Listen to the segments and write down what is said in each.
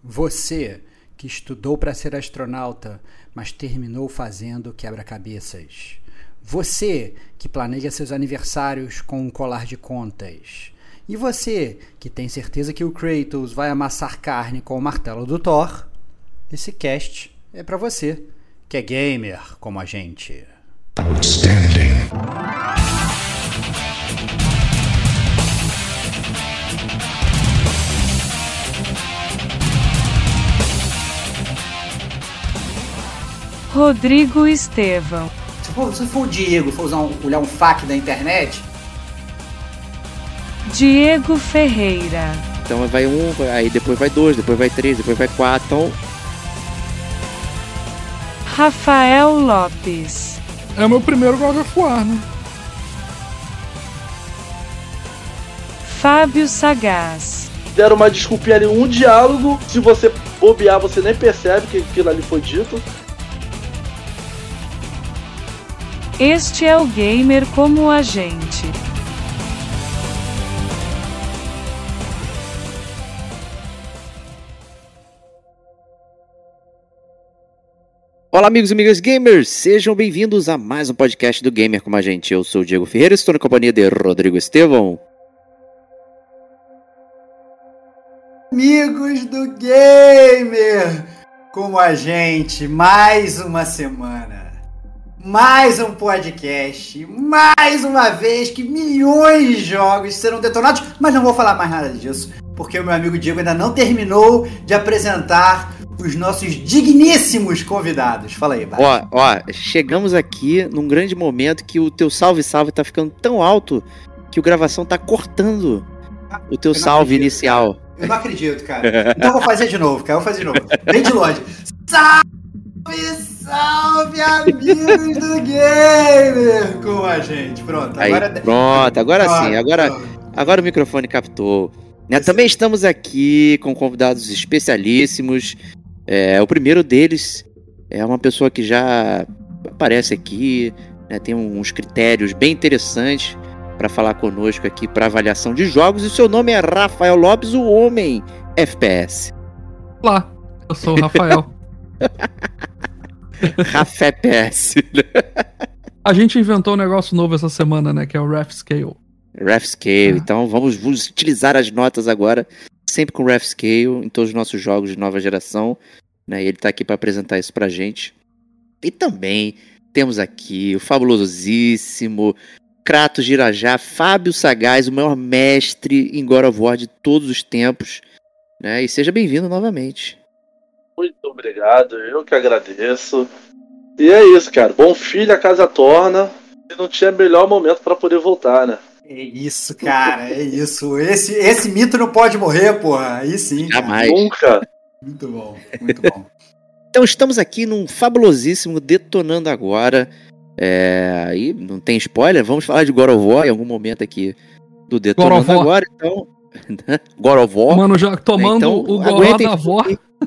Você que estudou para ser astronauta, mas terminou fazendo quebra-cabeças. Você que planeja seus aniversários com um colar de contas. E você que tem certeza que o Kratos vai amassar carne com o martelo do Thor. Esse cast é para você, que é gamer como a gente. Outstanding. Rodrigo Estevão. Se for o Diego, for olhar um FAQ da internet... Diego Ferreira. Então vai um, aí depois vai dois, depois vai três, depois vai quatro. Então... Rafael Lopes. É o meu primeiro God of War, né? Fábio Sagaz. Deram uma desculpinha ali, um diálogo. Se você bobear, você nem percebe que aquilo ali foi dito. Este é o Gamer como a gente. Olá, amigos e amigas gamers, sejam bem-vindos a mais um podcast do Gamer como a gente. Eu sou o Diego Ferreira, estou na companhia de Rodrigo Estevão. Amigos do Gamer como a gente, mais uma semana, mais um podcast, mais uma vez que milhões de jogos serão detonados, mas não vou falar mais nada disso, porque o meu amigo Diego ainda não terminou de apresentar os nossos digníssimos convidados. Fala aí, Bárbara. Ó, chegamos aqui num grande momento que o teu salve-salve tá ficando tão alto que o gravação tá cortando o teu salve inicial. Cara. Eu não acredito, cara. Então eu vou fazer de novo, cara. Bem de longe. Salve, amigos do Gamer com a gente. Pronto. Agora sim. Agora o microfone captou. Né? Também estamos aqui com convidados especialíssimos. O primeiro deles é uma pessoa que já aparece aqui, né? Tem uns critérios bem interessantes para falar conosco aqui para avaliação de jogos. E o seu nome é Rafael Lopes, o Homem FPS. Olá, eu sou o Rafael. Rafa FPS. A gente inventou um negócio novo essa semana, né? Que é o Ref Scale. Então vamos utilizar as notas agora, sempre com Ref Scale, em todos os nossos jogos de nova geração, né? E ele tá aqui para apresentar isso pra gente. E também temos aqui o fabulosíssimo Kratos de Irajá, Fábio Sagaz, o maior mestre em God of War de todos os tempos, né? E seja bem-vindo novamente. Muito obrigado, eu que agradeço. E é isso, cara. Bom filho a casa torna. E não tinha melhor momento para poder voltar, né? É isso, cara, é isso. Esse mito não pode morrer, porra. Aí sim. Jamais. Nunca. Muito bom, muito bom. Então estamos aqui num fabulosíssimo Detonando Agora. Aí não tem spoiler, vamos falar de God of War em algum momento aqui do Detonando Agora. Então, God of War. Mano, já tomando então, o goró da avó.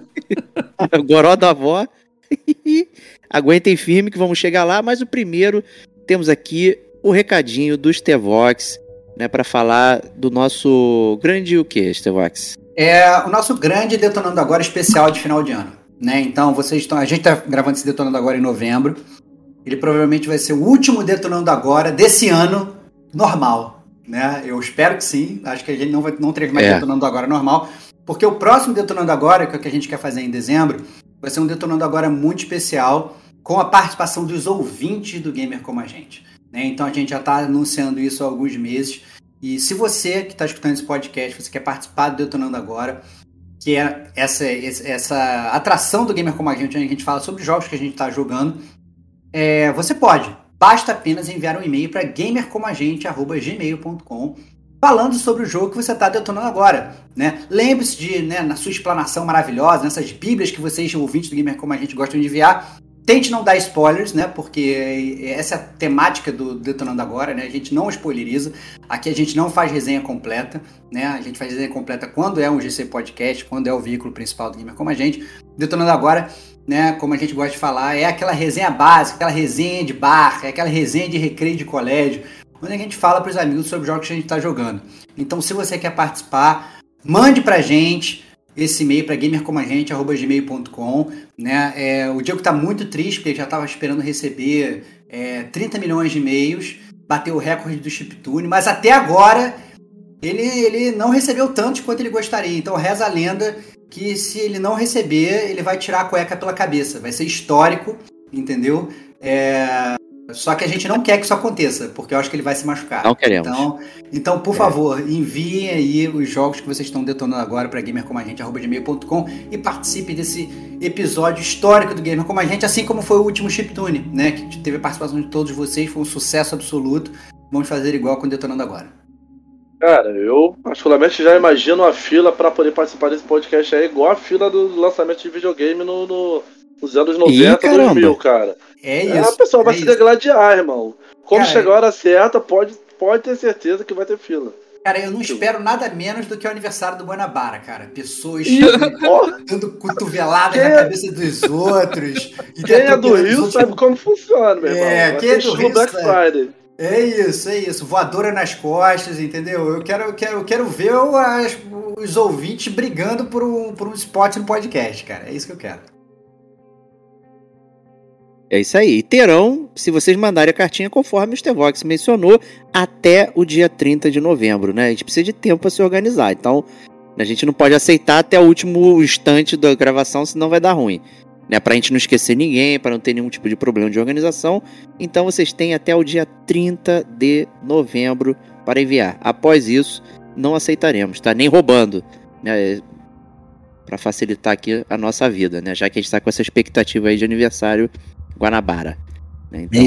O goró da avó. Aguentem firme que vamos chegar lá, mas o primeiro temos aqui o recadinho do Stevox, né, para falar do nosso grande o que, Stevox? O nosso grande Detonando Agora especial de final de ano, né? Então a gente tá gravando esse Detonando Agora em novembro. Ele provavelmente vai ser o último Detonando Agora desse ano normal, né? Eu espero que sim. Acho que a gente não terá mais Detonando Agora normal, porque o próximo Detonando Agora, que é o que a gente quer fazer em dezembro, vai ser um Detonando Agora muito especial, com a participação dos ouvintes do Gamer como a gente, né? Então a gente já está anunciando isso há alguns meses. E se você que está escutando esse podcast, você quer participar do Detonando Agora, que é essa atração do Gamer como a gente, onde a gente fala sobre jogos que a gente está jogando, você pode. Basta apenas enviar um e-mail para gamercomagente@gmail.com falando sobre o jogo que você está detonando agora, né? Lembre-se de, né, na sua explanação maravilhosa, nessas bíblias que vocês, ouvintes do Gamer como a gente, gostam de enviar, tente não dar spoilers, né? Porque essa é a temática do Detonando Agora, né? A gente não spoileriza. Aqui a gente não faz resenha completa, né? A gente faz resenha completa quando é um GC Podcast, quando é o veículo principal do Gamer como a gente. Detonando Agora, né? Como a gente gosta de falar, é aquela resenha básica, aquela resenha de bar, é aquela resenha de recreio de colégio, onde a gente fala para os amigos sobre jogos que a gente está jogando. Então, se você quer participar, mande pra gente esse e-mail para gamercomagente@gmail.com, né? O Diego tá muito triste, porque ele já estava esperando receber 30 milhões de e-mails, bateu o recorde do Chiptune, mas até agora ele não recebeu tanto quanto ele gostaria. Então reza a lenda que se ele não receber, ele vai tirar a cueca pela cabeça. Vai ser histórico, entendeu? Só que a gente não quer que isso aconteça, porque eu acho que ele vai se machucar. Não queremos. Então por favor, enviem aí os jogos que vocês estão detonando agora para gamercomagente@gmail.com e participe desse episódio histórico do Gamer Como a Gente, assim como foi o último Chiptune, né? Que teve a participação de todos vocês, foi um sucesso absoluto. Vamos fazer igual com o Detonando Agora. Cara, eu particularmente já imagino a fila pra poder participar desse podcast aí, igual a fila do lançamento de videogame nos anos 90, 2000, cara. É isso. A pessoa vai se degladiar, irmão. Quando chegar a hora certa, pode ter certeza que vai ter fila. Cara, eu não espero nada menos do que o aniversário do Guanabara, cara. Pessoas dando cotovelada na cabeça dos outros. Quem é do Rio sabe como funciona, meu irmão. Quem é do Rio Black Friday. É isso. Voadora nas costas, entendeu? Eu quero ver os ouvintes brigando por um spot no podcast, cara. É isso que eu quero. É isso aí. E terão, se vocês mandarem a cartinha conforme o Stevox mencionou, até o dia 30 de novembro, né? A gente precisa de tempo para se organizar. Então, a gente não pode aceitar até o último instante da gravação, senão vai dar ruim. Né? Pra gente não esquecer ninguém, para não ter nenhum tipo de problema de organização. Então, vocês têm até o dia 30 de novembro para enviar. Após isso, não aceitaremos, tá? Nem roubando, né? Para facilitar aqui a nossa vida, né? Já que a gente está com essa expectativa aí de aniversário Guanabara, né? Então,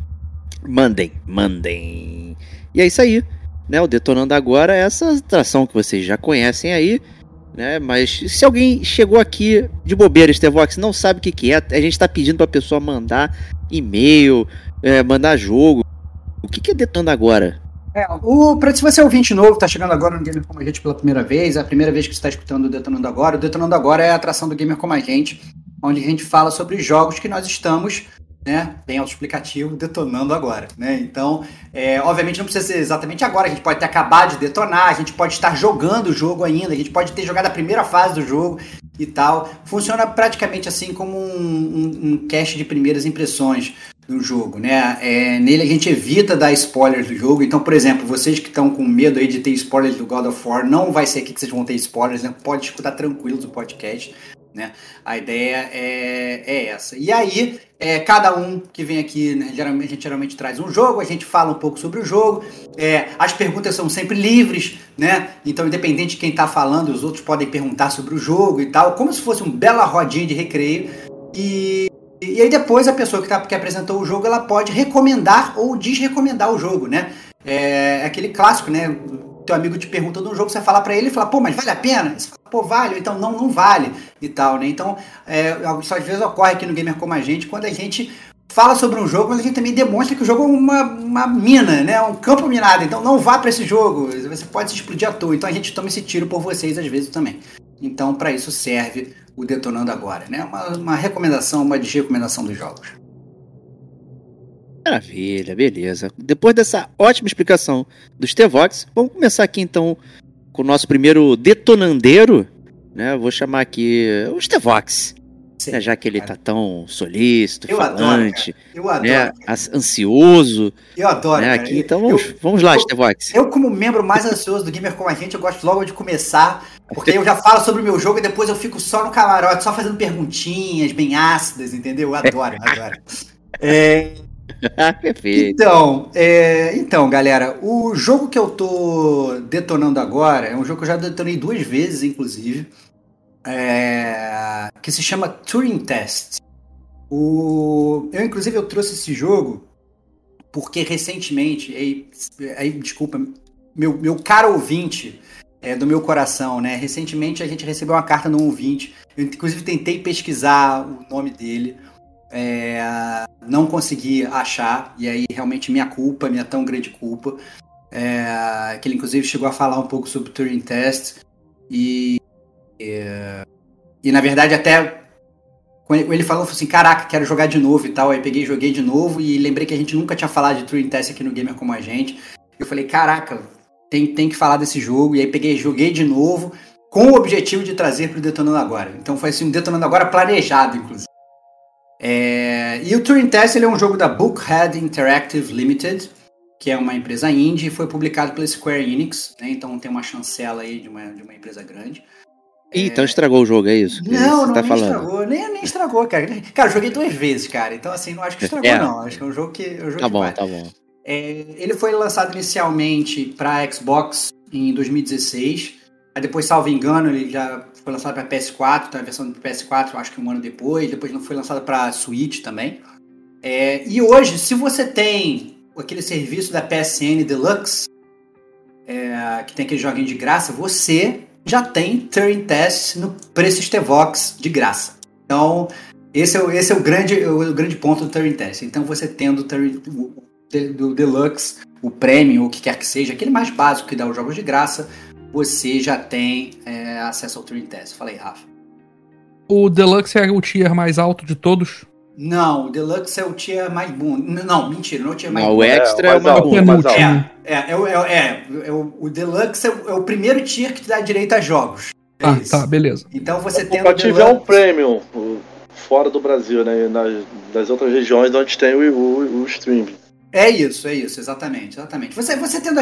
mandem. E é isso aí, né? O Detonando Agora é essa atração que vocês já conhecem aí, né? Mas se alguém chegou aqui de bobeira, Stevox, não sabe o que é, a gente tá pedindo pra pessoa mandar e-mail, mandar jogo. O que é Detonando Agora? Se você é ouvinte novo, tá chegando agora no Gamer Como a Gente pela primeira vez, é a primeira vez que você está escutando o Detonando Agora é a atração do Gamer Como a Gente, onde a gente fala sobre jogos que nós estamos, né, bem autoexplicativo, detonando agora, né? Então, obviamente não precisa ser exatamente agora, a gente pode ter acabado de detonar, a gente pode estar jogando o jogo ainda, a gente pode ter jogado a primeira fase do jogo e tal. Funciona praticamente assim como um cast de primeiras impressões do jogo, né? Nele a gente evita dar spoilers do jogo. Então, por exemplo, vocês que estão com medo aí de ter spoilers do God of War, não vai ser aqui que vocês vão ter spoilers, né? Pode escutar tranquilos o podcast, né? A ideia é essa. E aí, cada um que vem aqui, né, a gente geralmente traz um jogo, a gente fala um pouco sobre o jogo, as perguntas são sempre livres, né? Então, independente de quem está falando, os outros podem perguntar sobre o jogo e tal, como se fosse uma bela rodinha de recreio. E aí depois a pessoa que apresentou o jogo, ela pode recomendar ou desrecomendar o jogo, né? É aquele clássico, né? O teu amigo te pergunta de um jogo, você fala pra ele e fala, pô, mas vale a pena? Você fala, pô, vale, ou então não vale e tal, né? Então, isso às vezes ocorre aqui no Gamer Como a Gente, quando a gente fala sobre um jogo, mas a gente também demonstra que o jogo é uma mina, né? Um campo minado, então não vá pra esse jogo, você pode se explodir à toa. Então a gente toma esse tiro por vocês às vezes também. Então, para isso serve o Detonando Agora, né? Uma recomendação, uma desrecomendação dos jogos. Maravilha, beleza. Depois dessa ótima explicação do Stevox, vamos começar aqui então com o nosso primeiro detonandeiro, né? Eu vou chamar aqui o Stevox, né? Já que ele tá tão solícito, falante, eu adoro, né? Ansioso. Eu adoro, né? Cara. Aqui, então vamos lá, Stevox. Eu, como membro mais ansioso do Gamer Como a Gente, eu gosto logo de começar, porque eu já falo sobre o meu jogo e depois eu fico só no camarote, só fazendo perguntinhas bem ácidas, entendeu? Eu adoro. Perfeito. Então, galera, o jogo que eu tô detonando agora é um jogo que eu já detonei 2 vezes, inclusive, que se chama Turing Test. Inclusive, eu trouxe esse jogo porque recentemente, desculpa, meu caro ouvinte do meu coração, né? Recentemente a gente recebeu uma carta no ouvinte, eu inclusive tentei pesquisar o nome dele, não consegui achar, e aí realmente minha tão grande culpa, que ele inclusive chegou a falar um pouco sobre o Turing Test, e na verdade até quando ele falou assim, caraca, quero jogar de novo e tal, aí peguei e joguei de novo, e lembrei que a gente nunca tinha falado de Turing Test aqui no Gamer Como a Gente, eu falei, caraca, tem que falar desse jogo, e aí peguei e joguei de novo, com o objetivo de trazer para o Detonando Agora. Então foi assim, um Detonando Agora planejado, inclusive. E o Turing Test ele é um jogo da Bookhead Interactive Limited, que é uma empresa indie, e foi publicado pela Square Enix, né? Então tem uma chancela aí de uma empresa grande. Então estragou o jogo, é isso? Não, tá nem falando. estragou, nem estragou, cara. Cara, eu joguei 2 vezes, cara. Então, assim, não acho que estragou, não. Acho que é um jogo que. Tá bom, tá bom. Ele foi lançado inicialmente para Xbox em 2016. Aí depois, salvo engano, ele já foi lançado para PS4, então a versão do PS4, acho que um ano depois. Depois não foi lançado para Switch também. E hoje, se você tem aquele serviço da PSN Deluxe, que tem aquele joguinho de graça, você já tem Turing Test no PlayStation de graça. Então, esse é o grande ponto do Turing Test. Então, você tendo do Deluxe, o Premium, ou o que quer que seja, aquele mais básico que dá os jogos de graça, você já tem acesso ao Turing Test. Fala aí, Rafa. O Deluxe é o tier mais alto de todos? Não, o Deluxe é o tier mais bom. Não, mentira, não é o tier mais bom. O Extra é o mais bom. O Deluxe é o primeiro tier que te dá direito a jogos. Tá, beleza. Então você tem o Deluxe... tiver um Premium fora do Brasil, né? Nas outras regiões onde tem o streaming. É isso, exatamente. Você tendo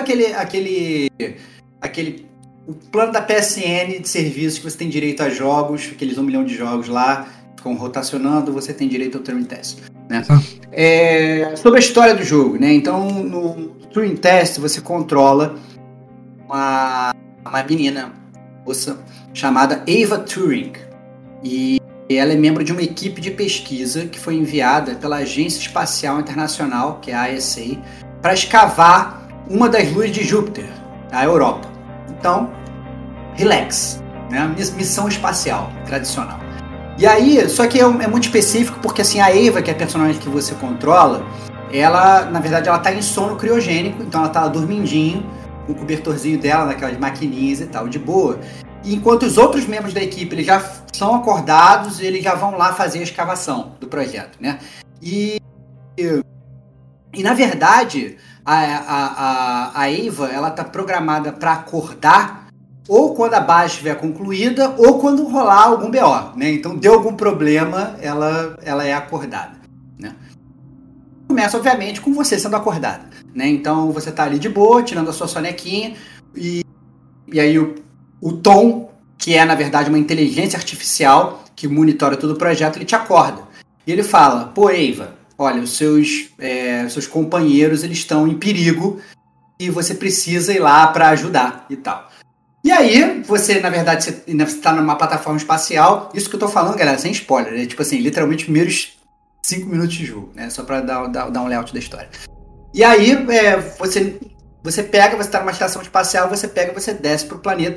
o plano da PSN de serviços que você tem direito a jogos, aqueles 1 milhão de jogos lá, ficam rotacionando, você tem direito ao Turing Test, né? Sobre a história do jogo, né? Então, no Turing Test, você controla uma menina, moça, chamada Ava Turing. E ela é membro de uma equipe de pesquisa que foi enviada pela Agência Espacial Internacional, que é a ESA, para escavar uma das luas de Júpiter, a Europa. Então, relax, né? Missão espacial tradicional. E aí, só que é muito específico porque assim, a Ava, que é a personagem que você controla, ela, na verdade, ela tá em sono criogênico, então ela tá dormindinho, com o cobertorzinho dela, naquelas maquininhas e tal, de boa. E enquanto os outros membros da equipe, eles já são acordados, eles já vão lá fazer a escavação do projeto, né? E na verdade, a Ava, ela tá programada para acordar ou quando a base estiver concluída, ou quando rolar algum BO, né? Então, deu algum problema, ela é acordada, né? Começa, obviamente, com você sendo acordada, né? Então, você tá ali de boa, tirando a sua sonequinha, e aí o Tom, que é, na verdade, uma inteligência artificial que monitora todo o projeto, ele te acorda. E ele fala, pô, Ava, olha, os seus companheiros, eles estão em perigo, e você precisa ir lá para ajudar e tal. E aí, você, na verdade, você está numa plataforma espacial. Isso que eu tô falando, galera, sem spoiler, né? Tipo assim, literalmente, primeiros 5 minutos de jogo, né? Só pra dar um layout da história. E aí, você pega, você tá numa estação espacial, você desce pro planeta.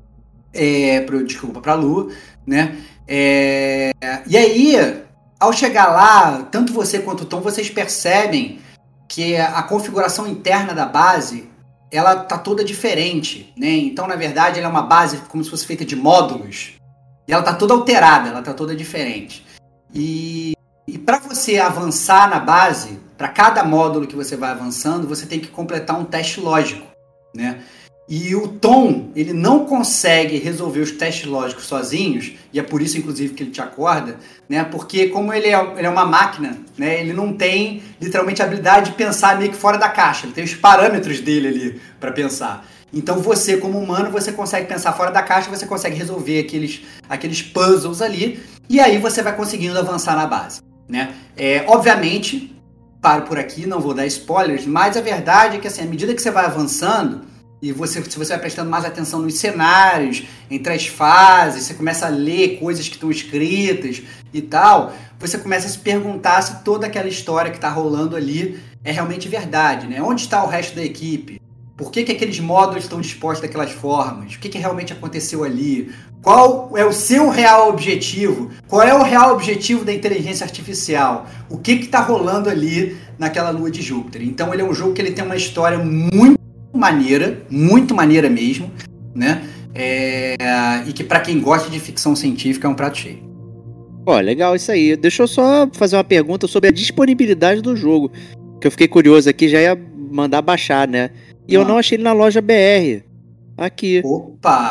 Pra Lua, né? E aí, ao chegar lá, tanto você quanto o Tom, vocês percebem que a configuração interna da base, ela tá toda diferente, né? Então, na verdade, ela é uma base como se fosse feita de módulos. E ela tá toda alterada, ela tá toda diferente. E para você avançar na base, para cada módulo que você vai avançando, você tem que completar um teste lógico, né? E o Tom, ele não consegue resolver os testes lógicos sozinhos, e é por isso, inclusive, que ele te acorda, né? Porque como ele é uma máquina, né? Ele não tem, literalmente, a habilidade de pensar meio que fora da caixa. Ele tem os parâmetros dele ali para pensar. Então você, como humano, você consegue pensar fora da caixa, você consegue resolver aqueles puzzles ali, e aí você vai conseguindo avançar na base, né? Obviamente, paro por aqui, não vou dar spoilers, mas a verdade é que, assim, à medida que você vai avançando, e se você vai prestando mais atenção nos cenários, entre as fases, você começa a ler coisas que estão escritas e tal, você começa a se perguntar se toda aquela história que está rolando ali é realmente verdade, né? Onde está o resto da equipe? Por que aqueles módulos estão dispostos daquelas formas? O que realmente aconteceu ali? Qual é o seu real objetivo? Qual é o real objetivo da inteligência artificial? O que está rolando ali naquela lua de Júpiter? Então ele é um jogo que ele tem uma história muito maneira mesmo, né? E que pra quem gosta de ficção científica é um prato cheio. Ó, legal isso aí. Deixa eu só fazer uma pergunta sobre a disponibilidade do jogo, que eu fiquei curioso aqui, já ia mandar baixar, né? E eu não achei ele na loja BR. Aqui. Opa!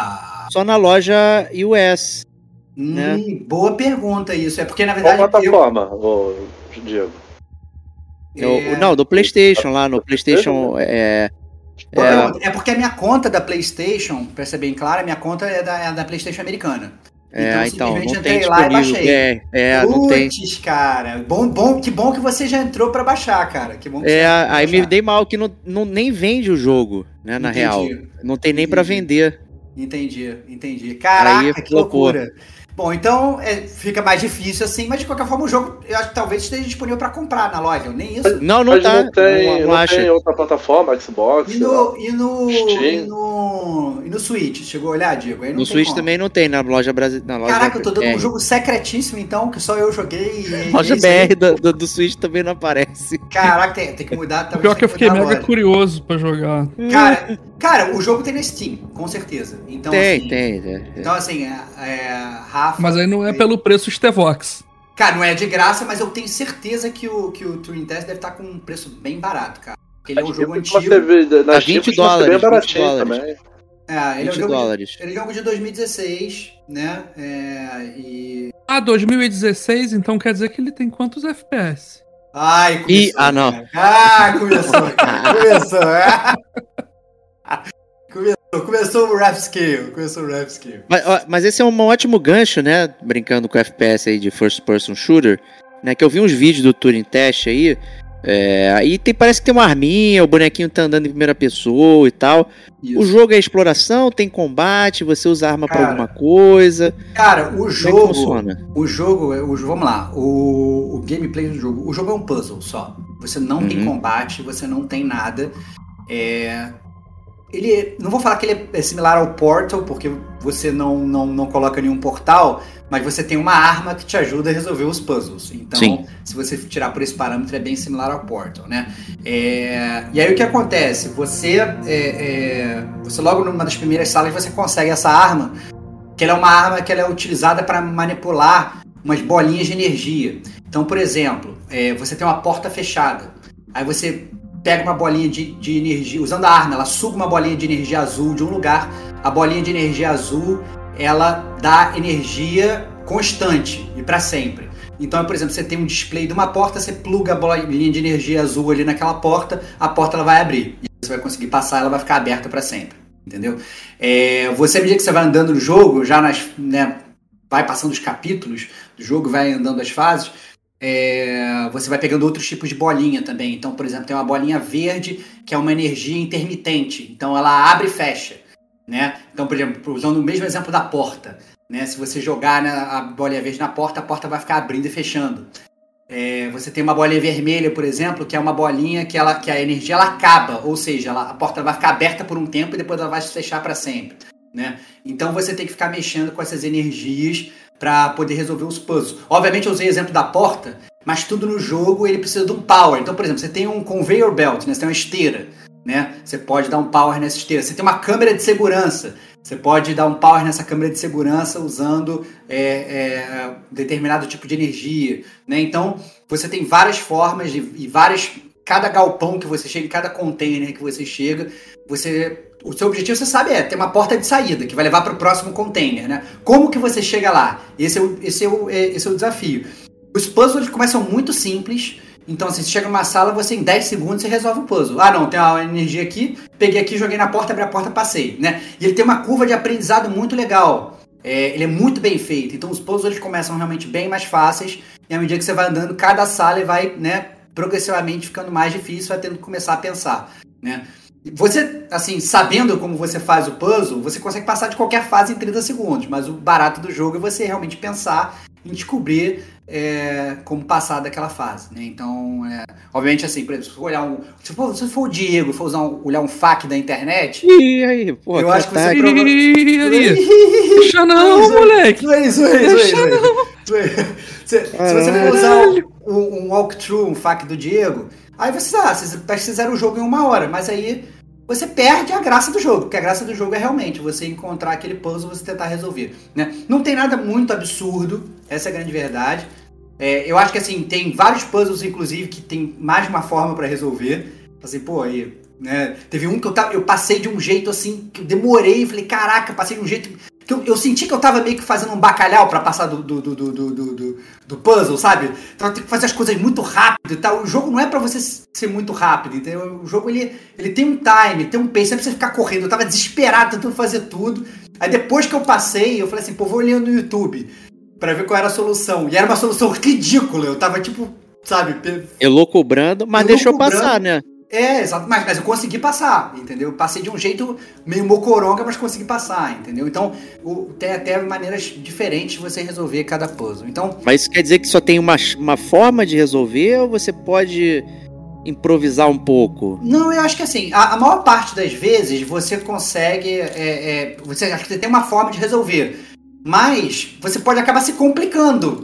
só na loja US. Né? Boa pergunta isso. É porque, na verdade... Qual plataforma, Diego? Não, do PlayStation, lá no PlayStation... É porque a minha conta da PlayStation, pra ser bem claro, a minha conta é da PlayStation americana. Então simplesmente não tem entrei lá e baixei. Não tem. Putz, cara. Que bom que você já entrou pra baixar, cara. Que bom que aí me dei mal que não nem vende o jogo, né, na real. Não tem nem pra vender. Entendi. Caraca, aí, que loucura. Bom, então fica mais difícil assim, mas de qualquer forma o jogo, eu acho que talvez esteja disponível pra comprar na loja, nem isso. Não mas tá. Não tem outra plataforma, Xbox. E no Switch, chegou a olhar, Diego? Aí não no tem Switch como. também não tem na loja brasileira. Caraca, eu tô dando um jogo secretíssimo então, que só eu joguei. Loja BR do Switch também não aparece. Caraca, tem que mudar. O pior que eu fiquei mega curioso pra jogar. Cara, o jogo tem na Steam, com certeza. Então, tem. Então, assim, Rafa... Mas aí não é pelo preço Stevox. Cara, não é de graça, mas eu tenho certeza que o Turing Test deve estar com um preço bem barato, cara. Porque ele é um jogo antigo. A $20, bem baratinho $20 também. Ele é um jogo de 2016, né? 2016, então quer dizer que ele tem quantos FPS? Ai, começou. Não. Começou, cara. Começou o Rap Scale. Mas esse é um ótimo gancho, né? Brincando com FPS aí de First Person Shooter, né? Que eu vi uns vídeos do Turing Test aí. Aí parece que tem uma arminha, o bonequinho tá andando em primeira pessoa e tal. Isso. O jogo é exploração, tem combate, você usa arma pra alguma coisa. Cara, o jogo. Como é que funciona? O jogo, vamos lá. O gameplay do jogo. O jogo é um puzzle só. Você não tem combate, você não tem nada. Ele, não vou falar que ele é similar ao Portal, porque você não coloca nenhum portal, mas você tem uma arma que te ajuda a resolver os puzzles. Então, se você tirar por esse parâmetro, é bem similar ao Portal, né? E aí o que acontece? Você logo numa das primeiras salas, você consegue essa arma, que ela é uma arma que ela é utilizada para manipular umas bolinhas de energia. Então, por exemplo, você tem uma porta fechada, aí você pega uma bolinha de energia, usando a arma, ela suga uma bolinha de energia azul de um lugar, a bolinha de energia azul, ela dá energia constante e para sempre. Então, por exemplo, você tem um display de uma porta, você pluga a bolinha de energia azul ali naquela porta, a porta ela vai abrir, e você vai conseguir passar, ela vai ficar aberta para sempre, entendeu? Você, à medida que você vai andando no jogo, já vai passando os capítulos do jogo, vai andando as fases, você vai pegando outros tipos de bolinha também. Então, por exemplo, tem uma bolinha verde que é uma energia intermitente. Então, ela abre e fecha, né? Então, por exemplo, usando o mesmo exemplo da porta, né? Se você jogar a bolinha verde na porta, a porta vai ficar abrindo e fechando. Você tem uma bolinha vermelha, por exemplo, que é uma bolinha que a energia ela acaba, ou seja, a porta vai ficar aberta por um tempo e depois ela vai se fechar para sempre, né? Então, você tem que ficar mexendo com essas energias para poder resolver os puzzles. Obviamente eu usei o exemplo da porta, mas tudo no jogo ele precisa de um power. Então, por exemplo, você tem um conveyor belt, né? Você tem uma esteira, né? Você pode dar um power nessa esteira. Você tem uma câmera de segurança. Você pode dar um power nessa câmera de segurança usando determinado tipo de energia, né? Então, você tem várias formas cada galpão que você chega, cada container que você chega, o seu objetivo, você sabe, ter uma porta de saída que vai levar para o próximo container, né? Como que você chega lá? Esse é o desafio. Os puzzles começam muito simples. Então, assim, você chega numa sala, você em 10 segundos você resolve o puzzle. Não, tem uma energia aqui, peguei aqui, joguei na porta, abri a porta, passei, né? E ele tem uma curva de aprendizado muito legal. Ele é muito bem feito. Então, os puzzles eles começam realmente bem mais fáceis. E à medida que você vai andando, cada sala vai, né, progressivamente ficando mais difícil, vai tendo que começar a pensar, né? Você, assim, sabendo como você faz o puzzle, você consegue passar de qualquer fase em 30 segundos, mas o barato do jogo é você realmente pensar em descobrir como passar daquela fase, né? Então, obviamente, assim, por exemplo, se for o Diego, olhar um FAQ da internet, e aí, pô, eu acho que você Deixa não, moleque! Se você for usar um walkthrough, um FAQ do Diego, aí vocês fizeram o jogo em 1 hora, mas aí você perde a graça do jogo, porque a graça do jogo é realmente você encontrar aquele puzzle e você tentar resolver, né? Não tem nada muito absurdo, essa é a grande verdade. Eu acho que assim, tem vários puzzles, inclusive, que tem mais de uma forma para resolver. Assim, né? Teve um que eu passei de um jeito assim, que eu demorei e falei, caraca, passei de um jeito eu senti que eu tava meio que fazendo um bacalhau pra passar do puzzle, sabe? Então eu tenho que fazer as coisas muito rápido e tal. O jogo não é pra você ser muito rápido, entendeu? O jogo, ele tem um time, tem um pace, não é pra você ficar correndo. Eu tava desesperado, tentando fazer tudo. Aí depois que eu passei, eu falei assim, pô, vou olhando no YouTube pra ver qual era a solução. E era uma solução ridícula. Eu tava tipo, sabe... Elocubrando, mas deixou passar, né? Exato, mas eu consegui passar, entendeu? Eu passei de um jeito meio mocoronga, mas consegui passar, entendeu? Então, tem até maneiras diferentes de você resolver cada puzzle. Então, mas isso quer dizer que só tem uma forma de resolver ou você pode improvisar um pouco? Não, eu acho que assim, a maior parte das vezes você consegue... acho que você tem uma forma de resolver, mas você pode acabar se complicando,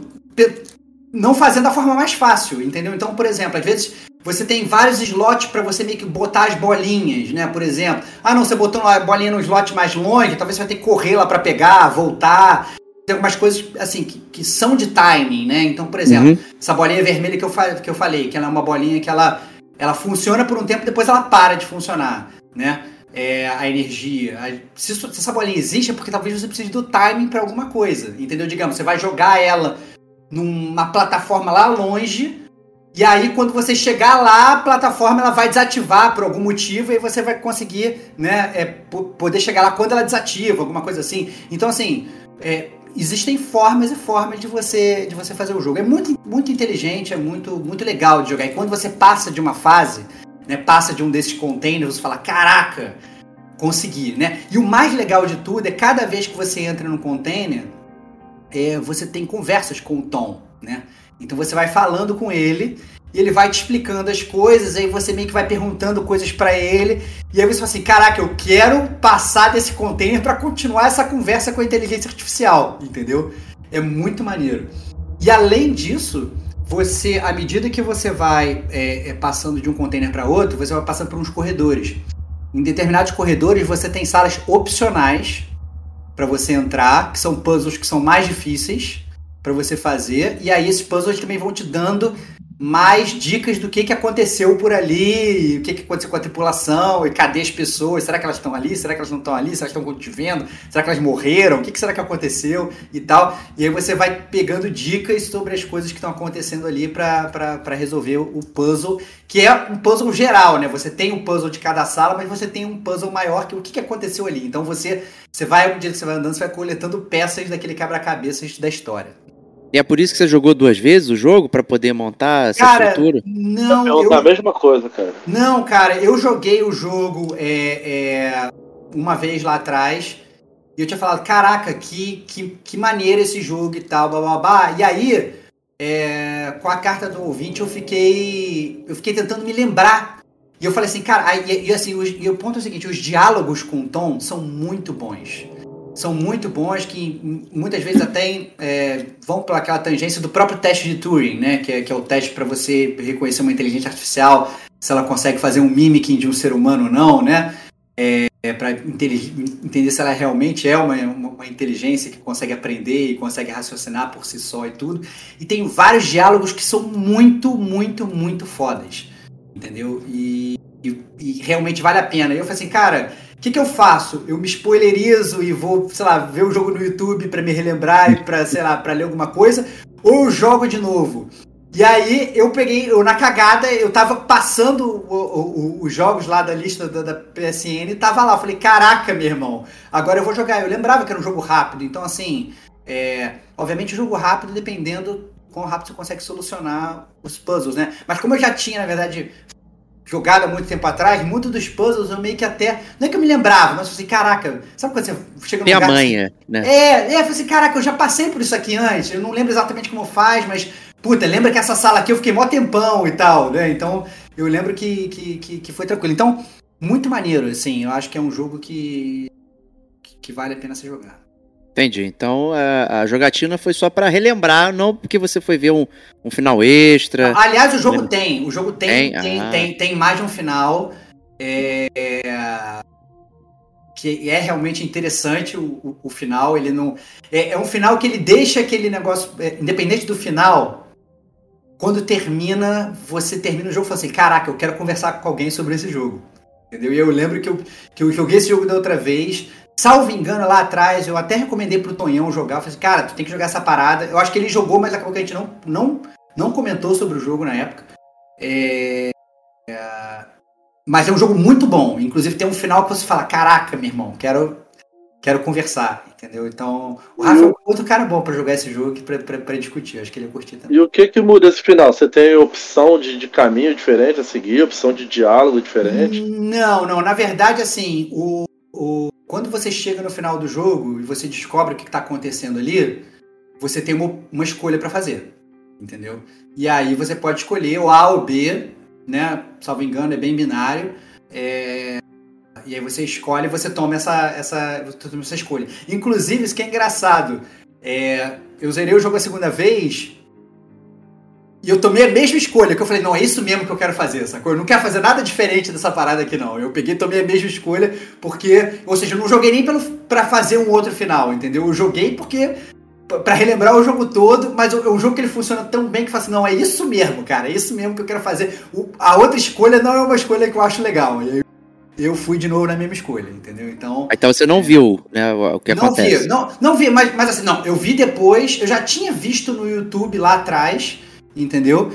não fazendo da forma mais fácil, entendeu? Então, por exemplo, às vezes... Você tem vários slots para você meio que botar as bolinhas, né? Por exemplo, não, você botou a bolinha no slot mais longe, talvez você vai ter que correr lá para pegar, voltar. Tem algumas coisas, assim, que são de timing, né? Então, por exemplo, essa bolinha vermelha que eu falei, que ela é uma bolinha que ela funciona por um tempo, depois ela para de funcionar, né? A energia. Se essa bolinha existe, é porque talvez você precise do timing para alguma coisa, entendeu? Digamos, você vai jogar ela numa plataforma lá longe... E aí, quando você chegar lá, a plataforma ela vai desativar por algum motivo e você vai conseguir, né, poder chegar lá quando ela desativa, alguma coisa assim. Então, assim, existem formas e formas de você fazer o jogo. É muito, muito inteligente, é muito, muito legal de jogar. E quando você passa de uma fase, né, passa de um desses containers, você fala, caraca, consegui, né? E o mais legal de tudo é cada vez que você entra num container, você tem conversas com o Tom, né? Então você vai falando com ele e ele vai te explicando as coisas, aí você meio que vai perguntando coisas pra ele, e aí você fala assim, caraca, eu quero passar desse container pra continuar essa conversa com a inteligência artificial, entendeu? É muito maneiro. E além disso, você, à medida que você vai passando de um container para outro, você vai passando por uns corredores. Em determinados corredores você tem salas opcionais para você entrar, que são puzzles que são mais difíceis para você fazer, e aí esses puzzles também vão te dando mais dicas do que aconteceu por ali, o que aconteceu com a tripulação, e cadê as pessoas, será que elas estão ali, será que elas não estão ali, será que elas estão te vendo, será que elas morreram, o que será que aconteceu e tal, e aí você vai pegando dicas sobre as coisas que estão acontecendo ali para resolver o puzzle, que é um puzzle geral, né? Você tem um puzzle de cada sala, mas você tem um puzzle maior, que o que aconteceu ali, então você vai, no dia que você vai andando, você vai coletando peças daquele quebra-cabeças da história. E é por isso que você jogou 2 vezes o jogo? Pra poder montar essa estrutura? Não, a mesma coisa, cara. Não, cara, eu joguei o jogo uma vez lá atrás e eu tinha falado, caraca, que maneiro esse jogo e tal, blá. E aí, com a carta do ouvinte, eu fiquei tentando me lembrar. E eu falei assim, cara, e o ponto é o seguinte, os diálogos com o Tom são muito bons. São muito bons, que muitas vezes até vão para aquela tangência do próprio teste de Turing, né? Que é o teste para você reconhecer uma inteligência artificial, se ela consegue fazer um mimicking de um ser humano ou não, né? Para entender se ela realmente é uma inteligência que consegue aprender e consegue raciocinar por si só e tudo. E tem vários diálogos que são muito, muito, muito fodas, entendeu? E realmente vale a pena. E eu falei assim, cara... O que eu faço? Eu me spoilerizo e vou, sei lá, ver o jogo no YouTube pra me relembrar e pra, sei lá, pra ler alguma coisa, ou eu jogo de novo? E aí eu na cagada, eu tava passando os jogos lá da lista da PSN e tava lá. Eu falei, caraca, meu irmão, agora eu vou jogar. Eu lembrava que era um jogo rápido, então assim, obviamente o jogo rápido dependendo quão rápido você consegue solucionar os puzzles, né? Mas como eu já tinha, na verdade... jogado há muito tempo atrás, muitos dos puzzles eu meio que até... Não é que eu me lembrava, mas eu falei assim, caraca, sabe quando você chega no lugar... Tem a manha, né? Eu falei assim, caraca, eu já passei por isso aqui antes, eu não lembro exatamente como faz, mas, puta, lembra que essa sala aqui eu fiquei mó tempão e tal, né? Então, eu lembro que foi tranquilo. Então, muito maneiro, assim, eu acho que é um jogo que vale a pena ser jogado. Entendi. Então a jogatina foi só pra relembrar, não porque você foi ver um final extra. Aliás, o jogo tem. O jogo tem mais de um final. Que é realmente interessante o final. Ele não. É um final que ele deixa aquele negócio. Independente do final, quando termina, você termina o jogo e fala assim: caraca, eu quero conversar com alguém sobre esse jogo. Entendeu? E eu lembro que eu joguei esse jogo da outra vez. Salvo engano, lá atrás, eu até recomendei pro Tonhão jogar. Eu falei assim, cara, tu tem que jogar essa parada. Eu acho que ele jogou, mas acabou que a gente não comentou sobre o jogo na época. Mas é um jogo muito bom. Inclusive tem um final que você fala, caraca, meu irmão, quero conversar, entendeu? Então, o Rafa é outro cara bom pra jogar esse jogo pra discutir. Acho que ele ia curtir também. E o que muda esse final? Você tem opção de caminho diferente a seguir? Opção de diálogo diferente? Não. Na verdade, assim, quando você chega no final do jogo e você descobre o que está acontecendo ali, você tem uma escolha para fazer, entendeu? E aí você pode escolher o A ou B, né? Salvo engano, é bem binário. E aí você escolhe e você toma essa escolha. Inclusive, isso que é engraçado. Eu zerei o jogo a segunda vez e eu tomei a mesma escolha, que eu falei, não, é isso mesmo que eu quero fazer, sacou? Eu não quero fazer nada diferente dessa parada aqui, não. Eu peguei e tomei a mesma escolha, porque, ou seja, eu não joguei nem pra fazer um outro final, entendeu? Eu joguei porque pra relembrar o jogo todo, mas é um jogo que ele funciona tão bem que eu falo assim, não, é isso mesmo, cara, é isso mesmo que eu quero fazer. A outra escolha não é uma escolha que eu acho legal. E aí eu fui de novo na mesma escolha, entendeu? Então você não viu, né, o que acontece? Não vi, mas assim, não, eu vi depois, eu já tinha visto no YouTube lá atrás, entendeu?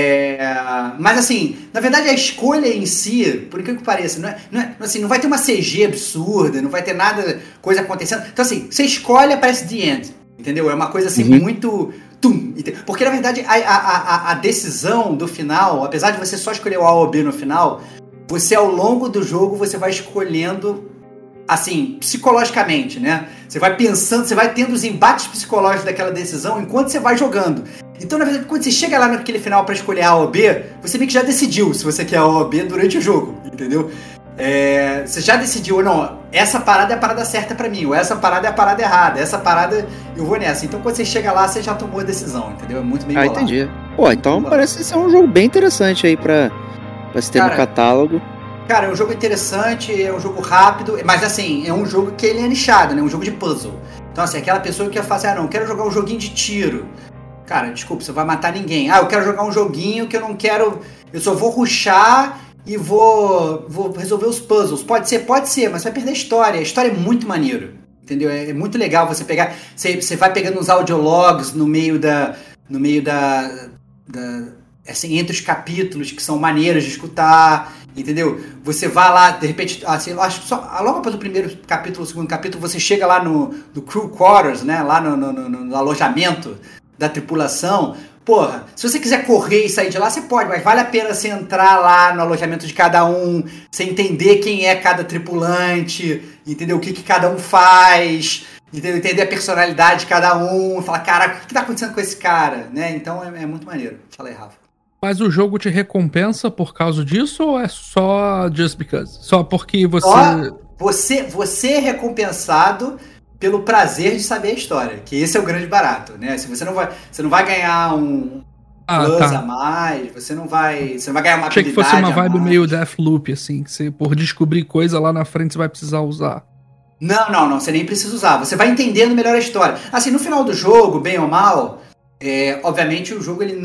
Mas assim, na verdade a escolha em si, por que pareça, não vai ter uma CG absurda, não vai ter nada, coisa acontecendo. Então assim, você escolhe, aparece The End, entendeu? É uma coisa assim muito... Porque na verdade a decisão do final, apesar de você só escolher o A ou B no final, você ao longo do jogo você vai escolhendo assim, psicologicamente, né? Você vai pensando, você vai tendo os embates psicológicos daquela decisão enquanto você vai jogando. Então, na verdade, quando você chega lá naquele final pra escolher A ou B, você meio que já decidiu se você quer A ou B durante o jogo, entendeu? Você já decidiu, não, essa parada é a parada certa pra mim, ou essa parada é a parada errada, essa parada eu vou nessa. Então, quando você chega lá, você já tomou a decisão, entendeu? É muito bem bolado. Entendi. Pô, então parece ser um jogo bem interessante aí pra se ter no catálogo. Cara, é um jogo interessante, é um jogo rápido, mas assim, é um jogo que ele é nichado, né? Um jogo de puzzle. Então assim, aquela pessoa que ia falar assim, quero jogar um joguinho de tiro. Cara, desculpa, você vai matar ninguém. Eu quero jogar um joguinho que eu não quero... Eu só vou rushar e vou resolver os puzzles. Pode ser, mas vai perder a história. A história é muito maneiro, entendeu? É muito legal você pegar... Você vai pegando uns audiologs no meio da assim, entre os capítulos que são maneiros de escutar, entendeu? Você vai lá, de repente, assim, acho que logo após o primeiro capítulo, o segundo capítulo, você chega lá no crew quarters, né? Lá no alojamento da tripulação. Porra, se você quiser correr e sair de lá, você pode, mas vale a pena você entrar lá no alojamento de cada um, você entender quem é cada tripulante, entender o que cada um faz, entender a personalidade de cada um, falar, caraca, o que tá acontecendo com esse cara, né? Então é muito maneiro. Fala aí, Rafa. Mas o jogo te recompensa por causa disso ou é só just because? Só porque você é recompensado pelo prazer de saber a história, que esse é o grande barato, né? Se você não vai ganhar um plus a mais, você não vai ganhar uma habilidade. Achei que fosse uma vibe meio Deathloop, assim, que você, por descobrir coisa lá na frente, você vai precisar usar. Não, você nem precisa usar. Você vai entendendo melhor a história. Assim, no final do jogo, bem ou mal, obviamente o jogo ele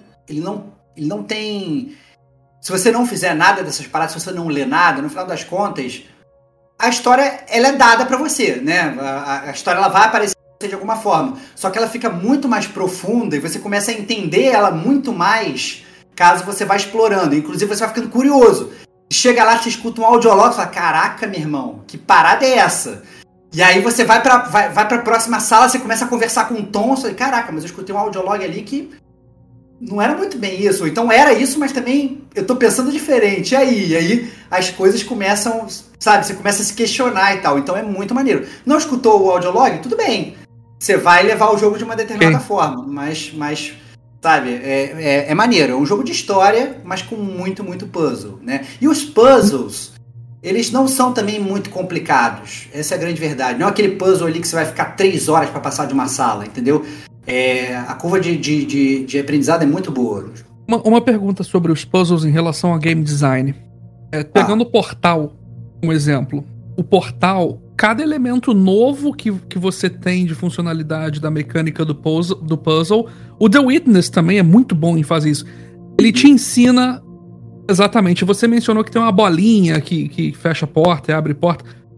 não tem... Se você não fizer nada dessas paradas, se você não ler nada, no final das contas, a história ela é dada pra você, né? A história ela vai aparecer de alguma forma. Só que ela fica muito mais profunda e você começa a entender ela muito mais caso você vá explorando. Inclusive você vai ficando curioso. Chega lá, você escuta um audiolog e fala, caraca, meu irmão, que parada é essa? E aí você vai pra próxima sala, você começa a conversar com um tom, você fala, caraca, mas eu escutei um audiolog ali que não era muito bem isso, ou então era isso, mas também eu tô pensando diferente. E aí as coisas começam, sabe, você começa a se questionar e tal, então é muito maneiro. Não escutou o audiolog? Tudo bem, você vai levar o jogo de uma determinada forma, mas sabe, é maneiro, é um jogo de história, mas com muito, muito puzzle, né? E os puzzles, eles não são também muito complicados, essa é a grande verdade, não é aquele puzzle ali que você vai ficar 3 horas pra passar de uma sala, entendeu? A curva de aprendizado é muito boa. Uma pergunta sobre os puzzles em relação a game design. Pegando o Portal, um exemplo. O Portal, cada elemento novo que você tem de funcionalidade da mecânica do puzzle, o The Witness também é muito bom em fazer isso. Ele te ensina exatamente. Você mencionou que tem uma bolinha que fecha a porta e abre porta.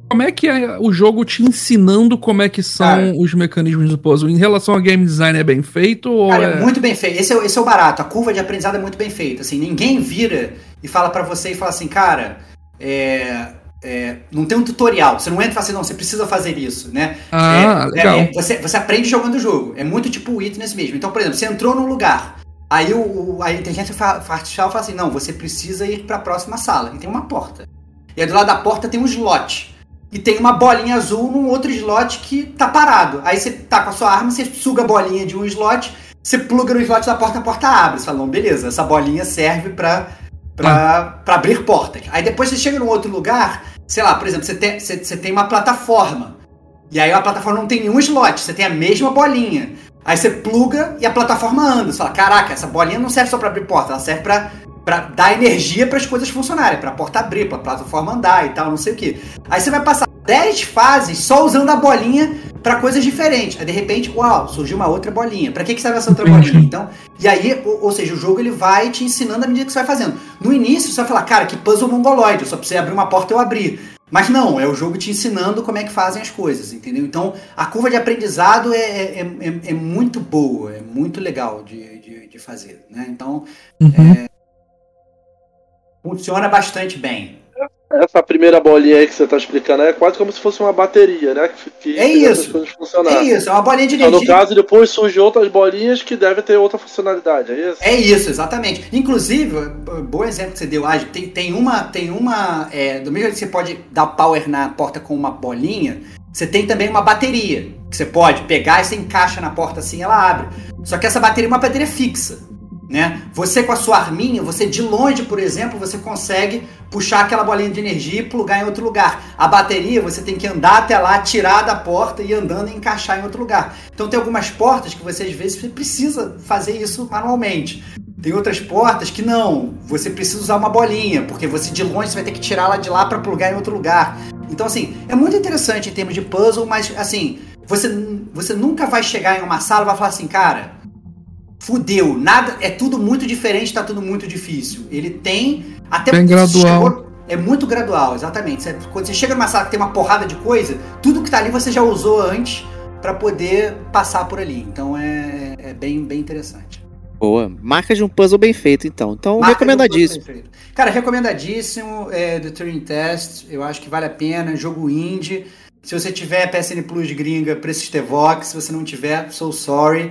Como é que é o jogo te ensinando como é que são os mecanismos do puzzle? Em relação ao game design, é bem feito? Ou é muito bem feito. Esse é o barato. A curva de aprendizado é muito bem feita. Assim, ninguém vira e fala pra você e fala assim, cara, não tem um tutorial. Você não entra e fala assim, não, você precisa fazer isso, né? Legal. Você aprende jogando o jogo. É muito tipo o Witness mesmo. Então, por exemplo, você entrou num lugar. Aí a inteligência artificial fala assim, não, você precisa ir pra próxima sala. E tem uma porta. E aí do lado da porta tem um slot. E tem uma bolinha azul num outro slot que tá parado. Aí você tá com a sua arma, você suga a bolinha de um slot, você pluga no slot da porta, a porta abre. Você fala, não, beleza, essa bolinha serve pra abrir portas. Aí depois você chega num outro lugar, sei lá, por exemplo, você tem uma plataforma. E aí a plataforma não tem nenhum slot, você tem a mesma bolinha. Aí você pluga e a plataforma anda. Você fala, caraca, essa bolinha não serve só pra abrir porta, ela serve pra dar energia para as coisas funcionarem, para a porta abrir, para a plataforma andar e tal, não sei o que. Aí você vai passar 10 fases só usando a bolinha para coisas diferentes. Aí de repente, uau, surgiu uma outra bolinha. Para que serve essa outra bolinha? Então, e aí, ou seja, o jogo ele vai te ensinando à medida que você vai fazendo. No início você vai falar, cara, que puzzle mongoloide, eu só preciso abrir uma porta e eu abrir. Mas não, é o jogo te ensinando como é que fazem as coisas, entendeu? Então, a curva de aprendizado é muito boa, é muito legal de fazer, né? Então, funciona bastante bem. Essa primeira bolinha aí que você está explicando é quase como se fosse uma bateria, né? Que é isso. É isso, é uma bolinha de energia. Então, no caso, depois surgem outras bolinhas que devem ter outra funcionalidade, é isso? É isso, exatamente. Inclusive, bom exemplo que você deu, tem uma do mesmo jeito que você pode dar power na porta com uma bolinha, você tem também uma bateria, que você pode pegar e você encaixa na porta assim, ela abre. Só que essa bateria é uma bateria fixa. Né? Você com a sua arminha, você de longe, por exemplo, você consegue puxar aquela bolinha de energia e plugar em outro lugar. A bateria, você tem que andar até lá, tirar da porta e ir andando e encaixar em outro lugar. Então tem algumas portas que você às vezes precisa fazer isso manualmente. Tem outras portas que não, você precisa usar uma bolinha, porque você de longe você vai ter que tirar ela de lá para plugar em outro lugar. Então assim, é muito interessante em termos de puzzle, mas assim, você nunca vai chegar em uma sala e vai falar assim, cara, fudeu, nada, é tudo muito diferente, tá tudo muito difícil. Ele tem, até bem gradual. É muito gradual, exatamente. Quando você chega numa sala que tem uma porrada de coisa, tudo que tá ali você já usou antes para poder passar por ali. Então é bem interessante. Boa, marca de um puzzle bem feito, então. Então, recomendadíssimo. Cara, recomendadíssimo, do Turing Test, eu acho que vale a pena, jogo indie. Se você tiver PSN Plus gringa, preço Stevox. Se você não tiver, so sorry.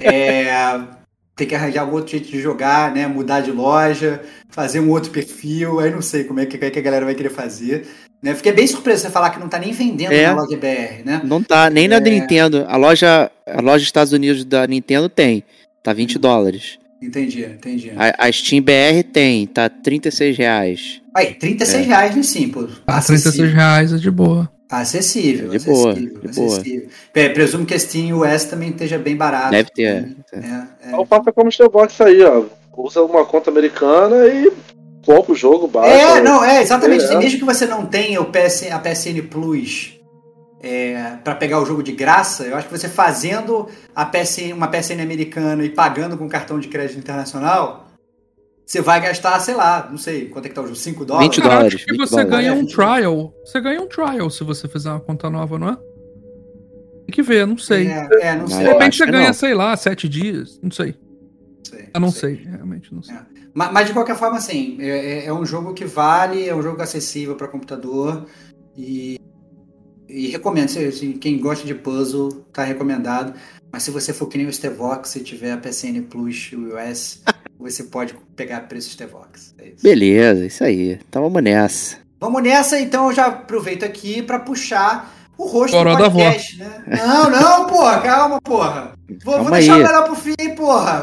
Tem que arranjar um outro jeito de jogar, né? Mudar de loja, fazer um outro perfil. Aí não sei como é que a galera vai querer fazer. Né? Fiquei bem surpreso você falar que não tá nem vendendo na loja BR, né? Não tá, nem na Nintendo. A loja Estados Unidos da Nintendo tem. Tá $20. Entendi. A Steam BR tem, tá R$36. Aí, R$36 no Simples. R$36 é de boa. Acessível. De boa. Presumo que a Steam US também esteja bem barato. Deve ter. Então faça como o Stevox aí, ó. Usa uma conta americana e compra o jogo, baixa. Exatamente. Mesmo que você não tenha a PSN Plus para pegar o jogo de graça, eu acho que você fazendo uma PSN americana e pagando com cartão de crédito internacional, você vai gastar, sei lá, não sei quanto é que tá o jogo, $5? $20. Cara, acho que você ganha um trial. Você ganha um trial se você fizer uma conta nova, não é? Tem que ver, não sei. Não sei. De repente você ganha, sei lá, 7 dias, não sei. Não sei, realmente não sei. Mas de qualquer forma, assim, é um jogo que vale, é um jogo acessível para computador e recomendo, assim, quem gosta de puzzle, tá recomendado. Mas se você for que nem o Stevox, se tiver a PSN Plus US, você pode pegar preço Stevox. Beleza, isso aí. Então vamos nessa. Vamos nessa, então eu já aproveito aqui para puxar o rosto do podcast, né? Não, porra, calma, porra. Vou deixar o melhor pro fim, porra.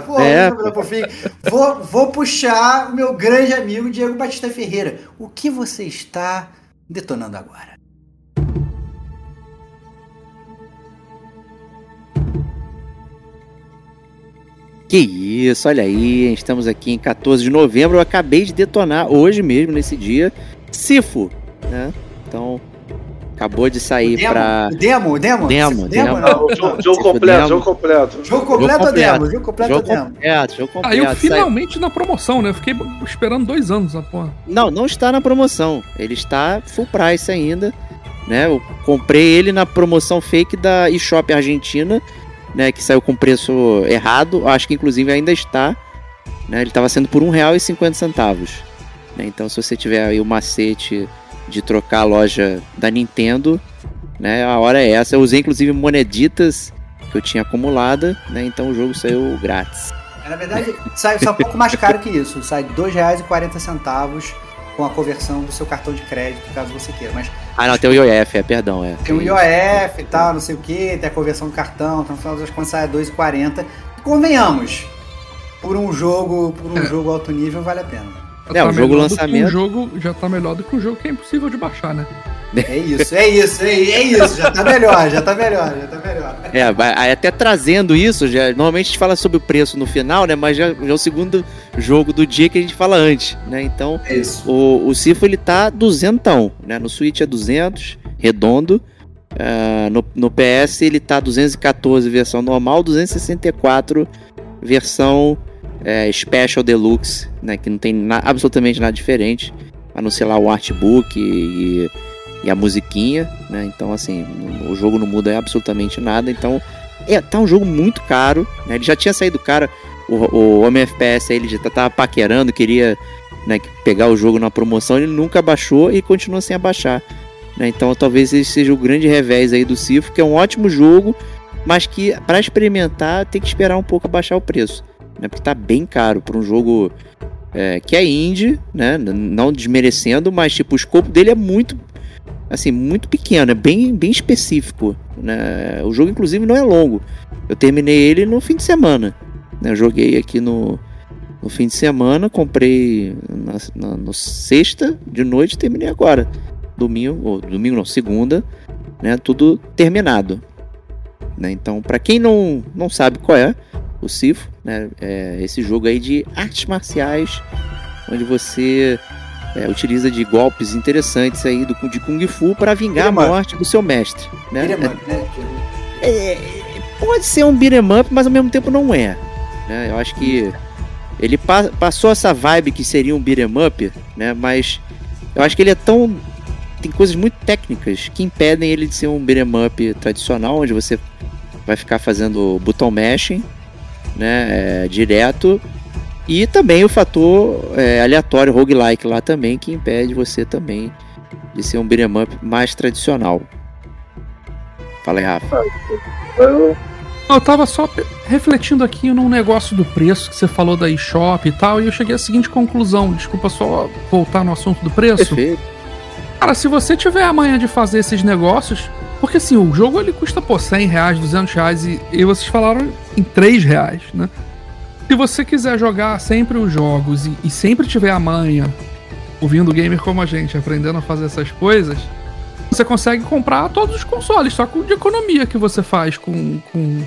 Vou puxar o meu grande amigo Diego Batista Ferreira. O que você está detonando agora? Que isso, olha aí, estamos aqui em 14 de novembro, eu acabei de detonar hoje mesmo, nesse dia, Sifo, né? Então, acabou de sair pra... Demo? Jogo completo. Jogo completo. Eu finalmente na promoção, né? Fiquei esperando 2 anos a porra. Não está na promoção, ele está full price ainda. né? Eu comprei ele na promoção fake da eShop Argentina, né? Que saiu com preço errado. Acho que inclusive ainda está, né? Ele estava sendo por R$1,50, né? Então se você tiver aí o macete de trocar a loja da Nintendo, né? A hora é essa. Eu usei inclusive moneditas que eu tinha acumulada, né? Então o jogo saiu grátis. Na verdade, sai só um pouco mais caro que isso. Sai R$2,40 com a conversão do seu cartão de crédito, caso você queira. Mas não, tem o IOF, perdão. Tem o IOF e tal, não sei o que, tem a conversão do cartão, então no final das contas sai a R$2,40. Convenhamos, por um jogo alto nível vale a pena. O jogo lançamento. O jogo já tá melhor do que um jogo que é impossível de baixar, né? É isso, já tá melhor. Até trazendo isso, normalmente a gente fala sobre o preço no final, né? Mas já é o segundo jogo do dia que a gente fala antes, né? Então, o Sifo ele tá 200, né? No Switch é 200, redondo. No PS ele tá 214 versão normal, 264 versão Special Deluxe, né? Que não tem absolutamente nada diferente, a não ser lá o artbook e a musiquinha, né? Então assim, o jogo não muda absolutamente nada. Então tá um jogo muito caro, né? Ele já tinha saído caro, o Homem FPS ele já tava paquerando, queria, né, pegar o jogo na promoção, ele nunca baixou e continua sem abaixar, né? Então talvez esse seja o grande revés aí do Sifo, que é um ótimo jogo, mas que para experimentar tem que esperar um pouco abaixar o preço, né? Porque tá bem caro para um jogo que é indie, né? Não desmerecendo, mas tipo, o escopo dele é muito pequeno, é bem específico, né? O jogo inclusive não é longo. Eu terminei ele no fim de semana, né? Eu joguei aqui no fim de semana, comprei no sexta de noite, terminei agora domingo não, segunda, né? Tudo terminado, né? Então para quem não sabe qual é o Sifo, né? É esse jogo aí de artes marciais, onde você utiliza de golpes interessantes aí de Kung Fu para vingar a morte do seu mestre, né? Pode ser um beat'em up, mas ao mesmo tempo não é, né? Eu acho que ele passou essa vibe que seria um beat'em up, né? Mas eu acho que ele tem coisas muito técnicas que impedem ele de ser um beat'em up tradicional, onde você vai ficar fazendo button mashing, né? Direto. E também o fator aleatório, roguelike lá também, que impede você também de ser um beat'em up mais tradicional. Fala aí, Rafa. Eu tava só refletindo aqui num negócio do preço que você falou da eShop e tal, e eu cheguei à seguinte conclusão. Desculpa só voltar no assunto do preço. Perfeito. Cara, se você tiver a manha de fazer esses negócios... Porque assim, o jogo ele custa R$100, R$200 e vocês falaram em R$3, né? Se você quiser jogar sempre os jogos e sempre tiver a manha, ouvindo gamer como a gente, aprendendo a fazer essas coisas, você consegue comprar todos os consoles, só com de economia que você faz com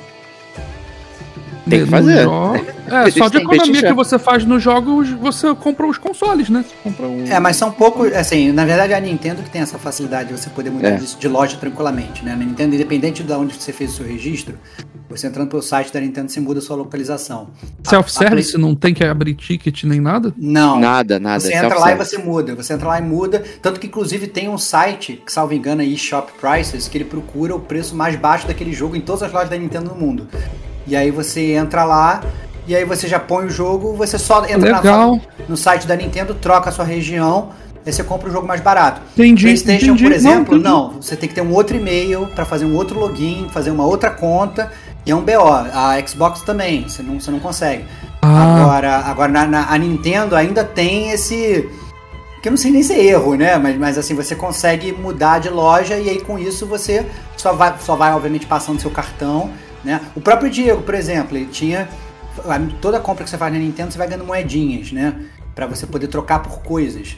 tem que fazer. Só de economia que você faz nos jogos, você compra os consoles, né? Você compra mas são poucos, assim, na verdade é a Nintendo que tem essa facilidade de você poder mudar disso de loja tranquilamente, né? Na Nintendo, independente de onde você fez o seu registro, você entrando pelo site da Nintendo, você muda a sua localização. Self-service não tem que abrir ticket nem nada? Não. Nada. Você entra lá e você muda. Tanto que, inclusive, tem um site, que, salvo engano, é eShop Prices, que ele procura o preço mais baixo daquele jogo em todas as lojas da Nintendo no mundo. E aí você entra lá, e aí você já põe o jogo, você só entra no site da Nintendo, troca a sua região, aí você compra o jogo mais barato. PlayStation, por exemplo, não. Você tem que ter um outro e-mail para fazer um outro login, fazer uma outra conta, e é um BO. A Xbox também, você não consegue. Agora a Nintendo ainda tem esse... que eu não sei nem se é erro, né? Mas assim, você consegue mudar de loja, e aí com isso você só vai obviamente passando seu cartão, né? O próprio Diego, por exemplo, ele tinha... Toda compra que você faz na Nintendo, você vai ganhando moedinhas, né? Pra você poder trocar por coisas.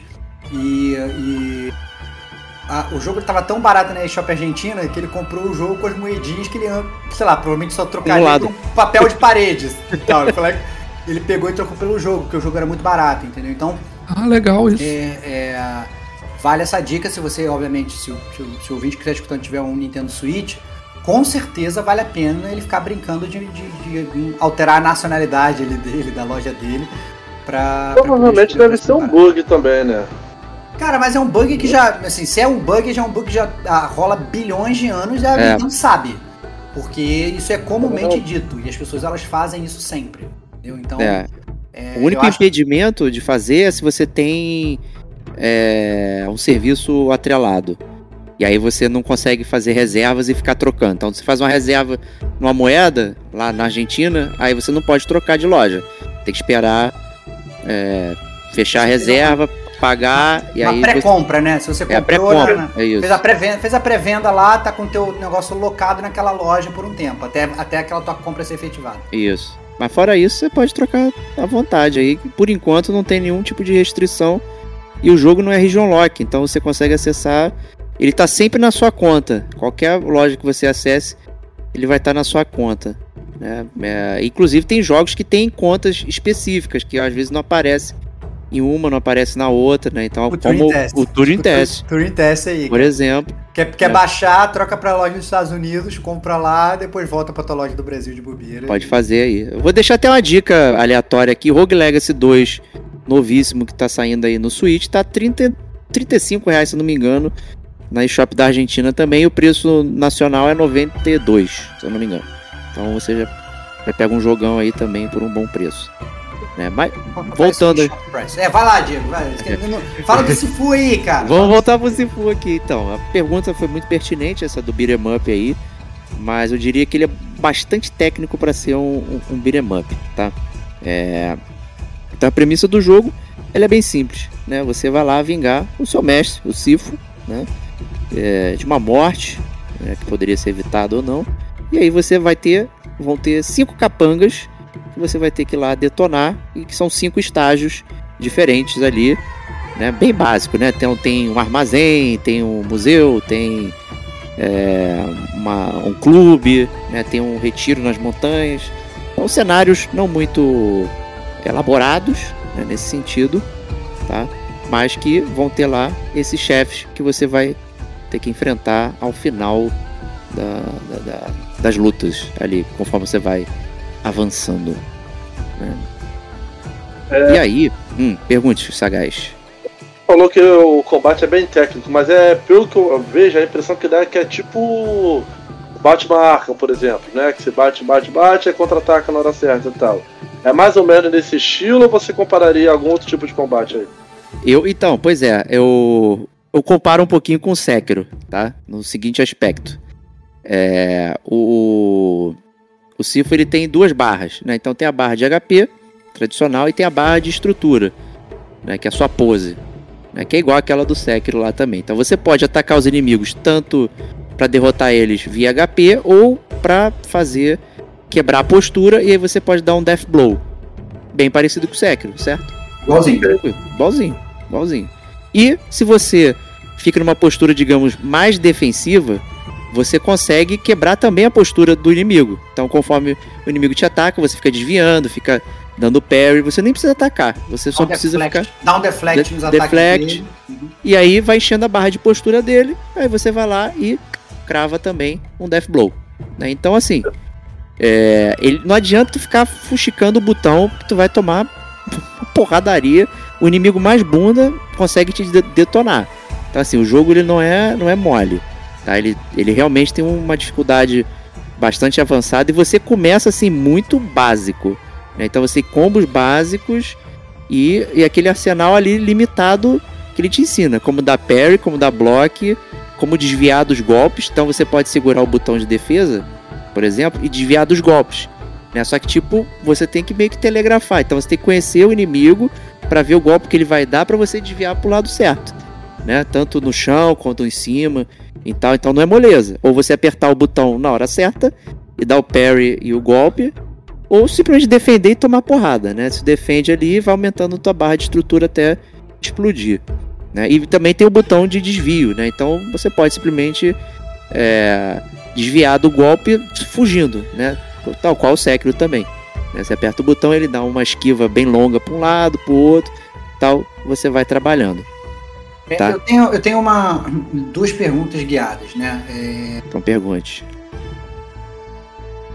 O jogo estava tão barato na eShop Argentina que ele comprou o jogo com as moedinhas que ele, sei lá, provavelmente só trocaria por um papel de paredes. Então, ele pegou e trocou pelo jogo, porque o jogo era muito barato, entendeu? Então... legal isso. Vale essa dica se você, obviamente, se o ouvinte que está escutando tiver um Nintendo Switch, com certeza vale a pena ele ficar brincando de alterar a nacionalidade dele, da loja dele, pra... Provavelmente deve ser um bug também, né? Cara, mas é um bug que já, assim, se é um bug, já é um bug que já rola bilhões de anos e a gente não sabe. Porque isso é comumente dito e as pessoas elas fazem isso sempre, entendeu? Então, o único impedimento de fazer é se você tem um serviço atrelado. E aí você não consegue fazer reservas e ficar trocando. Então você faz uma reserva numa moeda lá na Argentina, aí você não pode trocar de loja. Tem que esperar fechar a reserva, pagar e aí... Uma pré-compra, né? Se você comprou, pré-compra, isso. Fez a pré-venda lá, tá com o teu negócio locado naquela loja por um tempo, até aquela tua compra ser efetivada. Isso. Mas fora isso, você pode trocar à vontade. Aí, por enquanto, não tem nenhum tipo de restrição. E o jogo não é region lock, então você consegue acessar... Ele tá sempre na sua conta. Qualquer loja que você acesse, ele vai estar na sua conta. Inclusive, tem jogos que tem contas específicas, que às vezes não aparece em uma, não aparece na outra, né? Então, o Turing Test. Turing Test aí. Por exemplo. Quer baixar, troca pra loja dos Estados Unidos, compra lá, depois volta pra tua loja do Brasil de bobeira. Pode fazer aí. Eu vou deixar até uma dica aleatória aqui. Rogue Legacy 2, novíssimo, que tá saindo aí no Switch, tá R$35, se eu não me engano. Na eShop da Argentina também, o preço nacional é 92, se eu não me engano. Então você já pega um jogão aí também por um bom preço. Mas, voltando... vai lá, Diego. Fala do Sifu aí, cara. Vamos voltar pro Sifu aqui, então. A pergunta foi muito pertinente, essa do beat'em up aí. Mas eu diria que ele é bastante técnico para ser um beat'em up, tá? Então a premissa do jogo, ela é bem simples, né? Você vai lá vingar o seu mestre, o Sifu, né? De uma morte, né, que poderia ser evitada ou não. E aí vão ter 5 capangas que você vai ter que ir lá detonar, e que são 5 estágios diferentes ali, né, bem básico, né? Tem um armazém, tem um museu, tem um clube, né, tem um retiro nas montanhas. São cenários não muito elaborados, né, nesse sentido, tá? Mas que vão ter lá esses chefes que você vai ter que enfrentar ao final das lutas ali, conforme você vai avançando, né? E aí, pergunte, Sagaz. Falou que o combate é bem técnico, mas pelo que eu vejo, a impressão que dá é que é tipo Batman Arkham, por exemplo, né? Que você bate e contra-ataca na hora certa e tal. É mais ou menos nesse estilo, ou você compararia algum outro tipo de combate aí? Então, pois é, eu comparo um pouquinho com o Sekiro, tá? No seguinte aspecto. O Sifu, ele tem 2 barras, né? Então tem a barra de HP tradicional e tem a barra de estrutura, né? Que é a sua pose, né? Que é igual àquela do Sekiro lá também. Então você pode atacar os inimigos tanto para derrotar eles via HP ou para quebrar a postura, e aí você pode dar um Death Blow. Bem parecido com o Sekiro, certo? Igualzinho. E se você fica numa postura, digamos, mais defensiva, você consegue quebrar também a postura do inimigo. Então, conforme o inimigo te ataca, você fica desviando, fica dando parry, você nem precisa atacar, você só precisa ficar... Dá um deflect nos ataques dele. E aí vai enchendo a barra de postura dele, aí você vai lá e crava também um Death Blow, né? Então, assim, não adianta tu ficar fuxicando o botão, que tu vai tomar uma porradaria. O inimigo mais bunda consegue te detonar. Então, assim, o jogo ele não é mole, tá? Ele realmente tem uma dificuldade bastante avançada, e você começa assim muito básico, né? Então você tem combos básicos e aquele arsenal ali limitado que ele te ensina, como dar parry, como dar block, como desviar dos golpes. Então você pode segurar o botão de defesa, por exemplo, e desviar dos golpes, né? Só que tipo, você tem que meio que telegrafar. Então você tem que conhecer o inimigo para ver o golpe que ele vai dar para você desviar pro lado certo, né? Tanto no chão quanto em cima e tal. Então não é moleza. Ou você apertar o botão na hora certa e dar o parry e o golpe, ou simplesmente defender e tomar porrada, né? Se defende ali, vai aumentando a tua barra de estrutura até explodir, né? E também tem o botão de desvio, né? Então você pode simplesmente desviar do golpe fugindo, né? Tal qual o Sekiro também, né? Você aperta o botão, ele dá uma esquiva bem longa para um lado, para o outro, tal, você vai trabalhando. Tá? Eu tenho duas perguntas guiadas, né? Então pergunte.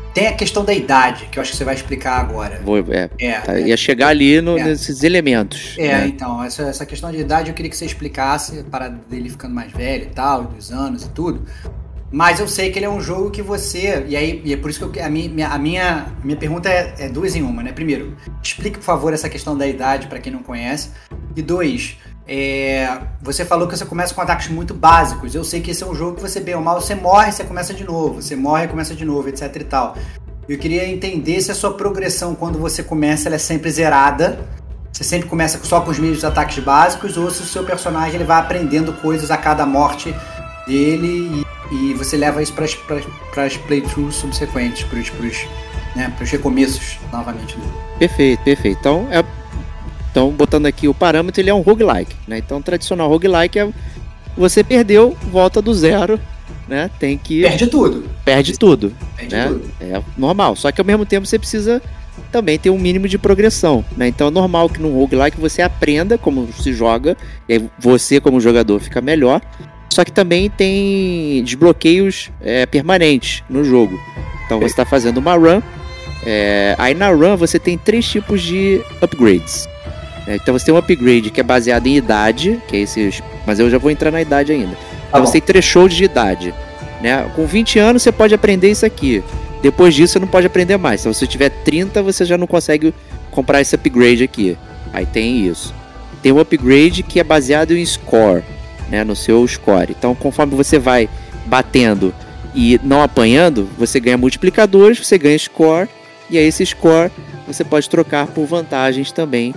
Tem a questão da idade, que eu acho que você vai explicar agora. Ia chegar ali nesses elementos. Né? Então, essa questão de idade eu queria que você explicasse, para dele ficando mais velho e tal, dos anos e tudo. Mas eu sei que ele é um jogo que você... E é por isso que a minha pergunta é duas em uma, né? Primeiro, explique, por favor, essa questão da idade para quem não conhece. E dois, você falou que você começa com ataques muito básicos. Eu sei que esse é um jogo que você, bem ou mal, você morre, você começa de novo. Você morre e começa de novo, etc e tal. Eu queria entender se a sua progressão, quando você começa, ela é sempre zerada. Você sempre começa só com os mesmos ataques básicos, ou se o seu personagem ele vai aprendendo coisas a cada morte dele e você leva isso para as playthroughs subsequentes, para os recomeços novamente dele. Perfeito. Então, botando aqui o parâmetro, ele é um roguelike, né? Então, tradicional roguelike é você perdeu, volta do zero, né? Perde tudo. Né? É normal, só que ao mesmo tempo você precisa também ter um mínimo de progressão, né? Então é normal que no roguelike você aprenda como se joga, e aí você como jogador fica melhor, só que também tem desbloqueios permanentes no jogo. Então você está fazendo uma run, aí na run você tem 3 tipos de upgrades. Então você tem um upgrade que é baseado em idade, que é esses, mas eu já vou entrar na idade ainda. Então você tem threshold de idade, né? Com 20 anos você pode aprender isso aqui. Depois disso você não pode aprender mais. Se você tiver 30, você já não consegue comprar esse upgrade aqui. Aí tem isso. Tem um upgrade que é baseado em score, né? No seu score. Então conforme você vai batendo e não apanhando, você ganha multiplicadores, você ganha score. E aí esse score você pode trocar por vantagens também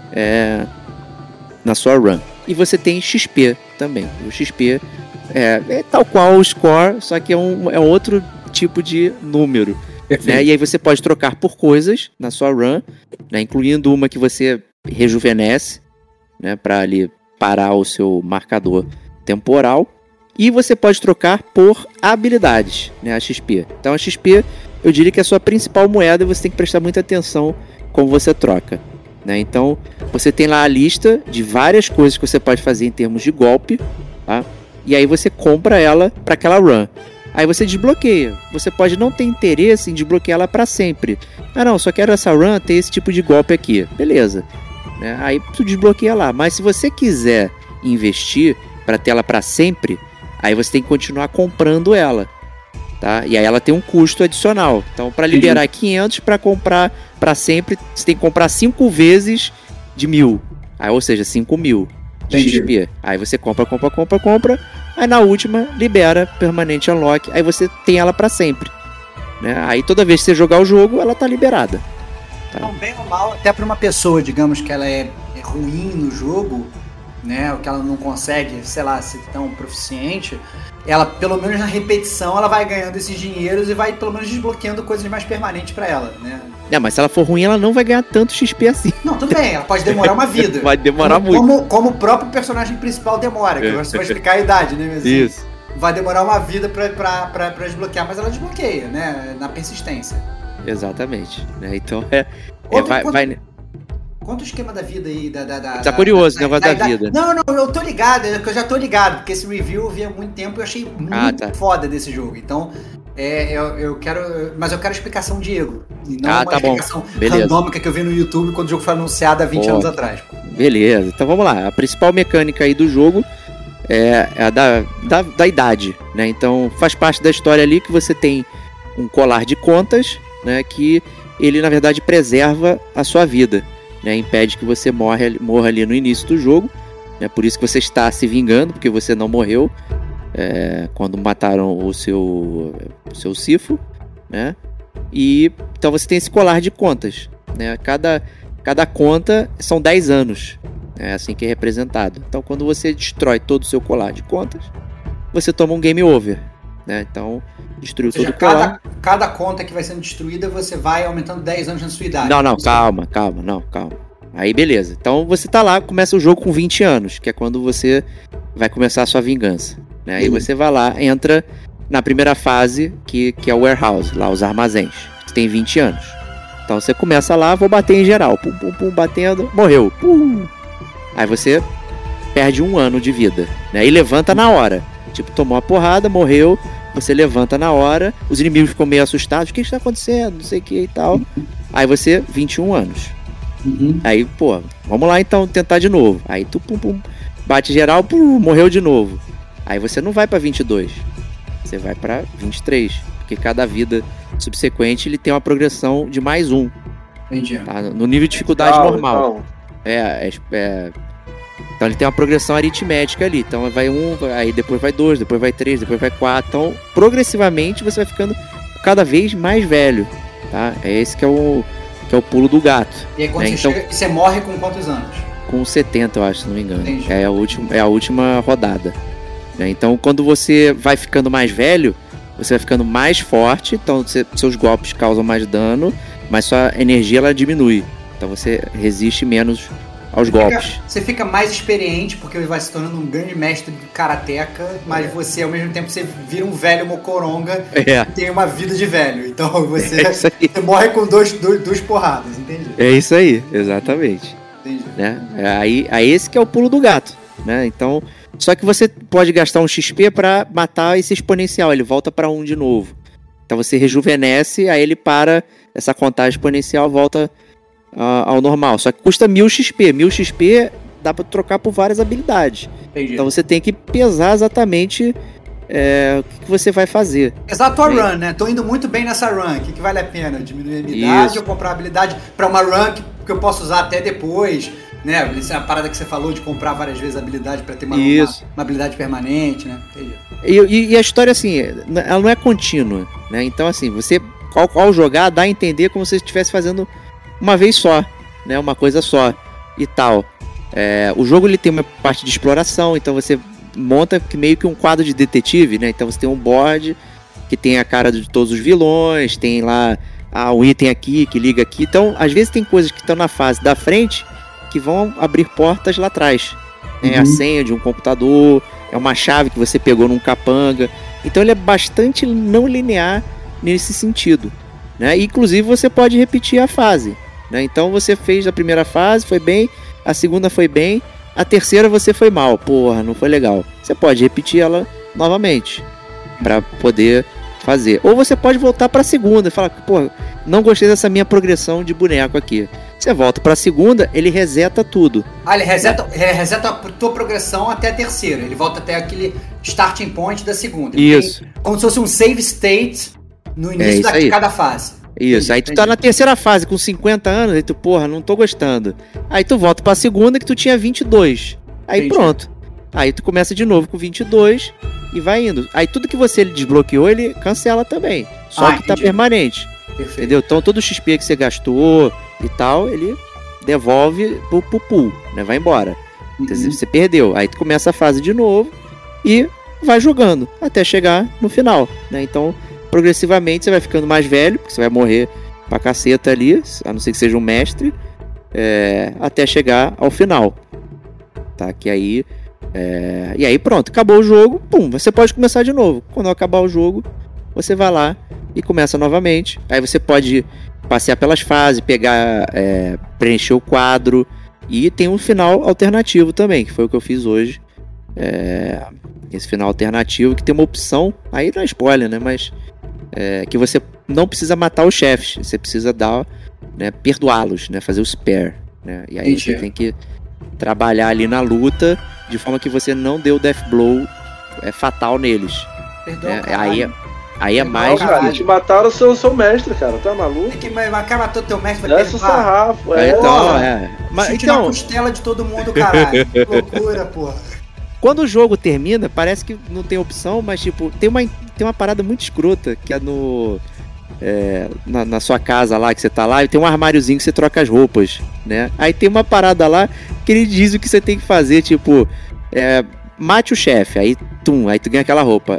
na sua run. E você tem XP também. O XP é tal qual o score, só que é outro tipo de número, né? E aí você pode trocar por coisas na sua run, né? Incluindo uma que você rejuvenesce, né? Para ali parar o seu marcador temporal. E você pode trocar por habilidades, né? A XP. Então a XP, eu diria que é a sua principal moeda e você tem que prestar muita atenção como você troca, né? Então você tem lá a lista de várias coisas que você pode fazer em termos de golpe, tá? E aí você compra ela para aquela run. Aí você desbloqueia. Você pode não ter interesse em desbloquear ela para sempre. Ah não, só quero essa run ter esse tipo de golpe aqui. Beleza, né? Aí tu desbloqueia lá. Mas se você quiser investir para ter ela para sempre, aí você tem que continuar comprando ela, tá? E aí ela tem um custo adicional. Então para liberar 500, para comprar para sempre, você tem que comprar 5 vezes de 1.000. Aí, ou seja, 5.000 de XP. Aí você compra. Aí na última, libera permanente unlock. Aí você tem ela pra sempre, né? Aí toda vez que você jogar o jogo, ela tá liberada, tá? Então, bem ou mal, até pra uma pessoa, digamos que ela é ruim no jogo, né? Ou que ela não consegue, sei lá, ser tão proficiente, ela, pelo menos na repetição, ela vai ganhando esses dinheiros e vai, pelo menos, desbloqueando coisas mais permanentes pra ela, né? Mas se ela for ruim, ela não vai ganhar tanto XP assim. Não, tudo bem, ela pode demorar uma vida. Vai demorar muito. Como o próprio personagem principal demora, que você vai explicar a idade, né? Mas, isso. Vai demorar uma vida pra desbloquear, mas ela desbloqueia, né? Na persistência. Exatamente, né? Então Conta o esquema da vida aí, tá curioso o negócio da vida. Não, eu tô ligado, eu já tô ligado, porque esse review eu vi há muito tempo e eu achei muito foda desse jogo. Então, eu quero explicação Diego. E não uma explicação randômica que eu vi no YouTube quando o jogo foi anunciado há 20 anos atrás. Beleza, então vamos lá. A principal mecânica aí do jogo é a da idade, né? Então faz parte da história ali que você tem um colar de contas, né? Que ele na verdade preserva a sua vida, né? Impede que você morra ali no início do jogo, né? Por isso que você está se vingando, porque você não morreu quando mataram o seu Sifo, né? E então você tem esse colar de contas, né? Cada conta são 10 anos, é assim que é representado. Então quando você destrói todo o seu colar de contas, você toma um game over, né? Então destruiu todo o colar. Cada conta que vai sendo destruída, você vai aumentando 10 anos na sua idade. Não, calma. Aí beleza, então você tá lá, começa o jogo com 20 anos, que é quando você vai começar a sua vingança, né? Aí você vai lá, entra na primeira fase, que é o warehouse, lá os armazéns, que tem 20 anos. Então você começa lá, vou bater em geral, pum, batendo, morreu, pum. Aí você perde 1 ano de vida, né? E levanta na hora, tipo, tomou uma porrada, morreu, você levanta na hora, os inimigos ficam meio assustados, o que está acontecendo, não sei o que e tal. Aí você, 21 anos. Aí, pô, vamos lá então tentar de novo. Aí tu, bate geral, morreu de novo. Aí você não vai pra 22, você vai pra 23, porque cada vida subsequente ele tem uma progressão de mais um. Entendi. Tá? No nível de dificuldade normal. Então ele tem uma progressão aritmética ali. Então vai 1, aí depois vai 2, depois vai 3, depois vai 4. Então, progressivamente você vai ficando cada vez mais velho. Tá? É esse que é o pulo do gato. E aí quando você morre com quantos anos? Com 70, eu acho, se não me engano. Entendi. É a última rodada. Né? Então, quando você vai ficando mais velho, você vai ficando mais forte. Então, seus golpes causam mais dano, mas sua energia ela diminui. Então, você resiste menos aos golpes. Você fica mais experiente, porque vai se tornando um grande mestre de karateca, mas você, ao mesmo tempo, você vira um velho mocoronga e tem uma vida de velho. Então você morre com duas porradas, entende? É isso aí, exatamente. Entendi. Né? Aí esse que é o pulo do gato. Né? Então, só que você pode gastar um XP pra matar esse exponencial, ele volta pra 1 de novo. Então você rejuvenesce, aí ele para, essa contagem exponencial volta ao normal, só que custa 1000 XP. 1000 XP dá pra trocar por várias habilidades. Entendi. Então você tem que pesar exatamente o que você vai fazer. Exato, a run, né? Tô indo muito bem nessa run. O que vale a pena? Diminuir a habilidade ou comprar habilidade pra uma run que eu posso usar até depois? Né? Essa é a parada que você falou de comprar várias vezes a habilidade pra ter uma habilidade permanente, né? Entendi. E a história, assim, ela não é contínua, né? Então, assim, você, ao jogar, dá a entender como se você estivesse fazendo uma vez só, né? Uma coisa só e tal. O jogo ele tem uma parte de exploração, então você monta meio que um quadro de detetive, né? Então você tem um board que tem a cara de todos os vilões, tem lá um item aqui que liga aqui. Então, às vezes tem coisas que estão na fase da frente que vão abrir portas lá atrás. É a senha de um computador, é uma chave que você pegou num capanga. Então ele é bastante não linear nesse sentido, né? E, inclusive você pode repetir a fase, né? Então você fez a primeira fase, foi bem, a segunda foi bem, a terceira você foi mal, porra, não foi legal. Você pode repetir ela novamente para poder fazer. Ou você pode voltar para a segunda e falar, porra, não gostei dessa minha progressão de boneco aqui. Você volta para a segunda, ele reseta tudo. Ele reseta a tua progressão até a terceira. Ele volta até aquele starting point da segunda. Isso. Como se fosse um save state no início de cada fase. Isso, aí tu tá na terceira fase com 50 anos, aí tu, porra, não tô gostando. Aí tu volta pra segunda que tu tinha 22. Aí pronto. Aí tu começa de novo com 22 e vai indo. Aí tudo que você desbloqueou, ele cancela também. Só que tá permanente. Perfeito. Entendeu? Então todo o XP que você gastou e tal, ele devolve pro pool, né? Vai embora. Você perdeu. Aí tu começa a fase de novo e vai jogando até chegar no final, né? Então, progressivamente você vai ficando mais velho, porque você vai morrer pra caceta ali, a não ser que seja um mestre, até chegar ao final. Tá? Que aí... e aí pronto, acabou o jogo, pum, você pode começar de novo. Quando acabar o jogo, você vai lá e começa novamente. Aí você pode passear pelas fases, pegar, preencher o quadro, e tem um final alternativo também, que foi o que eu fiz hoje. Esse final alternativo que tem uma opção, aí não é spoiler, né, mas que você não precisa matar os chefes, você precisa dar, né, perdoá-los, né, fazer o spare, né, e aí você tem que trabalhar ali na luta de forma que você não dê o death blow fatal neles. Perdão, aí é mais... Cara, te mataram o seu mestre, cara, tá maluco? Tem que matou teu mestre, vai Desce o sarrafo, Mas então... na costela de todo mundo, caralho. Que loucura, porra. Quando o jogo termina, parece que não tem opção, mas tipo, tem uma parada muito escrota, que é na sua casa lá, que você tá lá, e tem um armáriozinho que você troca as roupas, né? Aí tem uma parada lá que ele diz o que você tem que fazer, tipo, mate o chefe, aí tu ganha aquela roupa.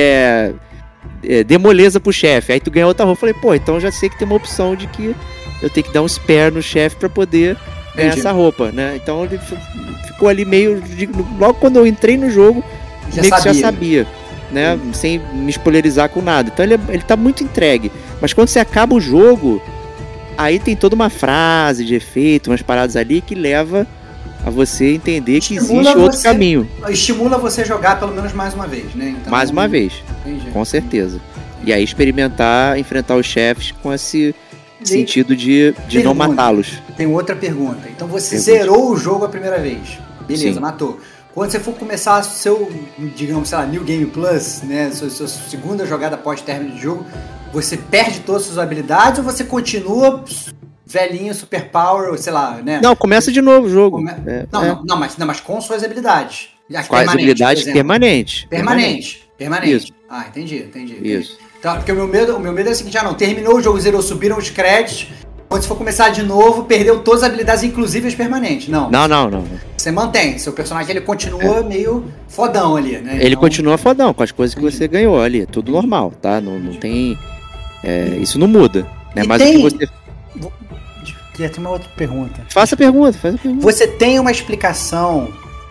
Dê moleza pro chefe, aí tu ganha outra roupa. Falei, pô, então já sei que tem uma opção de que eu tenho que dar um spare no chefe pra poder ganhar essa roupa, né? Então ele ficou ali meio... Logo quando eu entrei no jogo, já sabia, né? Sem me spoilerizar com nada. Então ele tá muito entregue. Mas quando você acaba o jogo, aí tem toda uma frase de efeito, umas paradas ali que leva a você entender que existe outro caminho. Estimula você a jogar pelo menos mais uma vez, né? Então, mais uma vez. Entendi. Com certeza. E aí experimentar, enfrentar os chefes com esse sentido de não matá-los. Tem outra pergunta. Então você zerou o jogo a primeira vez. Beleza, Sim. matou. Quando você for começar seu, digamos, sei lá, New Game Plus, né, sua segunda jogada pós-término de jogo, você perde todas as suas habilidades ou você continua velhinho, super power, ou sei lá, né? Não, começa de novo o jogo. Não, mas com suas habilidades. Com as habilidades permanentes. Permanente. Isso. Ah, entendi. Isso. Então, porque o meu medo é o seguinte, terminou o jogo, zerou, subiram os créditos, quando você for começar de novo, perdeu todas as habilidades, inclusive as permanentes. Não. Você mantém, seu personagem ele continua meio fodão ali, né? Ele continua fodão com as coisas que você ganhou ali, tudo normal, tá? Não tem... isso não muda, né? Mas o que você... Queria ter uma outra pergunta. Faça a pergunta. Você tem uma explicação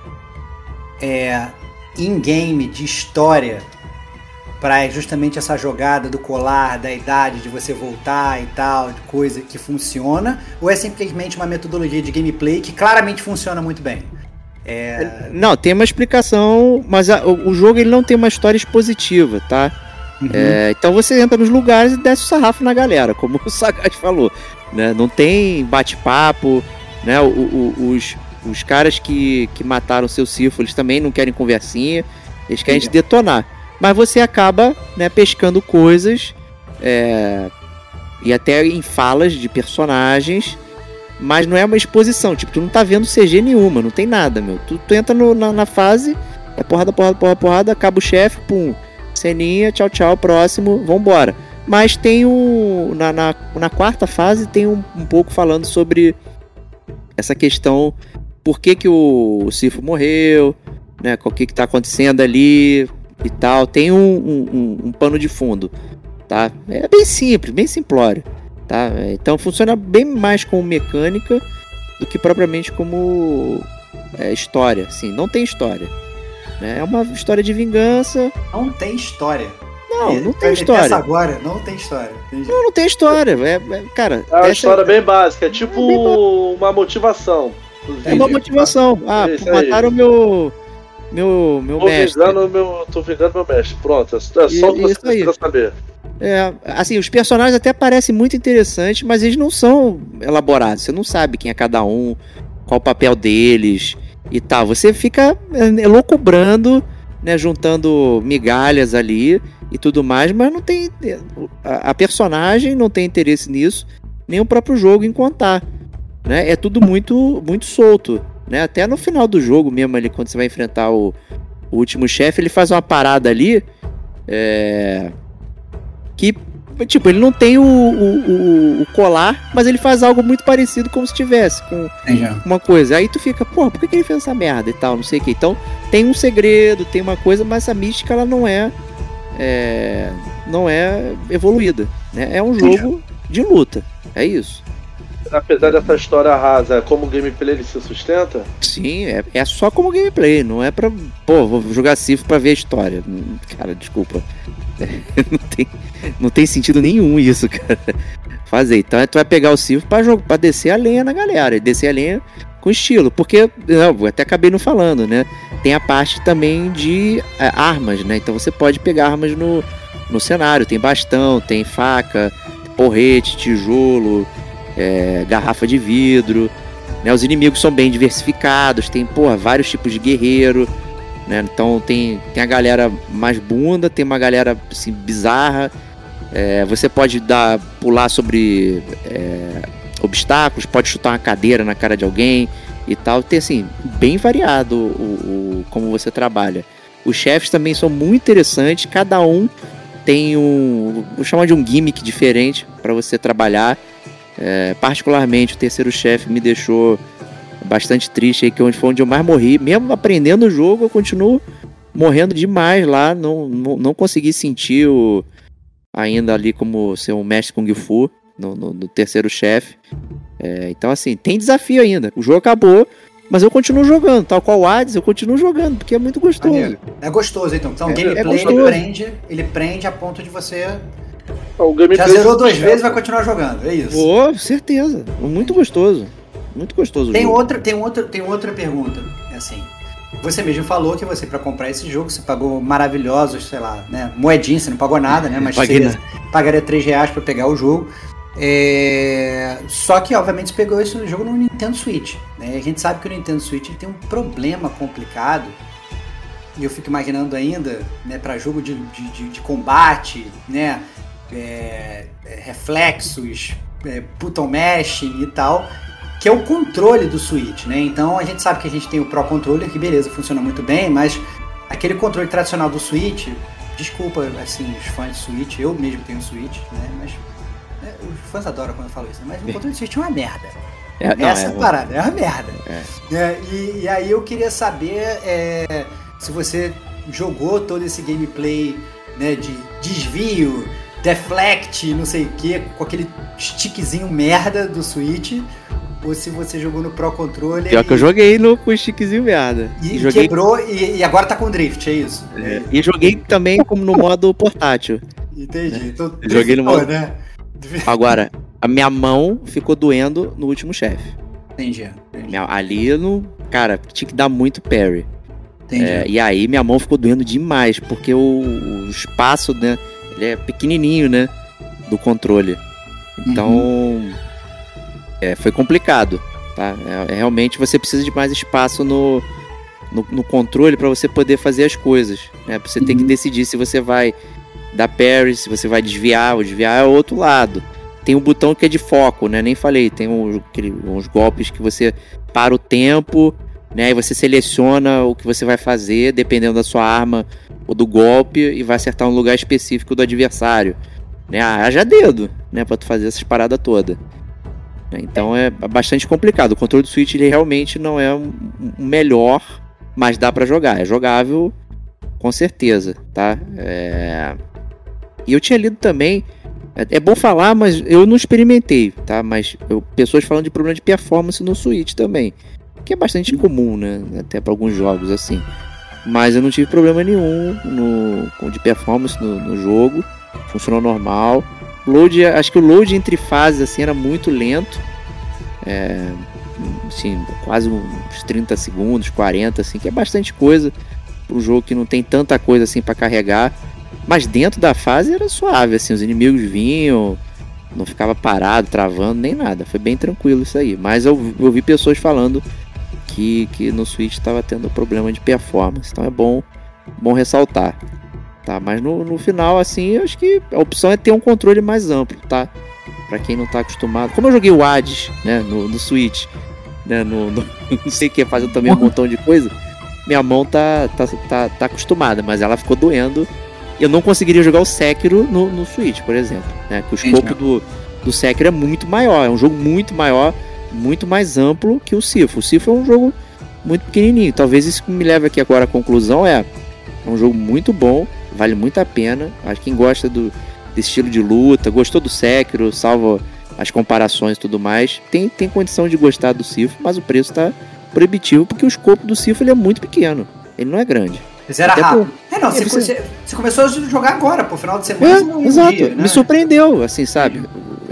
in-game de história para justamente essa jogada do colar, da idade, de você voltar e tal, de coisa que funciona? Ou é simplesmente uma metodologia de gameplay que claramente funciona muito bem? Não, tem uma explicação, mas o jogo ele não tem uma história expositiva, tá? Uhum. Então você entra nos lugares e desce o sarrafo na galera, como o Sagaz falou, né? Não tem bate-papo, né? Os caras que mataram seu Sifo, eles também não querem conversinha, eles querem te detonar. Mas você acaba, né, pescando coisas e até em falas de personagens, mas não é uma exposição, tipo, tu não tá vendo CG nenhuma, não tem nada, meu. Tu entra na fase, porrada, acaba o chefe, pum, ceninha, tchau, próximo, vambora. Mas tem na quarta fase tem um pouco falando sobre essa questão, por que o Sifo morreu, né, o que tá acontecendo ali e tal. Tem um pano de fundo, tá? É bem simples, bem simplório, tá? Então funciona bem mais como mecânica do que propriamente como história, assim. Não tem história, né? É uma história de vingança. Não tem história. Não tem história. Essa agora, não tem história. Não tem história. Cara, é uma história bem básica, é tipo uma motivação. É uma motivação. Mataram meu mestre. Tô vingando meu mestre. Pronto, é só o que você precisa saber. Assim, os personagens até parecem muito interessantes, mas eles não são elaborados. Você não sabe quem é cada um, qual o papel deles e tal. Você fica loucubrando, né, juntando migalhas ali e tudo mais, mas não tem... A personagem não tem interesse nisso, nem o próprio jogo em contar, né? É tudo muito, muito solto, né? Até no final do jogo mesmo, ali, quando você vai enfrentar o último chefe, ele faz uma parada ali que, tipo, ele não tem o colar, mas ele faz algo muito parecido como se tivesse com uma coisa. Aí tu fica, por que ele fez essa merda e tal, não sei o que. Então tem um segredo, tem uma coisa, mas a mística ela não é evoluída, né? É um jogo de luta, é isso. Apesar dessa história rasa, como gameplay ele se sustenta? Sim, é só como gameplay, não é pra... vou jogar Sifo pra ver a história. Cara, desculpa. Não tem sentido nenhum isso, cara. Fazer. Então tu vai pegar o Sifo pra descer a lenha na galera. E descer a lenha com estilo. Porque, eu até acabei não falando, né? Tem a parte também de armas, né? Então você pode pegar armas no cenário. Tem bastão, tem faca, porrete, tijolo... garrafa de vidro, né? Os inimigos são bem diversificados, tem vários tipos de guerreiro, né? Então tem a galera mais bunda, tem uma galera assim, bizarra, você pode pular sobre obstáculos, pode chutar uma cadeira na cara de alguém e tal. Tem assim, bem variado como você trabalha. Os chefes também são muito interessantes, cada um tem vou chamar de um gimmick diferente para você trabalhar. Particularmente o terceiro chefe me deixou bastante triste aí, que foi onde eu mais morri. Mesmo aprendendo o jogo, eu continuo morrendo demais lá. Não consegui sentir ainda ali como ser um mestre Kung Fu no terceiro chefe. Então assim, tem desafio ainda. O jogo acabou, mas eu continuo jogando. Tal qual o Hades, eu continuo jogando, porque é muito gostoso. É gostoso, então. Então o gameplay ele prende a ponto de você... Já zerou 2 vezes e vai continuar jogando, é isso. Certeza. Muito gostoso. Muito gostoso. Tem outra pergunta, assim. Você mesmo falou que você, pra comprar esse jogo, você pagou maravilhosos, sei lá, né? Moedinha, você não pagou nada, né? Mas você pagaria R$3 pra pegar o jogo. Só que, obviamente, você pegou esse jogo no Nintendo Switch, né? A gente sabe que o Nintendo Switch tem um problema complicado. E eu fico imaginando ainda, né, para jogo de combate, né? Reflexos, button mashing e tal, que é o controle do Switch, né? Então a gente sabe que a gente tem o Pro Controller, que beleza, funciona muito bem, mas aquele controle tradicional do Switch, desculpa, assim, os fãs de Switch, eu mesmo tenho Switch, né? Mas os fãs adoram quando eu falo isso, né? Mas o controle do Switch é uma merda. Essa parada, é uma merda. E aí eu queria saber se você jogou todo esse gameplay, né, de desvio, deflect, não sei o que, com aquele stickzinho merda do Switch, ou se você jogou no Pro Controller. Pior que eu joguei com o stickzinho merda. E joguei... quebrou e agora tá com drift, é isso? E joguei também como no modo portátil. Entendi. Então, joguei no modo... né? Agora, a minha mão ficou doendo no último chefe. Entendi. Ali, cara, tinha que dar muito parry. Entendi. E aí minha mão ficou doendo demais, porque o espaço, né, ele é pequenininho, né, do controle. Então, foi complicado, tá? Realmente você precisa de mais espaço no controle para você poder fazer as coisas, né? Você tem que decidir se você vai dar parry, se você vai desviar. O desviar é o outro lado. Tem um botão que é de foco, né? Nem falei, tem uns golpes que você para o tempo, né? E você seleciona o que você vai fazer, dependendo da sua arma ou do golpe, e vai acertar um lugar específico do adversário, né? Haja dedo, né? Pra tu fazer essas paradas todas. Então é bastante complicado. O controle do Switch, ele realmente não é o melhor, mas dá pra jogar. É jogável, com certeza, tá? E eu tinha lido também, é bom falar, mas eu não experimentei, tá? Mas pessoas falando de problema de performance no Switch também, que é bastante comum, né? Até para alguns jogos assim. Mas eu não tive problema nenhum de performance no jogo. Funcionou normal. Acho que o load entre fases assim era muito lento. Assim, quase uns 30 segundos, 40, assim, que é bastante coisa para um jogo que não tem tanta coisa assim para carregar. Mas dentro da fase era suave, assim, os inimigos vinham, não ficava parado, travando, nem nada. Foi bem tranquilo isso aí. Mas eu vi pessoas falando que no Switch estava tendo problema de performance. Então é bom ressaltar. Tá? Mas no final, assim, eu acho que a opção é ter um controle mais amplo, tá? Pra quem não tá acostumado. Como eu joguei o Hades, né, no Switch, né, não sei o que, fazendo também um montão de coisa, minha mão tá acostumada, mas ela ficou doendo. Eu não conseguiria jogar o Sekiro no Switch, por exemplo, né? Que o escopo do Sekiro é muito maior, é um jogo muito maior, muito mais amplo que o Sifu. O Sifu é um jogo muito pequenininho. Talvez isso que me leve aqui agora à conclusão é um jogo muito bom, vale muito a pena. Acho que quem gosta desse estilo de luta, gostou do Sekiro, salvo as comparações e tudo mais, tem condição de gostar do Sifu, mas o preço tá proibitivo, porque o escopo do Sifu ele é muito pequeno, ele não é grande. Mas era rápido. Você começou a jogar agora, pro final de semana. Exato, dia, né? Me surpreendeu, assim, sabe?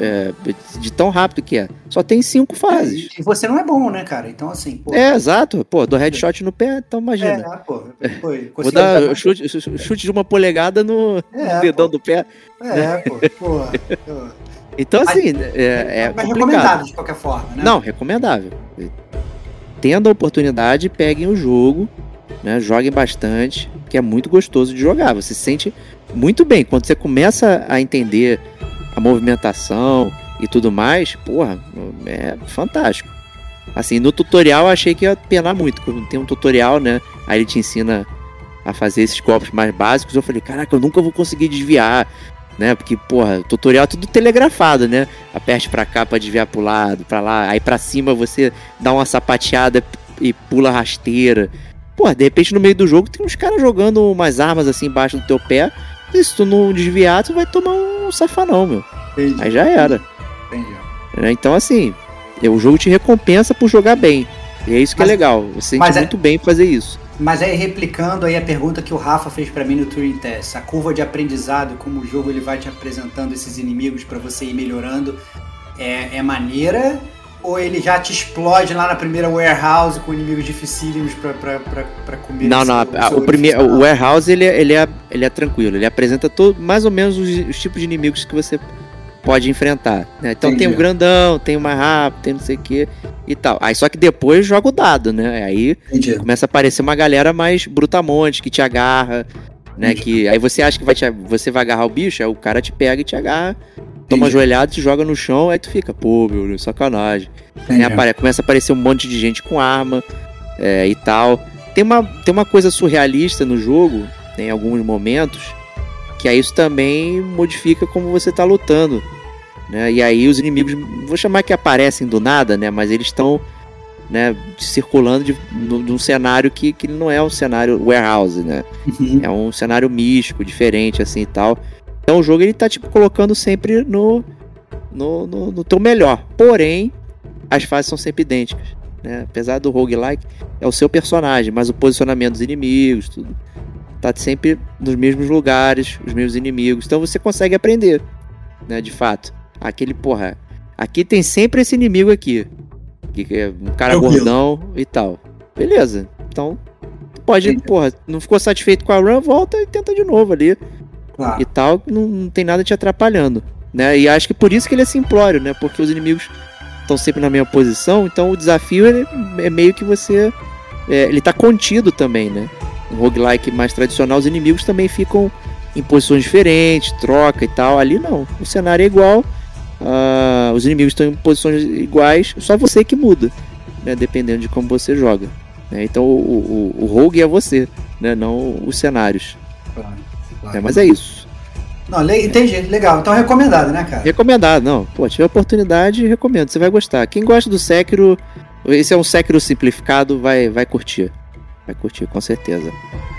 De tão rápido que é. Só tem 5 fases. E você não é bom, né, cara? Então, assim... Pô, exato. Pô, dou headshot no pé, então imagina. Vou dar chute de 1 polegada no dedão do pé. Pô. Então, assim, mas recomendável de qualquer forma, né? Não, recomendável. Tendo a oportunidade, peguem o jogo, né? Joguem bastante, que é muito gostoso de jogar. Você se sente muito bem. Quando você começa a entender a movimentação e tudo mais, porra, é fantástico. Assim, no tutorial eu achei que ia penar muito, porque tem um tutorial, né? Aí ele te ensina a fazer esses golpes mais básicos. Eu falei, caraca, eu nunca vou conseguir desviar, né? Porque, porra, o tutorial é tudo telegrafado, né? Aperte pra cá pra desviar pro lado, pra lá. Aí pra cima você dá uma sapateada e pula rasteira. Porra, de repente no meio do jogo tem uns caras jogando umas armas assim embaixo do teu pé. E se tu não desviar, tu vai tomar um safanão, meu. Entendi. Aí já era. Entendi. Então, assim, o jogo te recompensa por jogar bem. E é isso que é legal. Você sente muito bem fazer isso. Mas aí, replicando aí a pergunta que o Rafa fez pra mim no Turing Test, a curva de aprendizado, como o jogo ele vai te apresentando esses inimigos pra você ir melhorando, é maneira, Ou ele já te explode lá na primeira warehouse com inimigos dificílimos pra comer? Não, o warehouse ele é tranquilo, ele apresenta mais ou menos os tipos de inimigos que você pode enfrentar, né? Então tem o grandão, tem o mais rápido, tem não sei o que e tal. Aí só que depois joga o dado, né? Aí começa a aparecer uma galera mais brutamonte, que te agarra, né? Que aí você acha que você vai agarrar o bicho, aí o cara te pega e te agarra, toma uma joelhada, te joga no chão, aí tu fica, pô, meu Deus, sacanagem. Aí começa a aparecer um monte de gente com arma e tal. Tem uma coisa surrealista no jogo, tem alguns momentos, que aí isso também modifica como você tá lutando, né? E aí os inimigos, vou chamar que aparecem do nada, né? Mas eles estão, né, circulando num cenário que não é um cenário warehouse, né? É um cenário místico, diferente, assim, e tal. Então o jogo, ele tá, tipo, colocando sempre no teu melhor. Porém, as fases são sempre idênticas, né? Apesar do roguelike, é o seu personagem, mas o posicionamento dos inimigos, tudo tá sempre nos mesmos lugares, os mesmos inimigos. Então você consegue aprender, né, de fato. Aqui tem sempre esse inimigo aqui, que é um cara gordão e tal. Beleza. Então, pode, não ficou satisfeito com a run, volta e tenta de novo ali. E tal, não tem nada te atrapalhando, né? E acho que por isso que ele é simplório, né? Porque os inimigos estão sempre na mesma posição, então o desafio é meio que você... ele tá contido também, né? Um roguelike mais tradicional, os inimigos também ficam em posições diferentes, troca e tal. Ali não, o cenário é igual, os inimigos estão em posições iguais, só você que muda, né? Dependendo de como você joga, né? Então o rogue é você, né? Não os cenários. Claro. Mas é isso. Não, entendi, legal. Então recomendado, né, cara? Recomendado, não. Pô, tiver oportunidade, recomendo. Você vai gostar. Quem gosta do Sekiro, esse é um Sekiro simplificado, vai curtir. Vai curtir, com certeza.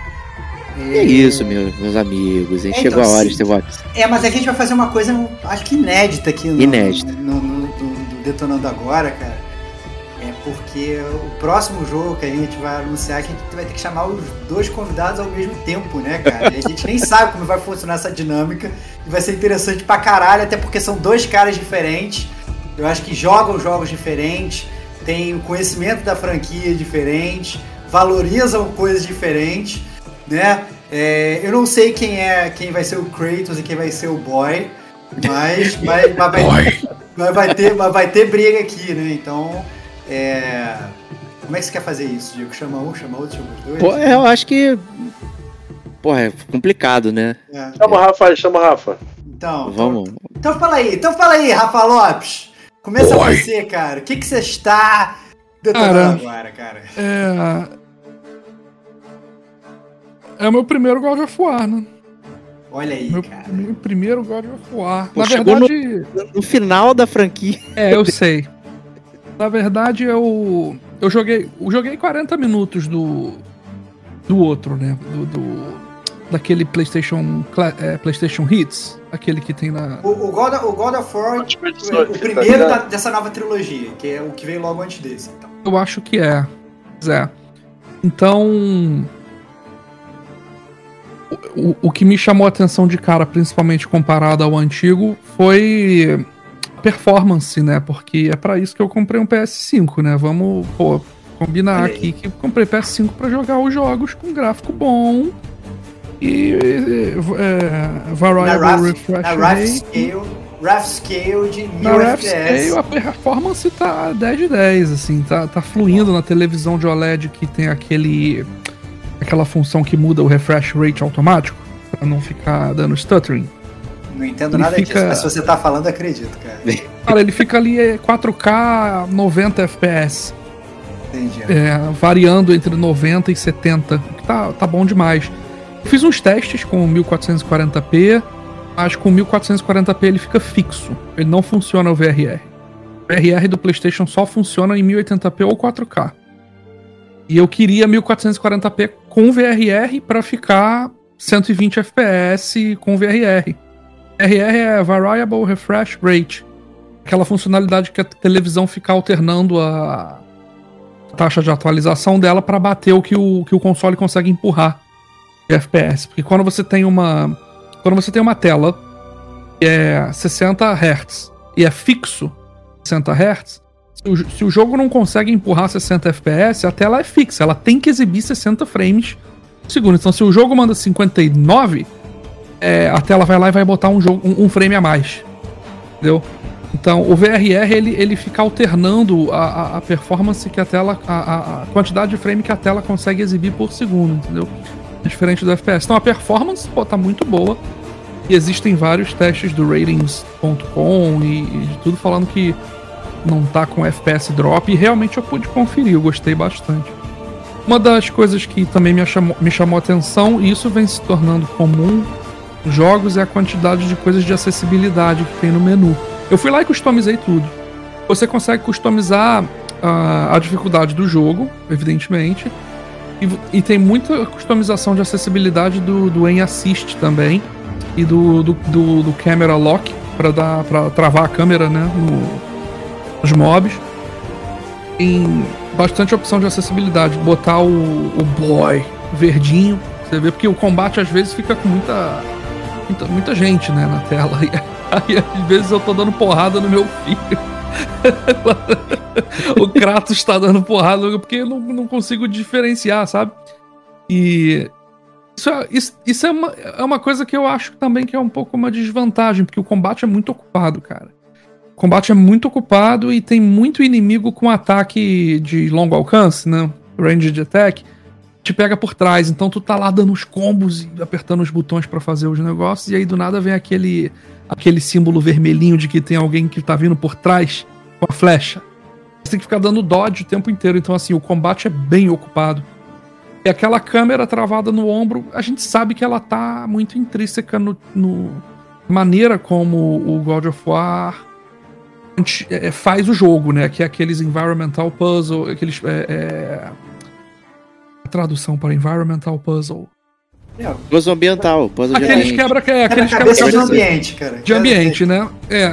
E é isso, meus amigos. Hein? Chegou a hora de ter voz. Mas a gente vai fazer uma coisa, acho que inédita aqui no Detonando Agora, cara. Porque o próximo jogo que a gente vai anunciar, a gente vai ter que chamar os dois convidados ao mesmo tempo, né, cara? E a gente nem sabe como vai funcionar essa dinâmica. E vai ser interessante pra caralho, até porque são dois caras diferentes. Eu acho que jogam jogos diferentes, têm o conhecimento da franquia diferente, valorizam coisas diferentes, né? Eu não sei quem vai ser o Kratos e quem vai ser o Boy, mas vai ter briga aqui, né? Então... Como é que você quer fazer isso, Diego? Chama um, chama outro, chama os dois? Pô, eu acho que... Porra, é complicado, né? Chama o Rafa. Então, vamos. Então fala aí, Rafa Lopes. Começa você, cara. O que você está detonando agora, cara? É o meu primeiro God of War, né? Olha aí, cara. Meu primeiro God of War. Pô, na verdade... No final da franquia. Eu sei. Na verdade, eu joguei 40 minutos do outro, né? Daquele PlayStation Hits, aquele que tem na... O God of War, o primeiro dessa nova trilogia, que é o que veio logo antes desse, então. Eu acho que é. Então... O que me chamou a atenção de cara, principalmente comparado ao antigo, foi... performance, né? Porque é pra isso que eu comprei um PS5, né? Vamos, combinar aqui que eu comprei PS5 pra jogar os jogos com gráfico bom e variable refresh rate. Rough scale de 1000 FPS. A performance tá 10 de 10, assim, tá fluindo na televisão de OLED que tem aquela função que muda o refresh rate automático pra não ficar dando stuttering. Não entendo nada disso, mas se você tá falando, acredito, cara. Cara, ele fica ali 4K 90 FPS. Entendi. Variando entre 90 e 70, o que tá bom demais. Eu fiz uns testes com 1440p, mas com 1440p ele fica fixo. Ele não funciona o VRR. O VRR do PlayStation só funciona em 1080p ou 4K. E eu queria 1440p com VRR pra ficar 120 FPS com VRR. VRR é Variable Refresh Rate. Aquela funcionalidade que a televisão fica alternando a taxa de atualização dela para bater o que o console consegue empurrar de FPS. Porque quando você tem uma tela que é 60 Hz e é fixo 60 Hz, Se o jogo não consegue empurrar 60 FPS, a tela é fixa, ela tem que exibir 60 frames por segundo. Então, se o jogo manda 59, a tela vai lá e vai botar um frame a mais. Entendeu? Então, o VRR, ele fica alternando a performance que a tela... A quantidade de frame que a tela consegue exibir por segundo, entendeu? Diferente do FPS. Então, a performance, tá muito boa. E existem vários testes do ratings.com e de tudo falando que não tá com FPS drop, e realmente eu pude conferir, eu gostei bastante. Uma das coisas que também me chamou a atenção, e isso vem se tornando comum nos jogos, é a quantidade de coisas de acessibilidade que tem no menu. Eu fui lá e customizei tudo. Você consegue customizar a dificuldade do jogo, evidentemente, e tem muita customização de acessibilidade do Aim Assist também, e do Camera Lock, para travar a câmera, né, nos mobs. Tem bastante opção de acessibilidade. Botar o boy verdinho, você vê, porque o combate às vezes fica com muita gente, né, na tela. Aí às vezes eu tô dando porrada no meu filho. O Kratos tá dando porrada porque eu não consigo diferenciar, sabe? E isso é uma coisa que eu acho também que é um pouco uma desvantagem, porque o combate é muito ocupado, cara. O combate é muito ocupado e tem muito inimigo com ataque de longo alcance, né? Ranged attack. Te pega por trás, então tu tá lá dando os combos e apertando os botões pra fazer os negócios, e aí do nada vem aquele símbolo vermelhinho de que tem alguém que tá vindo por trás com a flecha. Você tem que ficar dando dodge o tempo inteiro, então assim, o combate é bem ocupado. E aquela câmera travada no ombro, a gente sabe que ela tá muito intrínseca no maneira como o God of War faz o jogo, né? Que é aqueles environmental puzzle, aqueles... a tradução para environmental puzzle. Puzzle ambiental, puzzle de aqueles cabeça de ambiente, cara. De ambiente, né?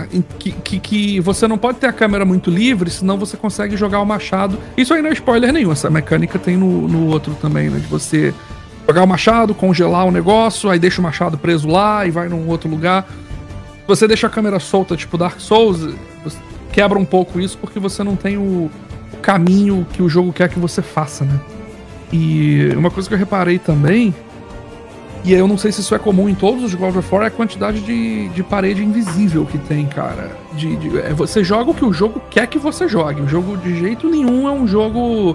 Que você não pode ter a câmera muito livre, senão você consegue jogar o machado. Isso aí não é spoiler nenhum, essa mecânica tem no outro também, né? De você jogar o machado, congelar o negócio, aí deixa o machado preso lá e vai num outro lugar. Você deixa a câmera solta, tipo Dark Souls, você quebra um pouco isso porque você não tem o caminho que o jogo quer que você faça, né? E uma coisa que eu reparei também, e eu não sei se isso é comum em todos os God of War, é a quantidade de parede invisível que tem, cara. Você joga o que o jogo quer que você jogue. O jogo de jeito nenhum é um jogo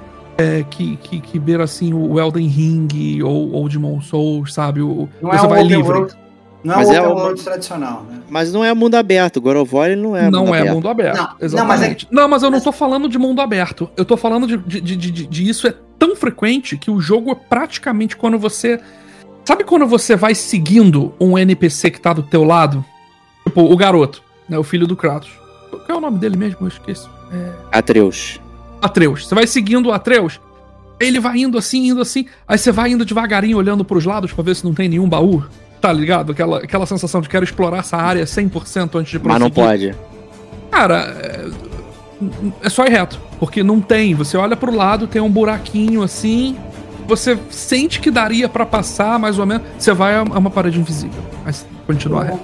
que beira assim o Elden Ring ou Demon Souls, sabe? Você vai livre. Não é o open world tradicional, né? Mas não é mundo aberto. God of War ele não é mundo aberto. Mundo aberto. Exatamente. Mas eu não tô falando de mundo aberto. Eu tô falando de isso é tão frequente que o jogo é praticamente quando você... Sabe quando você vai seguindo um NPC que tá do teu lado? Tipo, o garoto, né? O filho do Kratos. Qual é o nome dele mesmo? Eu esqueço. Atreus. Você vai seguindo o Atreus, ele vai indo assim, aí você vai indo devagarinho olhando pros lados pra ver se não tem nenhum baú. Tá ligado? Aquela sensação de quero explorar essa área 100% antes de prosseguir. Mas não pode. Cara, é só ir reto, porque não tem. Você olha pro lado, tem um buraquinho assim, você sente que daria pra passar, mais ou menos, você vai a uma parede invisível. Mas continua reto.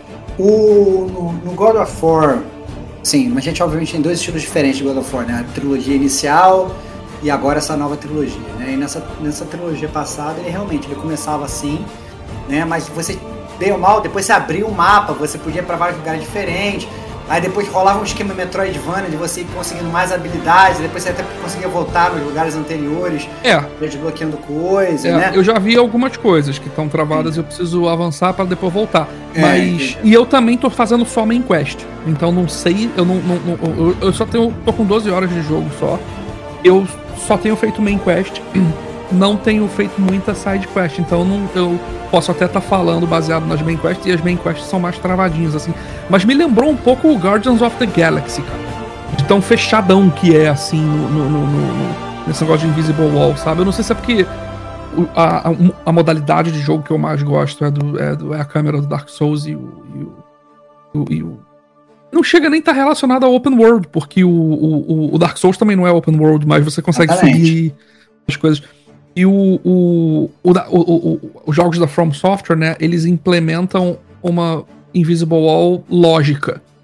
No God of War, sim, a gente obviamente tem dois estilos diferentes de God of War, né? A trilogia inicial e agora essa nova trilogia, né? E nessa trilogia passada, ele começava assim, né? Mas você, bem ou mal, depois você abria o mapa, você podia ir pra vários lugares diferentes, aí depois rolava um esquema Metroidvania de você ir conseguindo mais habilidades, depois você até conseguia voltar nos lugares anteriores, desbloqueando coisas, né? Eu já vi algumas coisas que estão travadas e eu preciso avançar pra depois voltar. E eu também tô fazendo só main quest, então não sei, eu só tô com 12 horas de jogo só, eu só tenho feito main quest, não tenho feito muita side quest, então eu posso até estar falando baseado nas main quests, e as main quests são mais travadinhas, assim. Mas me lembrou um pouco o Guardians of the Galaxy, cara. De tão fechadão que é, assim, nesse negócio de Invisible Wall, sabe? Eu não sei se é porque a modalidade de jogo que eu mais gosto é a câmera do Dark Souls e o não chega nem a estar relacionado ao Open World, porque o Dark Souls também não é Open World, mas você consegue subir as coisas. E os jogos da From Software, né, eles implementam uma Invisible Wall lógica.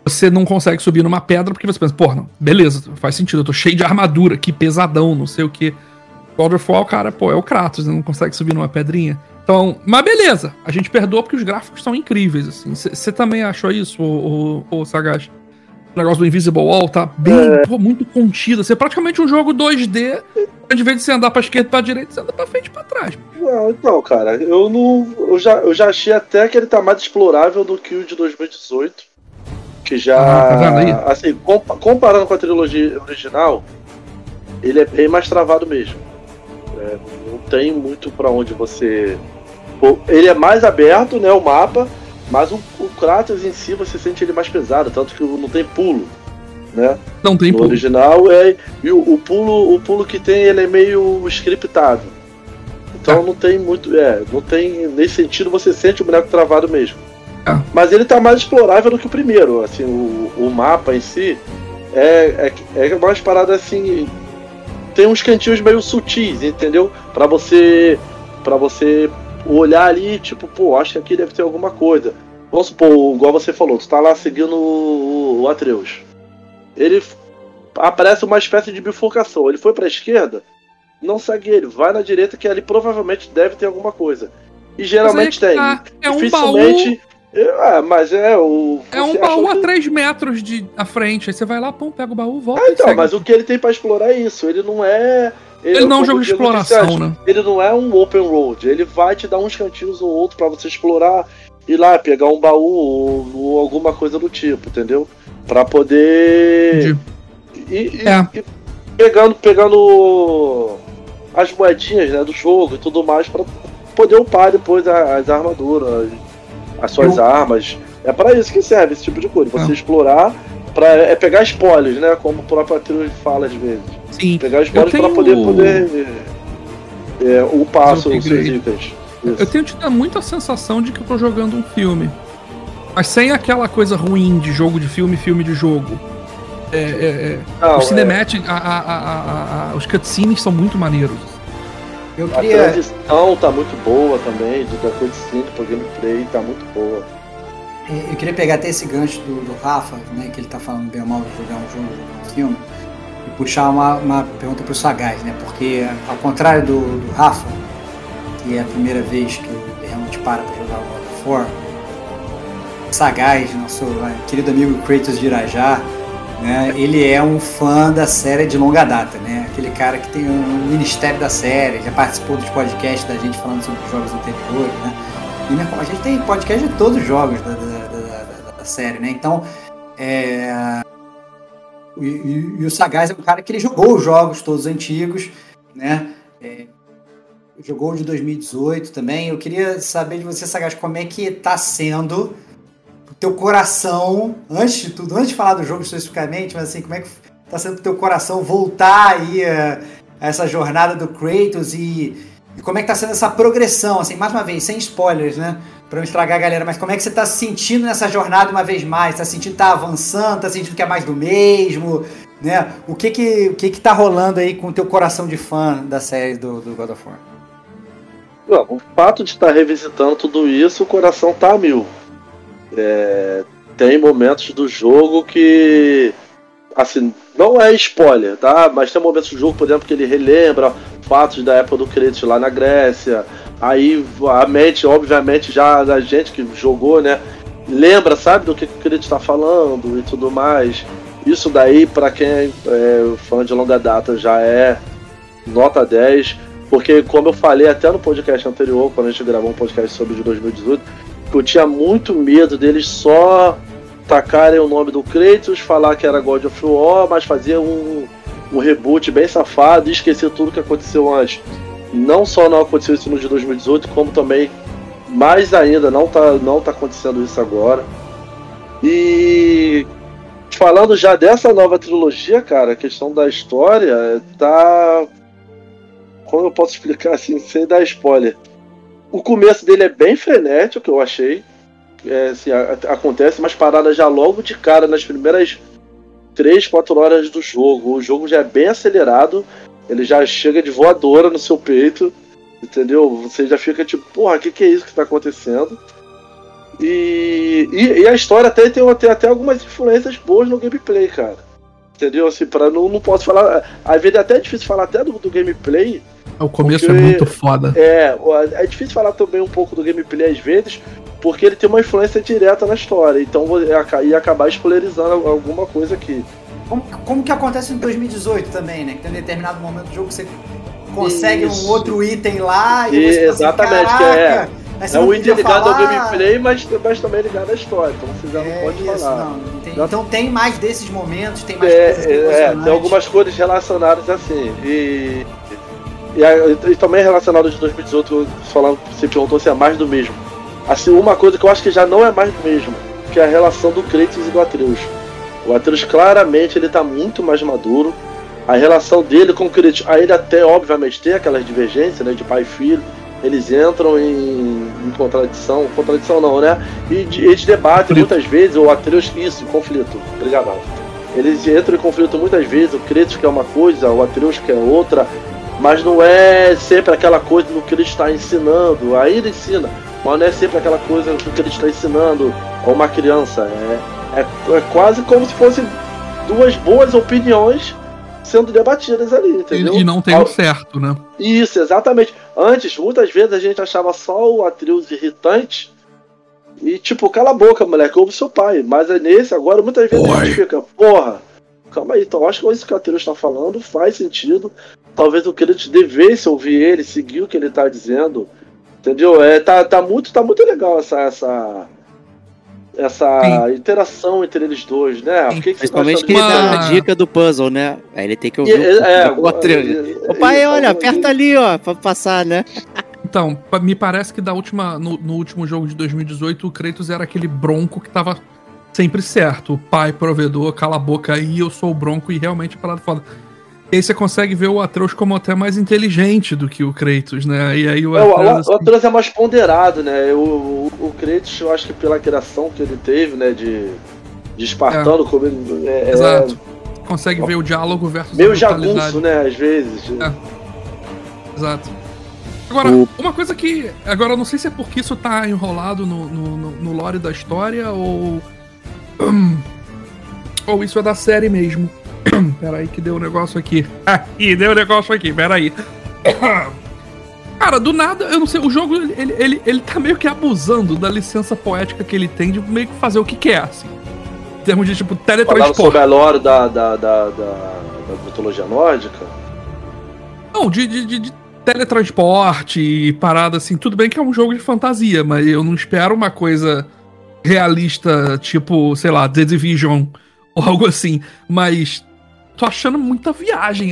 você não consegue subir numa pedra porque você pensa, porra, não, beleza, faz sentido, eu tô cheio de armadura aqui, pesadão, não sei o que. God of War, cara, pô, é o Kratos, não consegue subir numa pedrinha. Então, mas beleza, a gente perdoa porque os gráficos são incríveis, assim. Você também achou isso, ô Sagaz? O negócio do Invisible Wall tá bem, pô, muito contido. Você é praticamente um jogo 2D, onde, em vez de você andar pra esquerda e pra direita, você anda pra frente e pra trás. Não, então, cara, eu já achei até que ele tá mais explorável do que o de 2018. Que já, tá vendo aí? assim, comparando com a trilogia original, ele é bem mais travado mesmo. Não tem muito pra onde você... Ele é mais aberto, né, o mapa, mas o Kratos em si, você sente ele mais pesado, tanto que não tem pulo, né? Não tem no pulo. Original, e o pulo que tem, ele é meio scriptado. Então não tem muito... não tem... Nesse sentido, você sente o boneco travado mesmo. Mas ele tá mais explorável do que o primeiro. Assim, o mapa em si é mais parada assim... Tem uns cantinhos meio sutis, entendeu? Pra você olhar ali, tipo, pô, acho que aqui deve ter alguma coisa. Vamos supor, igual você falou, tu tá lá seguindo o Atreus. Ele aparece uma espécie de bifurcação. Ele foi pra esquerda, não segue ele, vai na direita, que ali provavelmente deve ter alguma coisa. E geralmente tem. É um dificilmente... mas o... É um baú a 3 metros à frente. Aí você vai lá, pum, pega o baú, volta. Então, mas o que ele tem pra explorar é isso. Ele não é... Ele não é um jogo de exploração, né? Ele não é um open road. Ele vai te dar uns cantinhos ou outro pra você explorar, ir lá, pegar um baú ou alguma coisa do tipo, entendeu? Pra poder... E pegando as moedinhas, né, do jogo e tudo mais pra poder upar depois as armaduras, as suas armas. É pra isso que serve esse tipo de coisa. Você explorar, pegar spoilers, né? Como o próprio Atreus fala às vezes. Sim. Pegar spoilers pra poder upar os seus itens. Eu tenho tido muita sensação de que eu tô jogando um filme. Mas sem aquela coisa ruim de jogo de filme de jogo. Os cinemáticos, os cutscenes são muito maneiros. A transição tá muito boa também, da cutscene pro gameplay tá muito boa. Eu queria pegar até esse gancho do Rafa, né, que ele tá falando bem ou mal de jogar um jogo, jogar um filme, e puxar uma pergunta pro Sagaz, né, porque ao contrário do Rafa, que é a primeira vez que ele realmente para pra jogar o God of War, Sagaz, nosso querido amigo Kratos de Irajá, né, ele é um fã da série de longa data, né? Aquele cara que tem um ministério da série, já participou dos podcasts da gente falando sobre os jogos anteriores, né? E a gente tem podcast de todos os jogos da série, né? Então, e o Sagaz é um cara que ele jogou os jogos todos antigos, né? Jogou o de 2018 também. Eu queria saber de você, Sagaz, como é que tá sendo o teu coração, antes de tudo, antes de falar do jogo especificamente, mas assim, como é que tá sendo o teu coração voltar aí a essa jornada do Kratos e como é que tá sendo essa progressão, assim, mais uma vez, sem spoilers, né, pra não estragar a galera, mas como é que você tá se sentindo nessa jornada uma vez mais? Tá sentindo que tá avançando, tá sentindo que é mais do mesmo, né? O que tá rolando aí com o teu coração de fã da série do God of War? O fato de estar revisitando tudo isso, o coração tá a mil. Tem momentos do jogo que, assim, não é spoiler, tá? Mas tem momentos do jogo, por exemplo, que ele relembra fatos da época do Kratos lá na Grécia. Aí a mente, obviamente, já da gente que jogou, né, lembra, sabe, do que o Kratos tá falando e tudo mais. Isso daí, pra quem é fã de longa data, já é nota 10. Porque, como eu falei até no podcast anterior, quando a gente gravou um podcast sobre o de 2018, eu tinha muito medo deles só tacarem o nome do Kratos, falar que era God of War, mas fazer um reboot bem safado e esquecer tudo que aconteceu antes. Não só não aconteceu isso no de 2018, como também, mais ainda, não tá acontecendo isso agora. E falando já dessa nova trilogia, cara, a questão da história tá... Como eu posso explicar assim, sem dar spoiler? O começo dele é bem frenético, eu achei. Assim, acontece umas paradas já logo de cara, nas primeiras 3-4 horas do jogo. O jogo já é bem acelerado, ele já chega de voadora no seu peito, entendeu? Você já fica tipo, porra, o que é isso que tá acontecendo? E a história até tem até algumas influências boas no gameplay, cara. Entendeu? Assim, não posso falar. Às vezes é até difícil falar até do gameplay. O começo é muito foda. É difícil falar também um pouco do gameplay às vezes, porque ele tem uma influência direta na história. Então ia acabar spoilerizando alguma coisa aqui. Como que acontece em 2018 também, né? Que tem um determinado momento do jogo que você consegue um outro item lá e você exatamente, assim, é um item ligado ao gameplay, mas também ligado à história. Então você já não pode isso, falar. Então tem mais desses momentos, tem mais coisas tem algumas coisas relacionadas assim. E também relacionado de 2018, você perguntou se é mais do mesmo. Assim, uma coisa que eu acho que já não é mais do mesmo, que é a relação do Kratos e do Atreus. O Atreus claramente ele tá muito mais maduro. A relação dele com o Kratos, aí ele até obviamente tem aquelas divergências, né, de pai e filho. Eles entram em contradição não, né? E eles debatem muitas vezes, o Atreus, conflito, obrigado. Eles entram em conflito muitas vezes, o Kratos quer uma coisa, o Atreus quer outra, mas não é sempre aquela coisa do que ele está ensinando, aí ele ensina, mas não é sempre aquela coisa do que ele está ensinando a uma criança, é quase como se fossem duas boas opiniões sendo debatidas ali, entendeu? E não tem o certo, né? Isso, exatamente. Antes, muitas vezes a gente achava só o Atreus irritante e tipo, cala a boca, moleque, ouve seu pai. Mas é nesse agora, muitas vezes a gente fica, porra, calma aí, então acho que isso que o Atreus tá falando faz sentido. Talvez o Kratos devesse ouvir ele, seguir o que ele tá dizendo, entendeu? Tá muito legal essa interação entre eles dois, né? Principalmente que ele dá a dica do puzzle, né? Aí ele tem que ouvir o Atreus. O pai, olha, aperta ali, ó, pra passar, né? Então, me parece que no último jogo de 2018, o Kratos era aquele bronco que tava sempre certo. O pai, provedor, cala a boca aí, eu sou o bronco e realmente a parada foda. E aí você consegue ver o Atreus como até mais inteligente do que o Kratos, né? E aí o Atreus é mais ponderado, né? O Kratos, eu acho que pela criação que ele teve, né? De espartano, como ele... Exato. Consegue ver o diálogo versus meio jagunço, né? Às vezes. Exato. Agora, uma coisa que... Agora, eu não sei se é porque isso tá enrolado no lore da história ou isso é da série mesmo. Peraí que deu um negócio aqui. Peraí. Cara, do nada, eu não sei, o jogo, ele tá meio que abusando da licença poética que ele tem de meio que fazer o que quer, assim. Em termos de, tipo, teletransporte. Falando sobre a lore da mitologia nórdica? Não, de teletransporte e parada, assim. Tudo bem que é um jogo de fantasia, mas eu não espero uma coisa realista, tipo, sei lá, The Division ou algo assim. Mas tô achando muita viagem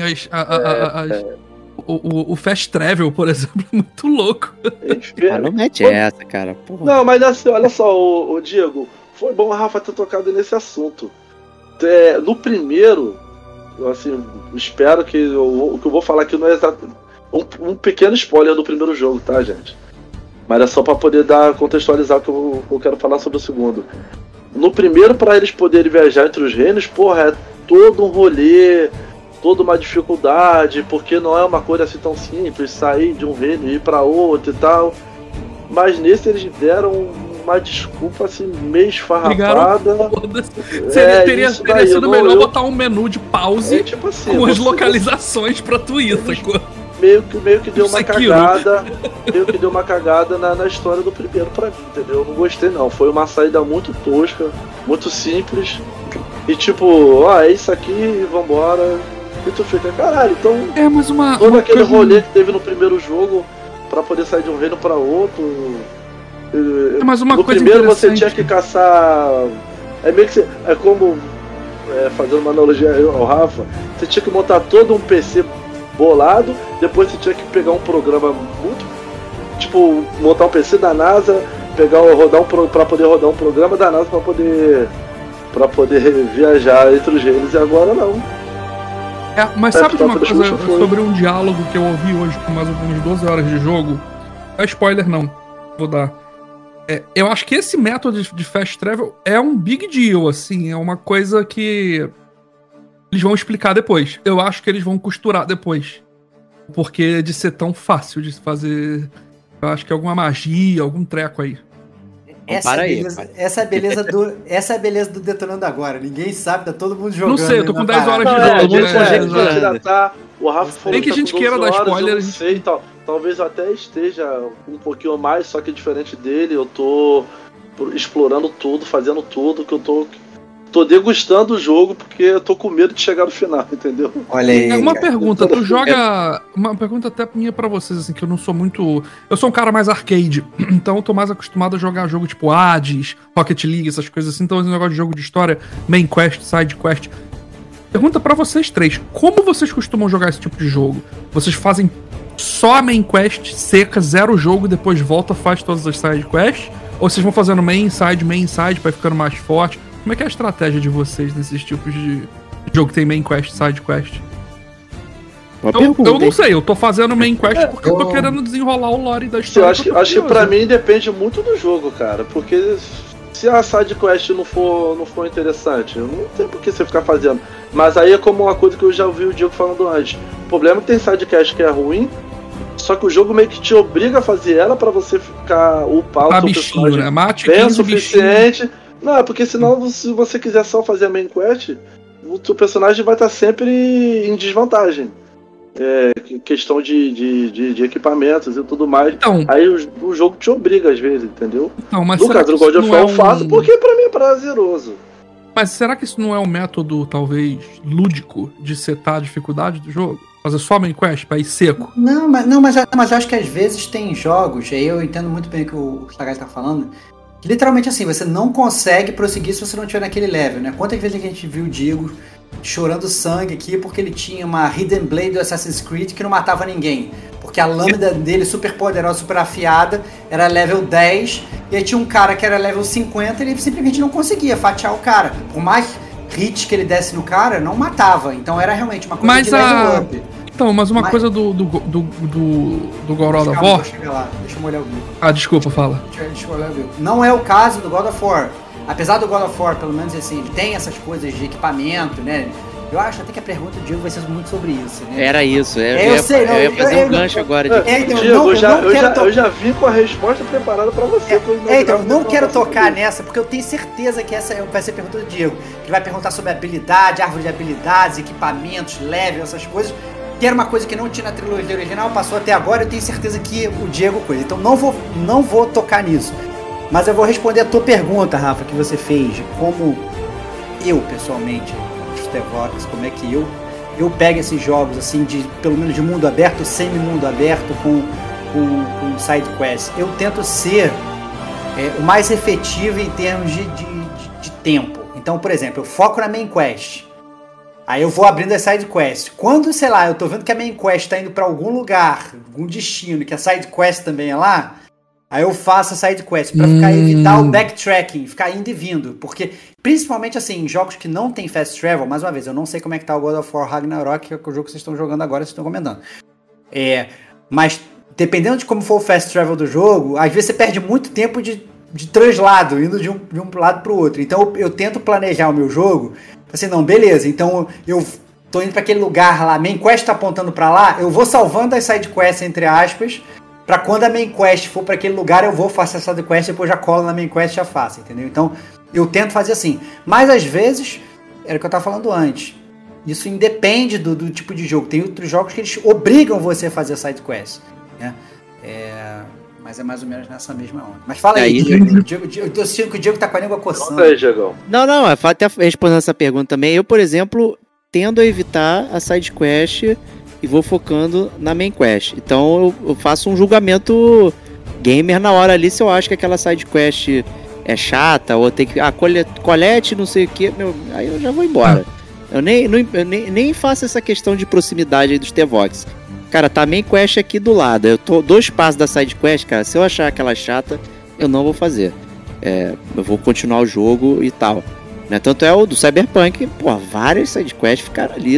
o Fast Travel, por exemplo, é muito louco. Não mete essa, cara. Porra. Não, mas assim, olha só, o Diego, foi bom a Rafa ter tocado nesse assunto. No primeiro, assim, espero que o que eu vou falar aqui não é exatamente um pequeno spoiler do primeiro jogo, tá, gente? Mas é só pra poder contextualizar o que eu quero falar sobre o segundo. No primeiro, para eles poderem viajar entre os reinos, porra, é todo um rolê, toda uma dificuldade, porque não é uma coisa assim tão simples, sair de um reino e ir pra outro e tal. Mas nesse eles deram uma desculpa assim, meio esfarrapada. Teria sido melhor botar um menu de pause tipo assim, com as localizações pra tu ir, sacou? Meio que deu uma cagada. Meio que deu uma cagada na história do primeiro pra mim, entendeu? Eu não gostei não. Foi uma saída muito tosca, muito simples. E tipo, é isso aqui e vambora. E tu fica, caralho, então. Mas todo aquele rolê que teve no primeiro jogo pra poder sair de um reino pra outro. Mas uma no coisa primeiro você tinha que caçar. É meio que. É como. Fazendo uma analogia ao Rafa, você tinha que montar todo um PC bolado, depois você tinha que pegar um programa muito, tipo, montar um PC da NASA, pra poder rodar um programa da NASA pra poder viajar entre os reinos, e agora não. Mas sabe de uma coisa sobre um diálogo que eu ouvi hoje com mais ou menos 12 horas de jogo? Não é spoiler não, vou dar. Eu acho que esse método de fast travel é um big deal, assim, é uma coisa que eles vão explicar depois. Eu acho que eles vão costurar depois. Porque de ser tão fácil de fazer, eu acho que é alguma magia, algum treco aí. Essa é a beleza do Detonando Agora. Ninguém sabe, tá todo mundo jogando. Não sei, eu tô com 10 horas de jogo. O Rafa falou nem que a gente queira dar spoiler. Eu não sei, talvez eu até esteja um pouquinho mais, só que diferente dele, eu tô explorando tudo, fazendo tudo, que eu tô degustando o jogo, porque eu tô com medo de chegar no final, entendeu? Olha aí. Uma pergunta, tu joga... Uma pergunta até minha pra vocês, assim, que eu não sou muito... Eu sou um cara mais arcade, então eu tô mais acostumado a jogar jogo tipo Hades, Rocket League, essas coisas assim, então esse negócio de jogo de história, main quest, side quest... Pergunta pra vocês três, como vocês costumam jogar esse tipo de jogo? Vocês fazem só a main quest seca, zero o jogo, depois volta, faz todas as side quests? Ou vocês vão fazendo main side, pra ir ficando mais forte? Como é que é a estratégia de vocês nesses tipos de jogo que tem main quest, side quest? Eu não sei, eu tô fazendo main quest porque eu tô querendo desenrolar o lore da história. Eu acho que pra mim depende muito do jogo, cara, porque se a side quest não for interessante, não tem por que você ficar fazendo. Mas aí é como uma coisa que eu já ouvi o Diego falando antes. O problema é que tem side quest que é ruim, só que o jogo meio que te obriga a fazer ela pra você ficar upar o seu personagem, né? Mate bem o suficiente. Bichinho. Não, porque senão, se você quiser só fazer a main quest, o seu personagem vai estar sempre em desvantagem. Questão de equipamentos e tudo mais. Então, aí o jogo te obriga às vezes, entendeu? Então, mas no caso do God of War eu faço porque pra mim é prazeroso. Mas será que isso não é um método, talvez, lúdico de setar a dificuldade do jogo? Fazer só main quest pra ir seco? Mas eu acho que às vezes tem jogos, aí eu entendo muito bem o que o Sagai tá falando, que literalmente assim, você não consegue prosseguir se você não estiver naquele level, né? Quantas vezes a gente viu o Diego chorando sangue aqui porque ele tinha uma Hidden Blade do Assassin's Creed que não matava ninguém. Porque a lâmina dele, super poderosa, super afiada, era level 10, e aí tinha um cara que era level 50 e ele simplesmente não conseguia fatiar o cara. Por mais hits que ele desse no cara, não matava. Então era realmente uma coisa de level up. Então, mas uma coisa do God of War... Deixa eu molhar o bico. Ah, desculpa, fala. Deixa eu molhar o bico. Não é o caso do God of War. Apesar do God of War, pelo menos assim, ele tem essas coisas de equipamento, né? Eu acho até que a pergunta do Diego vai ser muito sobre isso, né? Era isso, eu ia fazer um gancho agora. Diego, eu já vim com a resposta preparada pra você. Então, eu não quero tocar nessa, porque eu tenho certeza que essa vai ser a pergunta do Diego. Ele vai perguntar sobre habilidade, árvore de habilidades, equipamentos, level, essas coisas. Que era uma coisa que não tinha na trilogia original, passou até agora, eu tenho certeza que o Diego coisa. Então não vou tocar nisso. Mas eu vou responder a tua pergunta, Rafa, que você fez, de como eu, pessoalmente, Stevox, como é que eu pego esses jogos, assim, de pelo menos de mundo aberto, semi-mundo aberto, com side quest. Eu tento ser o mais efetivo em termos de tempo. Então, por exemplo, eu foco na main quest. Aí eu vou abrindo as side quests. Quando, sei lá, eu tô vendo que a main quest tá indo pra algum lugar, algum destino, que a side quest também é lá, aí eu faço a side quest pra evitar o backtracking, ficar indo e vindo. Porque, principalmente assim, em jogos que não tem fast travel, mais uma vez, eu não sei como é que tá o God of War Ragnarok, que é o jogo que vocês estão jogando agora, vocês estão comentando. Mas, dependendo de como for o fast travel do jogo, às vezes você perde muito tempo de translado, indo de um lado pro outro. Então eu tento planejar o meu jogo, assim, não, beleza, então eu tô indo pra aquele lugar lá, a main quest tá apontando pra lá, eu vou salvando as side quests, entre aspas, pra quando a main quest for pra aquele lugar, eu vou fazer essa side quest, depois já colo na main quest e já faço, entendeu? Então, eu tento fazer assim. Mas, às vezes, era o que eu tava falando antes, isso independe do tipo de jogo. Tem outros jogos que eles obrigam você a fazer side quest, né? Mas é mais ou menos nessa mesma onda. Mas fala aí, Diego, eu tô sentindo que o Diego tá com a língua coçando. Aí, Diegão. Não, até respondendo essa pergunta também, eu, por exemplo, tendo a evitar a side quest e vou focando na main quest. Então eu faço um julgamento gamer na hora ali, se eu acho que aquela side quest é chata, ou tem que... colete, não sei o que, aí eu já vou embora. Eu nem faço essa questão de proximidade aí dos T-Vox. Cara, tá a main quest aqui do lado. Eu tô 2 passos da side quest, cara. Se eu achar aquela chata, eu não vou fazer. Eu vou continuar o jogo e tal. Né? Tanto é o do Cyberpunk, pô, várias side quests ficaram ali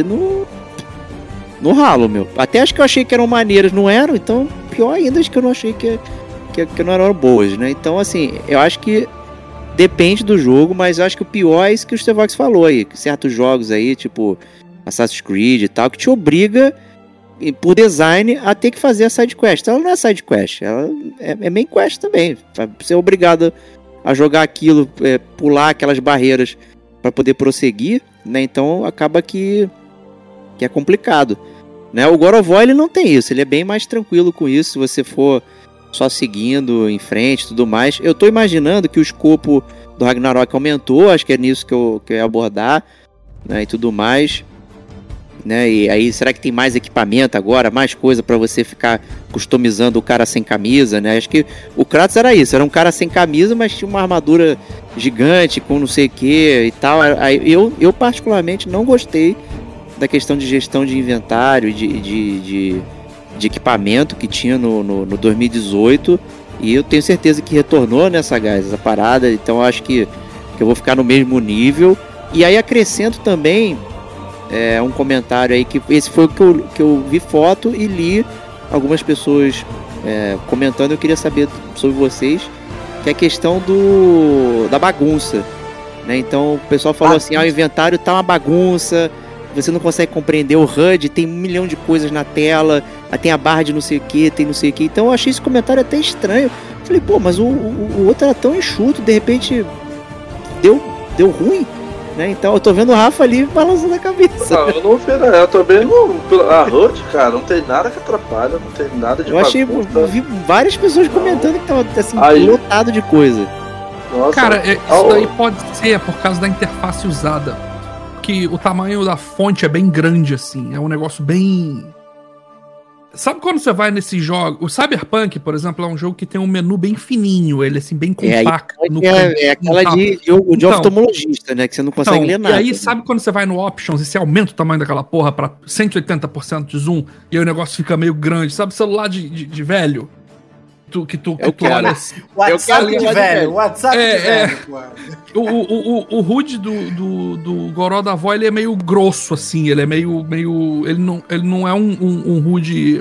no ralo, meu. Até acho que eu achei que eram maneiras, não eram, então pior ainda acho que eu não achei que não eram boas, né? Então, assim, eu acho que depende do jogo, mas eu acho que o pior é isso que o Stevox falou aí. Certos jogos aí, tipo Assassin's Creed e tal, que te obriga, por design, a ter que fazer a side quest. Ela não é side quest, ela é main quest também. Você é obrigado a jogar aquilo, pular aquelas barreiras para poder prosseguir, né? Então acaba que é complicado, né? O God of War, ele não tem isso, ele é bem mais tranquilo com isso, se você for só seguindo em frente e tudo mais. Eu tô imaginando que o escopo do Ragnarok aumentou, acho que é nisso que eu ia abordar, né? E tudo mais, né? E aí, será que tem mais equipamento agora, mais coisa pra você ficar customizando o cara sem camisa, né? Acho que o Kratos era isso, era um cara sem camisa, mas tinha uma armadura gigante com não sei o que e tal. Aí eu particularmente não gostei da questão de gestão de inventário, de equipamento que tinha no 2018, e eu tenho certeza que retornou nessa parada, então eu acho que eu vou ficar no mesmo nível. E aí acrescento também um comentário aí, que esse foi o que eu vi foto e li algumas pessoas comentando. Eu queria saber sobre vocês, que é a questão da bagunça, né? Então o pessoal falou assim, o inventário tá uma bagunça, você não consegue compreender o HUD, tem 1 milhão de coisas na tela, tem a barra de não sei o que, tem não sei o que. Então eu achei esse comentário até estranho. Falei, pô, mas o outro era tão enxuto, de repente deu ruim, né? Então eu tô vendo o Rafa ali balançando a cabeça. Não, eu não vi, né? Eu também não. A HUD, cara, não tem nada que atrapalha, não tem nada de bagunça. Eu vi várias pessoas comentando que tava assim, lotado de coisa. Nossa, cara, isso daí pode ser por causa da interface usada. Que o tamanho da fonte é bem grande, assim. É um negócio bem... Sabe quando você vai nesse jogo... O Cyberpunk, por exemplo, é um jogo que tem um menu bem fininho. Ele, assim, bem compacto. É aquela de oftalmologista, né? Que você não consegue ler nada. E aí, sabe quando você vai no Options e você aumenta o tamanho daquela porra pra 180% de zoom, e aí o negócio fica meio grande? Sabe celular de velho? Que tu olha assim. WhatsApp de velho. WhatsApp de velho. O HUD do God of War, ele é meio grosso, assim. Ele é meio ele não é um HUD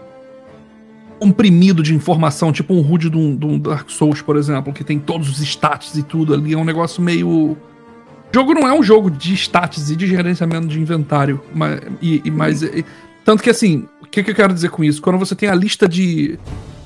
comprimido de informação, tipo um HUD do Dark Souls, por exemplo, que tem todos os stats e tudo ali. É um negócio meio... O jogo não é um jogo de stats e de gerenciamento de inventário. Mas tanto que, assim, o que eu quero dizer com isso? Quando você tem a lista de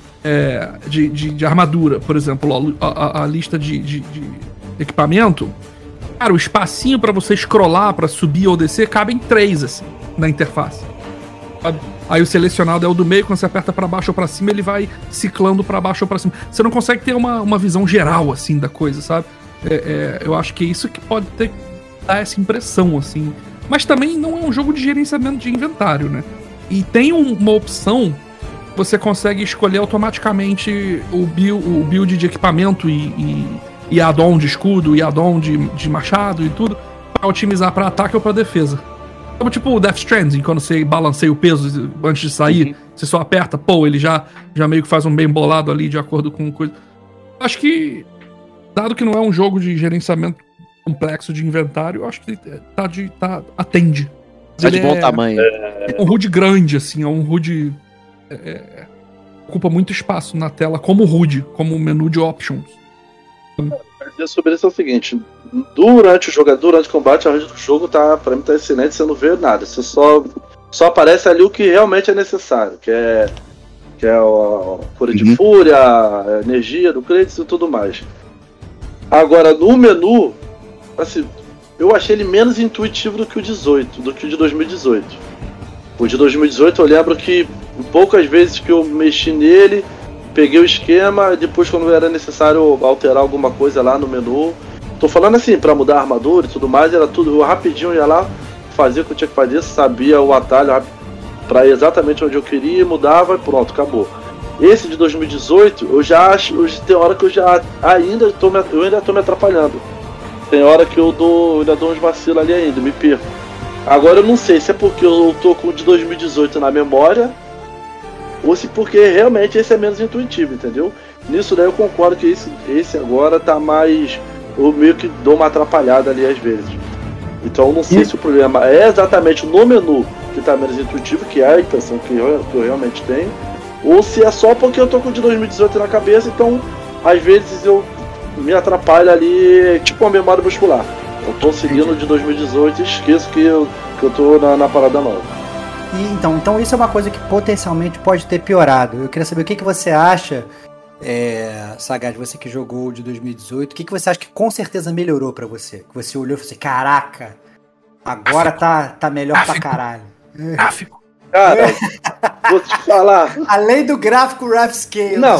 armadura, por exemplo, a lista de equipamento, cara, o espacinho pra você scrollar, pra subir ou descer, cabem 3, assim, na interface. Aí o selecionado é o do meio, quando você aperta pra baixo ou pra cima, ele vai ciclando pra baixo ou pra cima. Você não consegue ter uma visão geral, assim, da coisa, sabe? Eu acho que é isso que pode dar essa impressão, assim. Mas também não é um jogo de gerenciamento de inventário, né? E tem uma opção... Você consegue escolher automaticamente o build de equipamento e add-on de escudo e add-on de machado e tudo pra otimizar pra ataque ou pra defesa. Tipo o Death Stranding, quando você balanceia o peso antes de sair, você só aperta, ele já meio que faz um bem bolado ali de acordo com coisa. Acho que, dado que não é um jogo de gerenciamento complexo de inventário, eu acho que atende. Tá de bom tamanho. É um HUD grande, assim, é um HUD... ocupa muito espaço na tela como HUD, como menu de options. Sobre isso é o seguinte: durante o combate, a HUD do jogo pra mim tá excelente, você não vê nada, você só aparece ali o que realmente é necessário, que é a cura de fúria, a energia do Kratos e tudo mais. Agora, no menu, assim, eu achei ele menos intuitivo do que o de 2018. O de 2018 eu lembro que poucas vezes que eu mexi nele, peguei o esquema, depois quando era necessário alterar alguma coisa lá no menu. Tô falando assim, pra mudar a armadura e tudo mais, era tudo, eu rapidinho ia lá, fazia o que eu tinha que fazer, sabia o atalho pra ir exatamente onde eu queria, mudava e pronto, acabou. Esse de 2018, eu já acho, tem hora que eu ainda tô me atrapalhando. Tem hora que eu ainda dou uns vacilos ali ainda, me perco. Agora eu não sei se é porque eu tô com o de 2018 na memória, ou se porque realmente esse é menos intuitivo, entendeu? Nisso daí eu concordo que esse agora tá mais... Eu meio que dou uma atrapalhada ali às vezes. Então eu não sei se o problema é exatamente no menu que tá menos intuitivo, que é a impressão que eu realmente tenho, ou se é só porque eu tô com o de 2018 na cabeça, então às vezes eu me atrapalho ali, tipo uma memória muscular. Eu tô seguindo o de 2018 e esqueço que eu tô na parada nova. Então isso é uma coisa que potencialmente pode ter piorado. Eu queria saber o que você acha Sagaz, você que jogou o de 2018, o que você acha que com certeza melhorou pra você? Que você olhou e falou assim, caraca, agora tá melhor pra caralho. Gráfico. Cara, vou te falar. Além do gráfico Rough Scale. Não.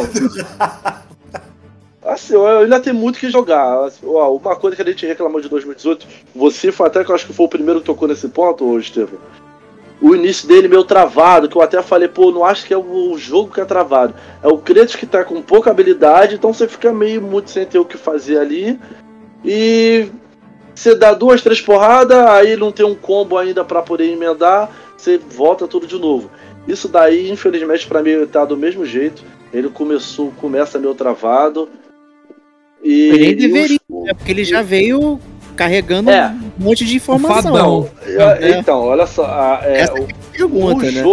Assim, eu ainda tenho muito que jogar. Uma coisa que a gente reclamou de 2018, você foi até que eu acho que foi o primeiro que tocou nesse ponto, Estevão. O início dele meio travado, que eu até falei, não acho que é o jogo que é travado. É o Kratos que tá com pouca habilidade, então você fica meio muito sem ter o que fazer ali. E você dá 2, 3 porradas, aí não tem um combo ainda pra poder emendar, você volta tudo de novo. Isso daí, infelizmente, pra mim tá do mesmo jeito. Ele começa meio travado. E nem deveria, porque ele já veio carregando um monte de informação. Então, olha só. Essa é a pergunta, no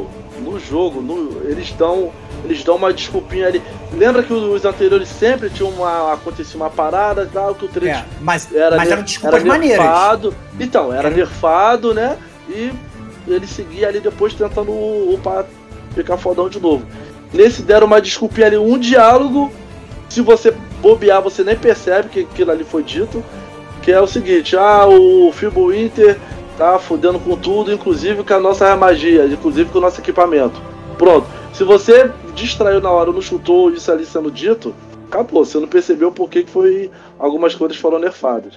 jogo, eles dão uma desculpinha ali. Lembra que os anteriores sempre acontecia uma parada, tal, que o trecho mas eram desculpas maneiras. Então, era nerfado, né? E ele seguia ali depois tentando ficar fodão de novo. Nesse deram uma desculpinha ali, um diálogo. Se você bobear, você nem percebe que aquilo ali foi dito. Que é o seguinte, o Fimbulwinter tá fudendo com tudo, inclusive com a nossa magia, inclusive com o nosso equipamento. Pronto. Se você distraiu na hora, não chutou isso ali sendo dito, acabou. Você não percebeu por que algumas coisas foram nerfadas.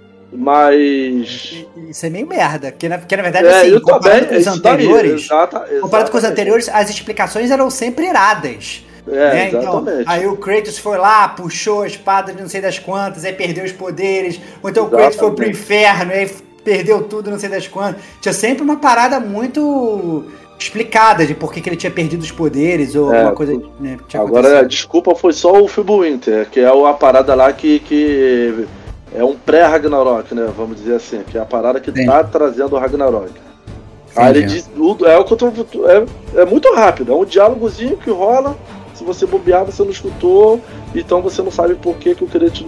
Mas... Isso é meio merda, porque na verdade, assim, comparado com os anteriores, comparado com os anteriores, as explicações eram sempre iradas. Né? Então, aí o Kratos foi lá, puxou a espada de não sei das quantas, aí perdeu os poderes, ou então o Kratos foi pro inferno, aí perdeu tudo, não sei das quantas. Tinha sempre uma parada muito explicada de por que ele tinha perdido os poderes, ou alguma coisa. Né, agora, a desculpa foi só o Fimbulwinter, que é a parada lá que é um pré-Ragnarok, né? Vamos dizer assim, que é a parada que tá trazendo o Ragnarok. Aí ele diz, é muito rápido, é um diálogozinho que rola. Se você bobear, você não escutou, então você não sabe por que o Kratos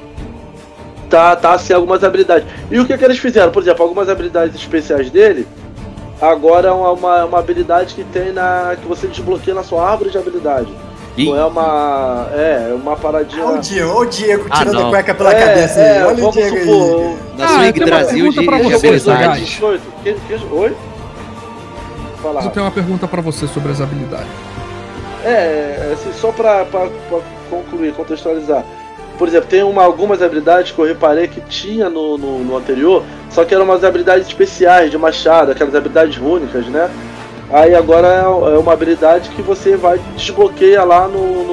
tá sem algumas habilidades. E o que eles fizeram? Por exemplo, algumas habilidades especiais dele, agora é uma habilidade que tem que você desbloqueia na sua árvore de habilidade. Não é uma paradinha. Olha o Diego tirando a cueca pela cabeça aí. Olha o Diego aí. Na sua Yggdrasil de habilidades. Oi? Eu tenho uma pergunta pra você sobre as habilidades. Assim, só pra concluir, contextualizar. Por exemplo, tem algumas habilidades que eu reparei que tinha no anterior, só que eram umas habilidades especiais de machado, aquelas habilidades rúnicas, né? Aí agora é uma habilidade que você vai desbloqueia lá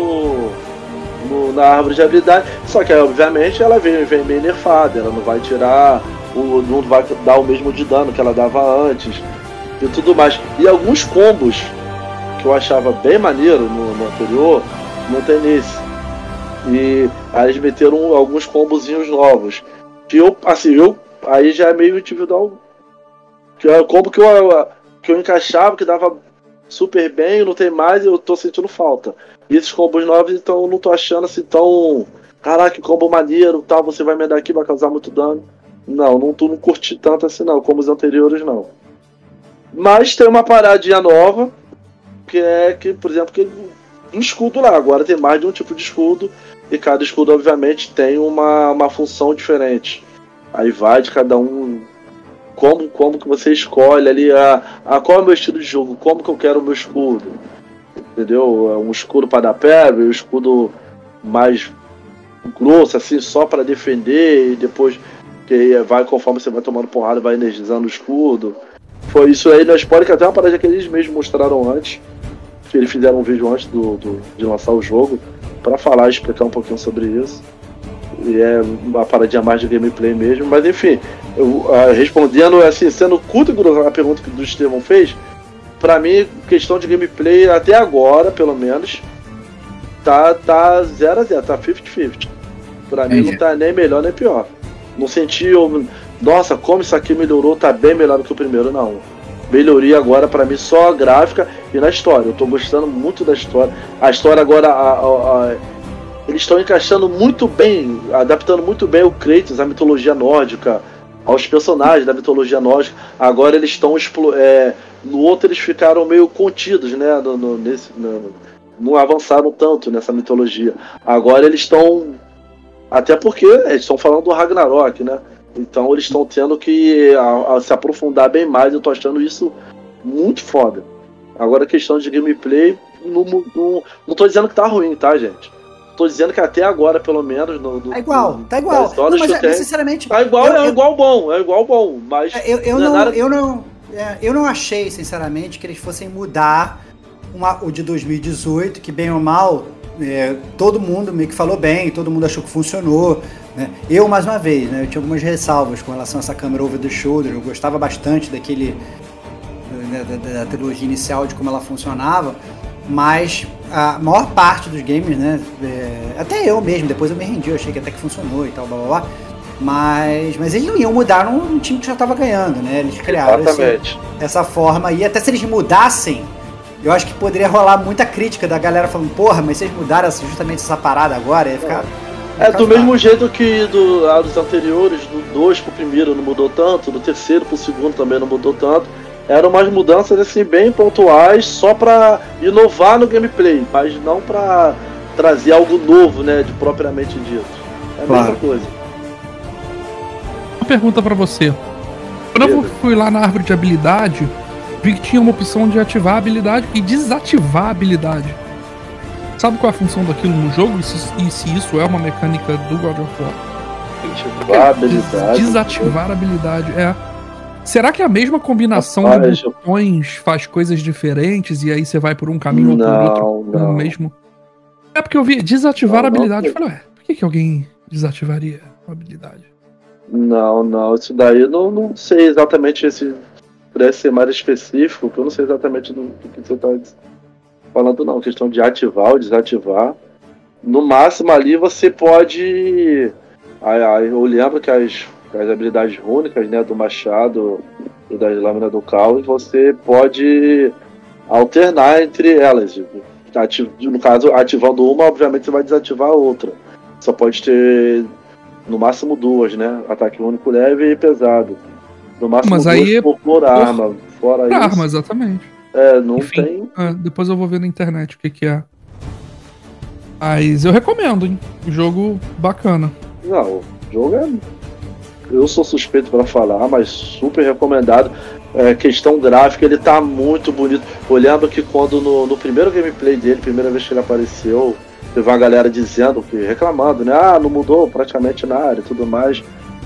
na árvore de habilidade, só que obviamente ela vem meio nerfada, ela não vai tirar, não vai dar o mesmo de dano que ela dava antes e tudo mais. E alguns combos que eu achava bem maneiro no anterior, não tem nesse. E aí eles meteram alguns combozinhos novos. Que aí já é meio individual. Que é o combo que eu encaixava, que dava super bem, não tem mais e eu tô sentindo falta. E esses combos novos, então eu não tô achando assim tão... Caraca, que combo maneiro, tal, você vai me dar aqui, vai causar muito dano. Não curti tanto assim não, como os anteriores não. Mas tem uma paradinha nova, que por exemplo, um escudo lá, agora tem mais de um tipo de escudo, e cada escudo obviamente tem uma função diferente. Aí vai de cada um, como que você escolhe ali, qual é o meu estilo de jogo, como que eu quero o meu escudo, entendeu? Um escudo para dar pega, um escudo mais grosso, assim, só para defender, e depois que vai, conforme você vai tomando porrada, vai energizando o escudo. Foi isso aí, na spoiler, que até uma parada que eles mesmos mostraram antes. Eles fizeram um vídeo antes de lançar o jogo pra falar e explicar um pouquinho sobre isso. E é uma paradinha mais de gameplay mesmo. Mas enfim, respondendo assim, sendo curto e grosso a pergunta que o Estevão fez, pra mim, questão de gameplay até agora, pelo menos, tá 0-0, tá 50-50. Pra mim não tá nem melhor nem pior. Não senti, nossa, como isso aqui melhorou, tá bem melhor do que o primeiro, não. Melhoria agora pra mim só a gráfica e na história. Eu tô gostando muito da história. A história agora, eles estão encaixando muito bem, adaptando muito bem o Kratos, a mitologia nórdica, aos personagens da mitologia nórdica. Agora eles estão no outro eles ficaram meio contidos, né? não avançaram tanto nessa mitologia. Agora eles estão... Até porque eles estão falando do Ragnarok, né? Então eles estão tendo que se aprofundar bem mais. Eu tô achando isso muito foda. Agora a questão de gameplay, não tô dizendo que tá ruim, tá, gente? Tô dizendo que até agora, pelo menos... Tá igual. Não, mas sinceramente... Tá igual, é igual bom, mas... Eu não achei, sinceramente, que eles fossem mudar o de 2018, que bem ou mal, todo mundo meio que falou bem, todo mundo achou que funcionou, né? Eu, mais uma vez, né, eu tinha algumas ressalvas com relação a essa câmera over the shoulder, eu gostava bastante daquele... da trilogia inicial, de como ela funcionava, mas a maior parte dos games, né, até eu mesmo, depois eu me rendi, eu achei que até que funcionou e tal, blá blá blá, mas eles não iam mudar num time que já estava ganhando, né, eles criaram essa forma, e até se eles mudassem, eu acho que poderia rolar muita crítica da galera falando, porra, mas vocês mudaram justamente essa parada agora, ia ficar... do mesmo jeito que dos anteriores, do 2 pro primeiro não mudou tanto, do terceiro pro segundo também não mudou tanto. Eram umas mudanças assim bem pontuais, só pra inovar no gameplay, mas não pra trazer algo novo, né, de propriamente dito. É a mesma coisa. Uma pergunta pra você. Quando eu fui lá na árvore de habilidade, vi que tinha uma opção de ativar a habilidade e desativar a habilidade. Sabe qual é a função daquilo no jogo? E se isso é uma mecânica do God of War? Desativar a habilidade. Desativar a habilidade, Será que a mesma combinação de botões faz coisas diferentes e aí você vai por um caminho ou por outro no mesmo? É porque eu vi desativar a habilidade e falei, por que alguém desativaria a habilidade? Não, isso daí eu não sei exatamente se pudesse ser mais específico, porque eu não sei exatamente do que você está falando, não. Questão de ativar ou desativar. No máximo ali você pode. Eu lembro que as habilidades únicas, né, do machado e das lâminas do caos, você pode alternar entre elas. No caso, ativando uma, obviamente você vai desativar a outra. Só pode ter no máximo 2, né? Ataque único leve e pesado. No máximo 2 por arma. Fora isso. Arma, exatamente. Não Enfim, tem. Depois eu vou ver na internet o que é. Mas eu recomendo, hein? O jogo bacana. Não, o jogo eu sou suspeito pra falar, mas super recomendado. Questão gráfica, ele tá muito bonito. Eu lembro que quando no primeiro gameplay dele, primeira vez que ele apareceu, teve uma galera dizendo, reclamando, né? Não mudou praticamente nada e tudo mais.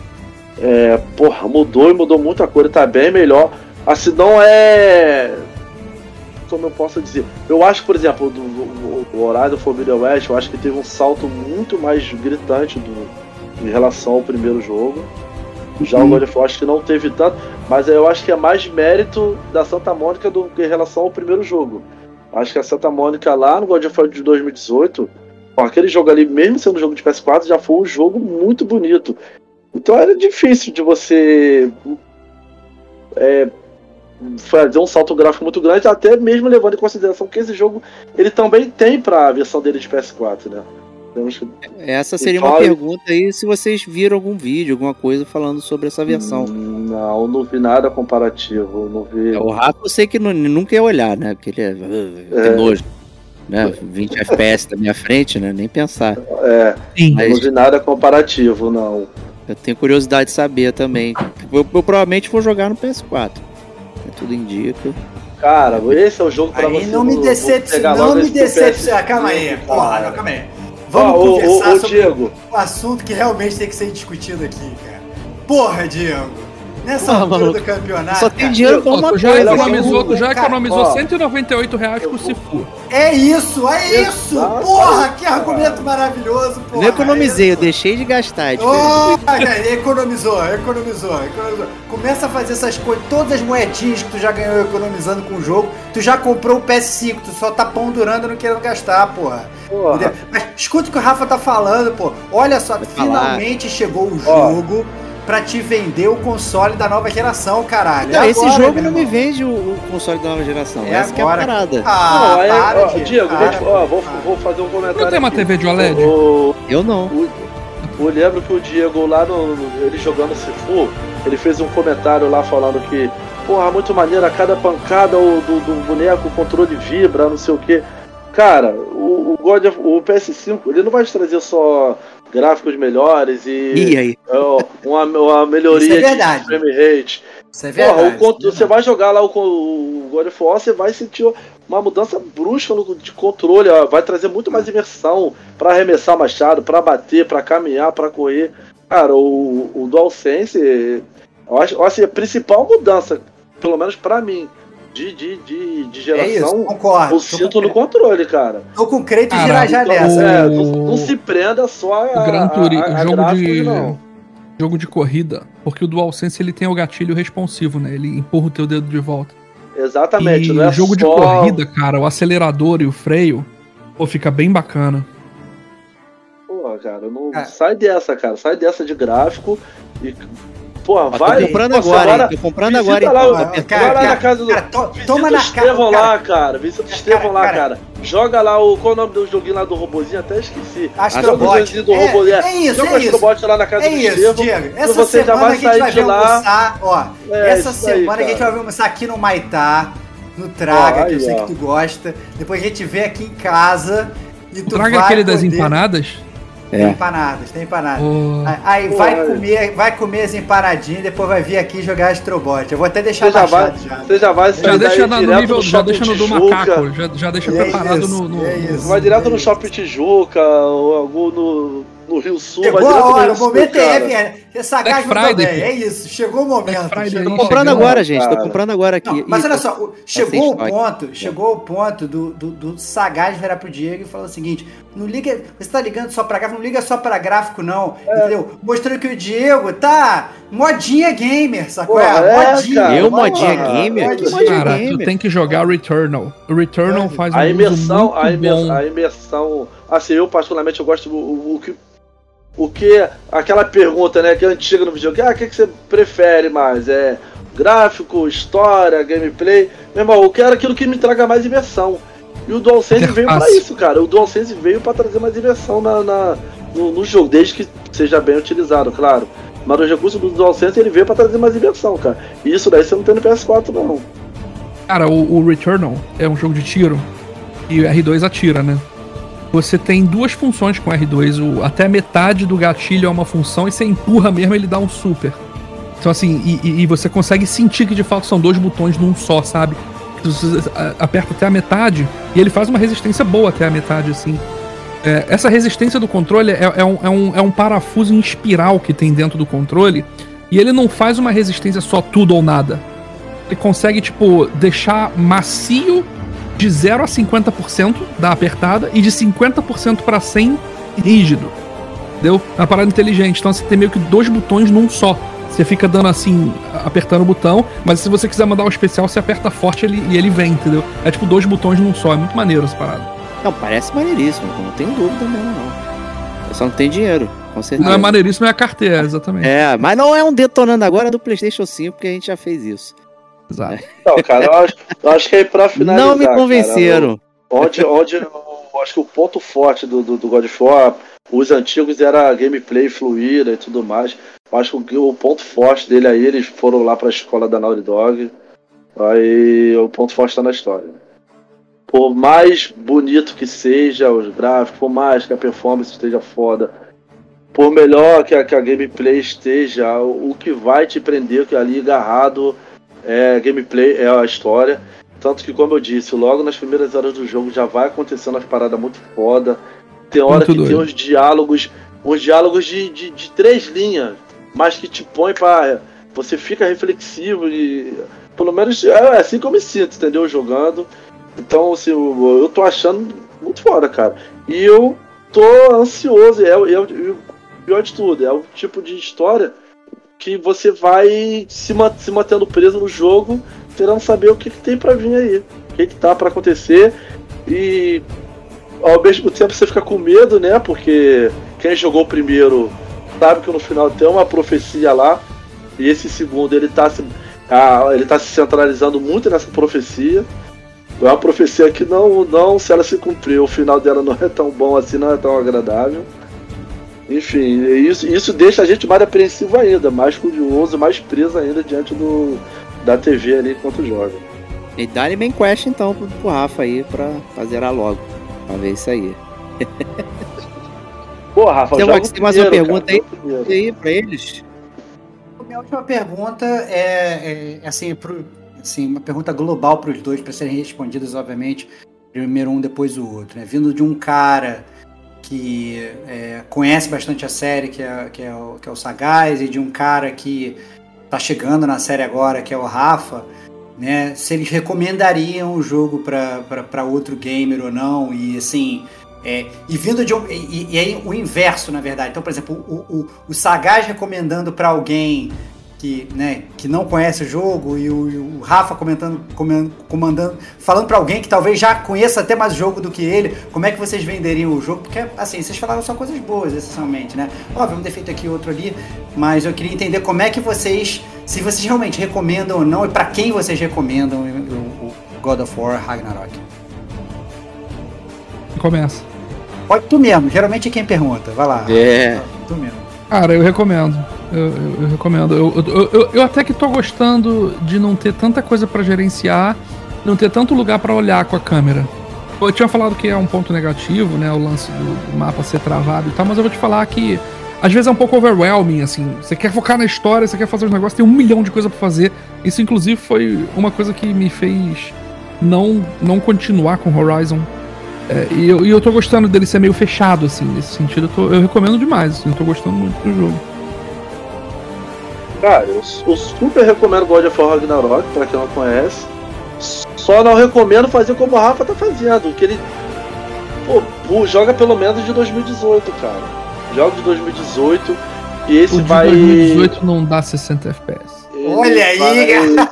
Mudou muita coisa, tá bem melhor. Assim, não é... Como eu posso dizer? Eu acho que, por exemplo, o Horizon Forbidden West, eu acho que teve um salto muito mais gritante em relação ao primeiro jogo. Já o God of War acho que não teve tanto, mas eu acho que é mais mérito da Santa Mônica do que em relação ao primeiro jogo. Acho que a Santa Mônica lá no God of War de 2018, aquele jogo ali, mesmo sendo um jogo de PS4, já foi um jogo muito bonito. Então era difícil de você fazer um salto gráfico muito grande, até mesmo levando em consideração que esse jogo ele também tem para a versão dele de PS4, né? Essa seria uma pergunta aí, se vocês viram algum vídeo, alguma coisa falando sobre essa versão. Não vi nada comparativo. Não vi. O Rafa eu sei que nunca ia olhar, né? Porque ele é nojo. Né? 20 FPS da minha frente, né? Nem pensar. Mas não vi nada comparativo, não. Eu tenho curiosidade de saber também. Eu provavelmente vou jogar no PS4. Tudo indica. Cara, esse é o jogo pra você. Não me decepciona. Calma aí, porra, calma aí. Vamos conversar sobre Diego. o assunto que realmente tem que ser discutido aqui, cara. Porra, Diego. Nessa altura do campeonato. Só tem dinheiro pra uma coisa. Já economizou R$198 por Sifu. É isso! Porra, que argumento maravilhoso, porra. Não economizei, eu deixei de gastar. Economizou. Começa a fazer essas coisas, todas as moedinhas que tu já ganhou economizando com o jogo, tu já comprou o PS5, tu só tá pão durando e não querendo gastar, porra. Mas escuta o que o Rafa tá falando, pô. Olha só, finalmente chegou o jogo pra te vender o console da nova geração, caralho. Não, esse jogo não me vende o console da nova geração. Essa que é a parada. Diego, vou fazer um comentário. Não tem uma TV de OLED? Eu não. Eu lembro que o Diego lá, ele jogando Sifu, ele fez um comentário lá falando que, porra, muito maneiro, a cada pancada do boneco, o controle vibra, não sei o que. cara, o PS5, ele não vai te trazer só gráficos melhores e uma melhoria de frame rate. Isso é verdade. Você vai jogar lá o God of War, você vai sentir uma mudança brusca de controle, vai trazer muito mais imersão pra arremessar machado, pra bater, pra caminhar, pra correr. Cara, o DualSense, eu acho assim, a principal mudança, pelo menos pra mim, de geração, concordo. eu sinto no controle, cara. Tô com crédito de girar já nessa. Não se prenda só o Gran Turismo, jogo de corrida, porque o DualSense ele tem o gatilho responsivo, né? Ele empurra o teu dedo de volta. Exatamente, e não é jogo só... de corrida, cara, o acelerador e o freio, fica bem bacana. Pô, cara, não sai dessa, cara. Sai dessa de gráfico e... Pô, vai. Tô comprando agora. Tô comprando agora. Vai lá na casa do. Toma na Estevão lá, cara. Visita o Estevão lá, cara. Joga lá qual é o nome do joguinho lá do robozinho? Até esqueci. Astrobot. Do robozinho. É isso, joga o Astrobot lá na casa do Estevão. Diego. Essa você já vai sair de lá. Essa semana a gente vai almoçar aqui no Maitá, no Traga, que eu sei que tu gosta. Depois a gente vê aqui em casa. E tu Traga aquele das empanadas? Tem empanadas. Aí vai comer as empanadinhas, depois vai vir aqui jogar Astrobot. Eu vou até deixar baixado já. Você já vai sair deixa no nível, já deixa no do macaco, já deixa preparado no. Vai direto no Shopping Tijuca, ou algum no Rio Sul. Chegou vai a hora, Sul, o momento essa sagagem também. É isso, chegou o momento. Tô comprando agora, gente. Tô comprando agora aqui. Mas olha só, chegou o ponto do Sagaz virar pro Diego e falar o seguinte: não liga, você tá ligando só pra gráfico, não liga só pra gráfico, não. Entendeu? Mostrando que o Diego tá modinha gamer, sacou? Modinha. Modinha gamer? Cara, tu tem que jogar Returnal. O Returnal faz a imersão, assim, eu particularmente eu gosto o que aquela pergunta, né, que é antiga no videogame, o que você prefere mais? Gráfico, história, gameplay? Meu irmão, eu quero aquilo que me traga mais imersão. E o DualSense veio pra isso, cara. O DualSense veio pra trazer mais imersão no jogo, desde que seja bem utilizado, claro. Mas o recurso do DualSense ele veio pra trazer mais imersão, cara. E isso daí você não tem no PS4, não. Cara, o Returnal é um jogo de tiro e o R2 atira, né? Você tem duas funções com o R2, até metade do gatilho é uma função e você empurra mesmo, ele dá um super. Então assim, e você consegue sentir que de fato são dois botões num só, sabe? Você aperta até a metade e ele faz uma resistência boa até a metade, assim. Essa resistência do controle é um parafuso em espiral que tem dentro do controle e ele não faz uma resistência só tudo ou nada. Ele consegue, tipo, deixar macio de 0 a 50% da apertada e de 50% para 100% rígido. Entendeu? É uma parada inteligente. Então você tem meio que dois botões num só. Você fica dando assim, apertando o botão, mas se você quiser mandar um especial, você aperta forte e ele vem, entendeu? É tipo dois botões num só. É muito maneiro essa parada. Não, parece maneiríssimo. Não tenho dúvida mesmo, não. Eu só não tenho dinheiro, com certeza. Não é maneiríssimo, é a carteira, exatamente. Mas não é um detonando agora do PlayStation 5, porque a gente já fez isso. Exato. Não, cara, eu acho que aí pra finalizar. Não me convenceram. Cara, onde eu acho que o ponto forte do God of War, os antigos era gameplay fluida e tudo mais. Eu acho que o ponto forte dele aí, eles foram lá pra escola da Naughty Dog. Aí o ponto forte tá na história. Por mais bonito que seja os gráficos, por mais que a performance esteja foda, por melhor que a gameplay esteja, o que vai te prender que ali agarrado gameplay, é a história. Tanto que, como eu disse, logo nas primeiras horas do jogo já vai acontecendo umas paradas muito foda. Tem hora que tem uns diálogos de 3 linhas, mas que te põe pra... Você fica reflexivo e... Pelo menos é assim que eu me sinto, entendeu? Jogando. Então, assim, eu tô achando muito foda, cara. E eu tô ansioso. O pior de tudo, é o tipo de história que você vai se mantendo preso no jogo, querendo saber o que tem pra vir aí, o que tá pra acontecer, e ao mesmo tempo você fica com medo, né, porque quem jogou o primeiro sabe que no final tem uma profecia lá, e esse segundo ele tá se centralizando muito nessa profecia. É uma profecia que não, se ela se cumprir, o final dela não é tão bom assim, não é tão agradável. Enfim, isso deixa a gente mais apreensivo ainda, mais curioso, mais preso ainda diante da TV ali enquanto joga. E dá-lhe main quest então pro Rafa aí pra zerar logo. Pra ver isso aí. Pô, Rafa, Tem mais uma pergunta cara, aí pra eles? Minha última pergunta é assim, uma pergunta global para os dois, para serem respondidas, obviamente, primeiro um, depois o outro. Né? Vindo de um cara que conhece bastante a série, que é o Sagaz, e de um cara que tá chegando na série agora, que é o Rafa, né? Se eles recomendariam o jogo para outro gamer ou não, e assim... e vindo de e aí o inverso, na verdade. Então, por exemplo, o Sagaz recomendando para alguém que não conhece o jogo, e o Rafa falando para alguém que talvez já conheça até mais o jogo do que ele, como é que vocês venderiam o jogo? Porque, assim, vocês falaram só coisas boas, essencialmente, né? Óbvio, um defeito aqui, outro ali, mas eu queria entender como é que se vocês realmente recomendam ou não, e para quem vocês recomendam o God of War Ragnarok. Começa. Pode tu mesmo, geralmente é quem pergunta. Vai lá. Tu mesmo. Cara, eu recomendo. Eu recomendo. Eu até que tô gostando de não ter tanta coisa pra gerenciar, não ter tanto lugar pra olhar com a câmera. Eu tinha falado que é um ponto negativo, né? O lance do mapa ser travado e tal, mas eu vou te falar que às vezes é um pouco overwhelming, assim. Você quer focar na história, você quer fazer os negócios, tem 1 milhão de coisa pra fazer. Isso, inclusive, foi uma coisa que me fez não continuar com Horizon. E eu tô gostando dele ser meio fechado, assim, nesse sentido. Eu recomendo demais, assim, eu tô gostando muito do jogo. Cara, eu super recomendo God of War Ragnarok, pra quem não conhece. Só não recomendo fazer como o Rafa tá fazendo, que ele joga pelo menos de 2018, cara. Joga de 2018 e esse o de 2018 não dá 60 FPS. Olha aí,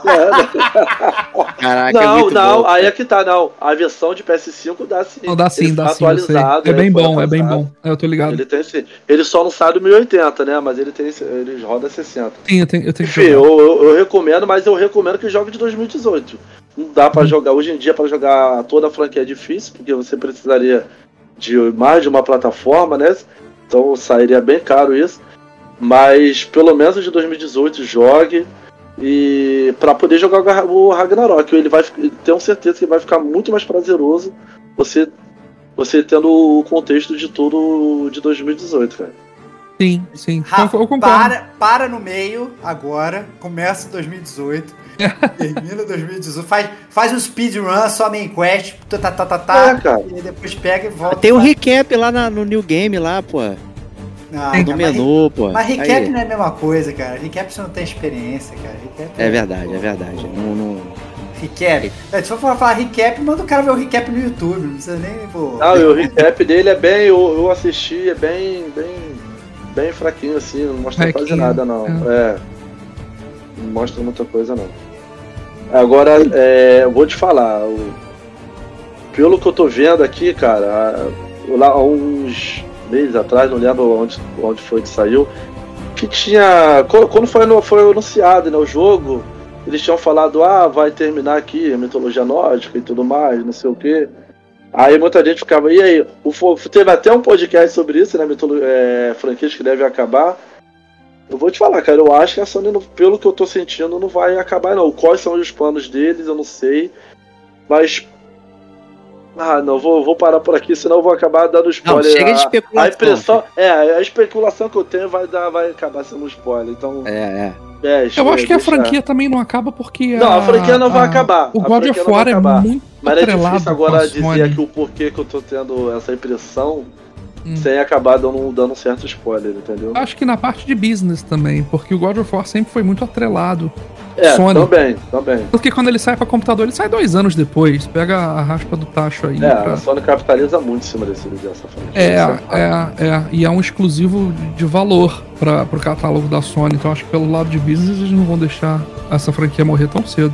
Caraca, não, bom, aí é que tá, não. A versão de PS5 dá sim. Não, dá sim, dá sim. Atualizado, é bem bom. Eu tô ligado. Ele só não sai do 1080, né? Mas ele roda 60. Sim, eu tenho Enfim, que eu recomendo, mas eu recomendo que jogue de 2018. Não dá pra jogar, hoje em dia, pra jogar toda a franquia é difícil, porque você precisaria de mais de uma plataforma, né? Então sairia bem caro isso. Mas pelo menos de 2018 jogue, e para poder jogar o Ragnarok, tenho certeza que vai ficar muito mais prazeroso você tendo o contexto de tudo de 2018, cara. Sim. Rafa, eu concordo. Para no meio agora, começa 2018, termina 2018, faz um speedrun, só main quest, cara. E depois pega e volta. Tem um recap lá no New Game lá, pô. No menu, pô. Mas recap não é a mesma coisa, cara. Recap você não tem experiência, cara. Recap é verdade. Não... Recap. Se for falar recap, manda o cara ver o recap no YouTube. Não precisa nem, pô. Não, e o recap dele é bem. Eu assisti, é bem fraquinho, assim. Não mostra quase nada, não. Não mostra muita coisa, não. Agora, eu vou te falar. Pelo que eu tô vendo aqui, cara, lá há uns meses atrás, não lembro onde foi que saiu, que tinha, quando foi anunciado, né, o jogo, eles tinham falado, vai terminar aqui a mitologia nórdica e tudo mais, não sei o que. Aí muita gente ficava, e aí? Teve até um podcast sobre isso, né, franquias que devem acabar. Eu vou te falar, cara, eu acho que a Sony, pelo que eu tô sentindo, não vai acabar, não. Quais são os planos deles, eu não sei, mas... não, vou parar por aqui, senão eu vou acabar dando spoiler. Não, chega de especulação. A especulação que eu tenho vai acabar sendo um spoiler, então... eu acho que a franquia também não acaba porque... Não, a franquia não vai acabar. O God of War é muito Mas é difícil agora dizer aqui o porquê que eu tô tendo essa impressão sem acabar dando um certo spoiler, entendeu? Eu acho que na parte de business também, porque o God of War sempre foi muito atrelado. Sony. Também. Porque quando ele sai pra computador, ele sai 2 anos depois. Pega a raspa do tacho aí. A Sony capitaliza muito em cima dessa franquia. E é um exclusivo de valor pro catálogo da Sony. Então acho que pelo lado de business eles não vão deixar essa franquia morrer tão cedo.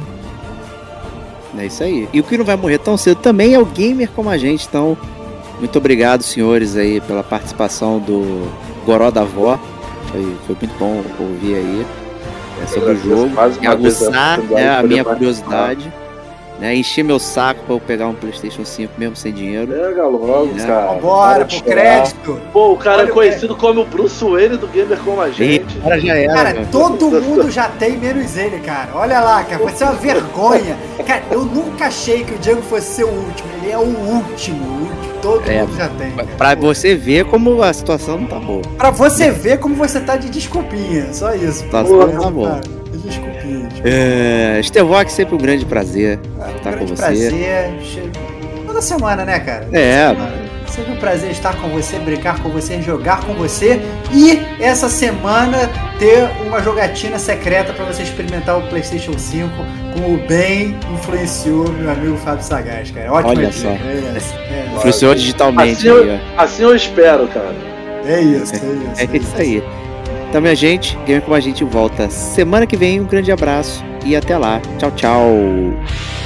É isso aí. E o que não vai morrer tão cedo também é o gamer como a gente. Então, muito obrigado, senhores, aí, pela participação do Goró da Vó. Foi muito bom ouvir aí sobre o jogo e aguçar a minha curiosidade. né? Encher meu saco pra eu pegar um PlayStation 5 mesmo sem dinheiro. Pega logo, É. cara. Bora, por crédito. Pô, o cara Olha, é conhecido como o Bruce Wayne do Gamer Como a Gente. Agora já era, Cara, mano. todo mundo já tem, menos ele, cara. Olha lá, cara, vai ser uma vergonha. Cara, eu nunca achei que o Diego fosse ser o último. Ele é o último. Todo mundo já tem. Pra você ver como a situação não tá boa. Pra você ver como você tá de desculpinha. Só isso. Tá Pô, bom, tá bom. cara, de desculpinha. Stevox, sempre um grande prazer estar com grande você. prazer. Toda semana, né, cara? Sempre um prazer estar com você, brincar com você, jogar com você. E essa semana ter uma jogatina secreta pra você experimentar o PlayStation 5, como bem influenciou meu amigo Fábio Sagaz, cara. Ótimo. Olha dia. só. É Influenciou digitalmente. Assim eu espero, cara. isso. É isso aí. Então, minha gente, Gamer Como a Gente volta semana que vem. Um grande abraço e até lá. Tchau, tchau.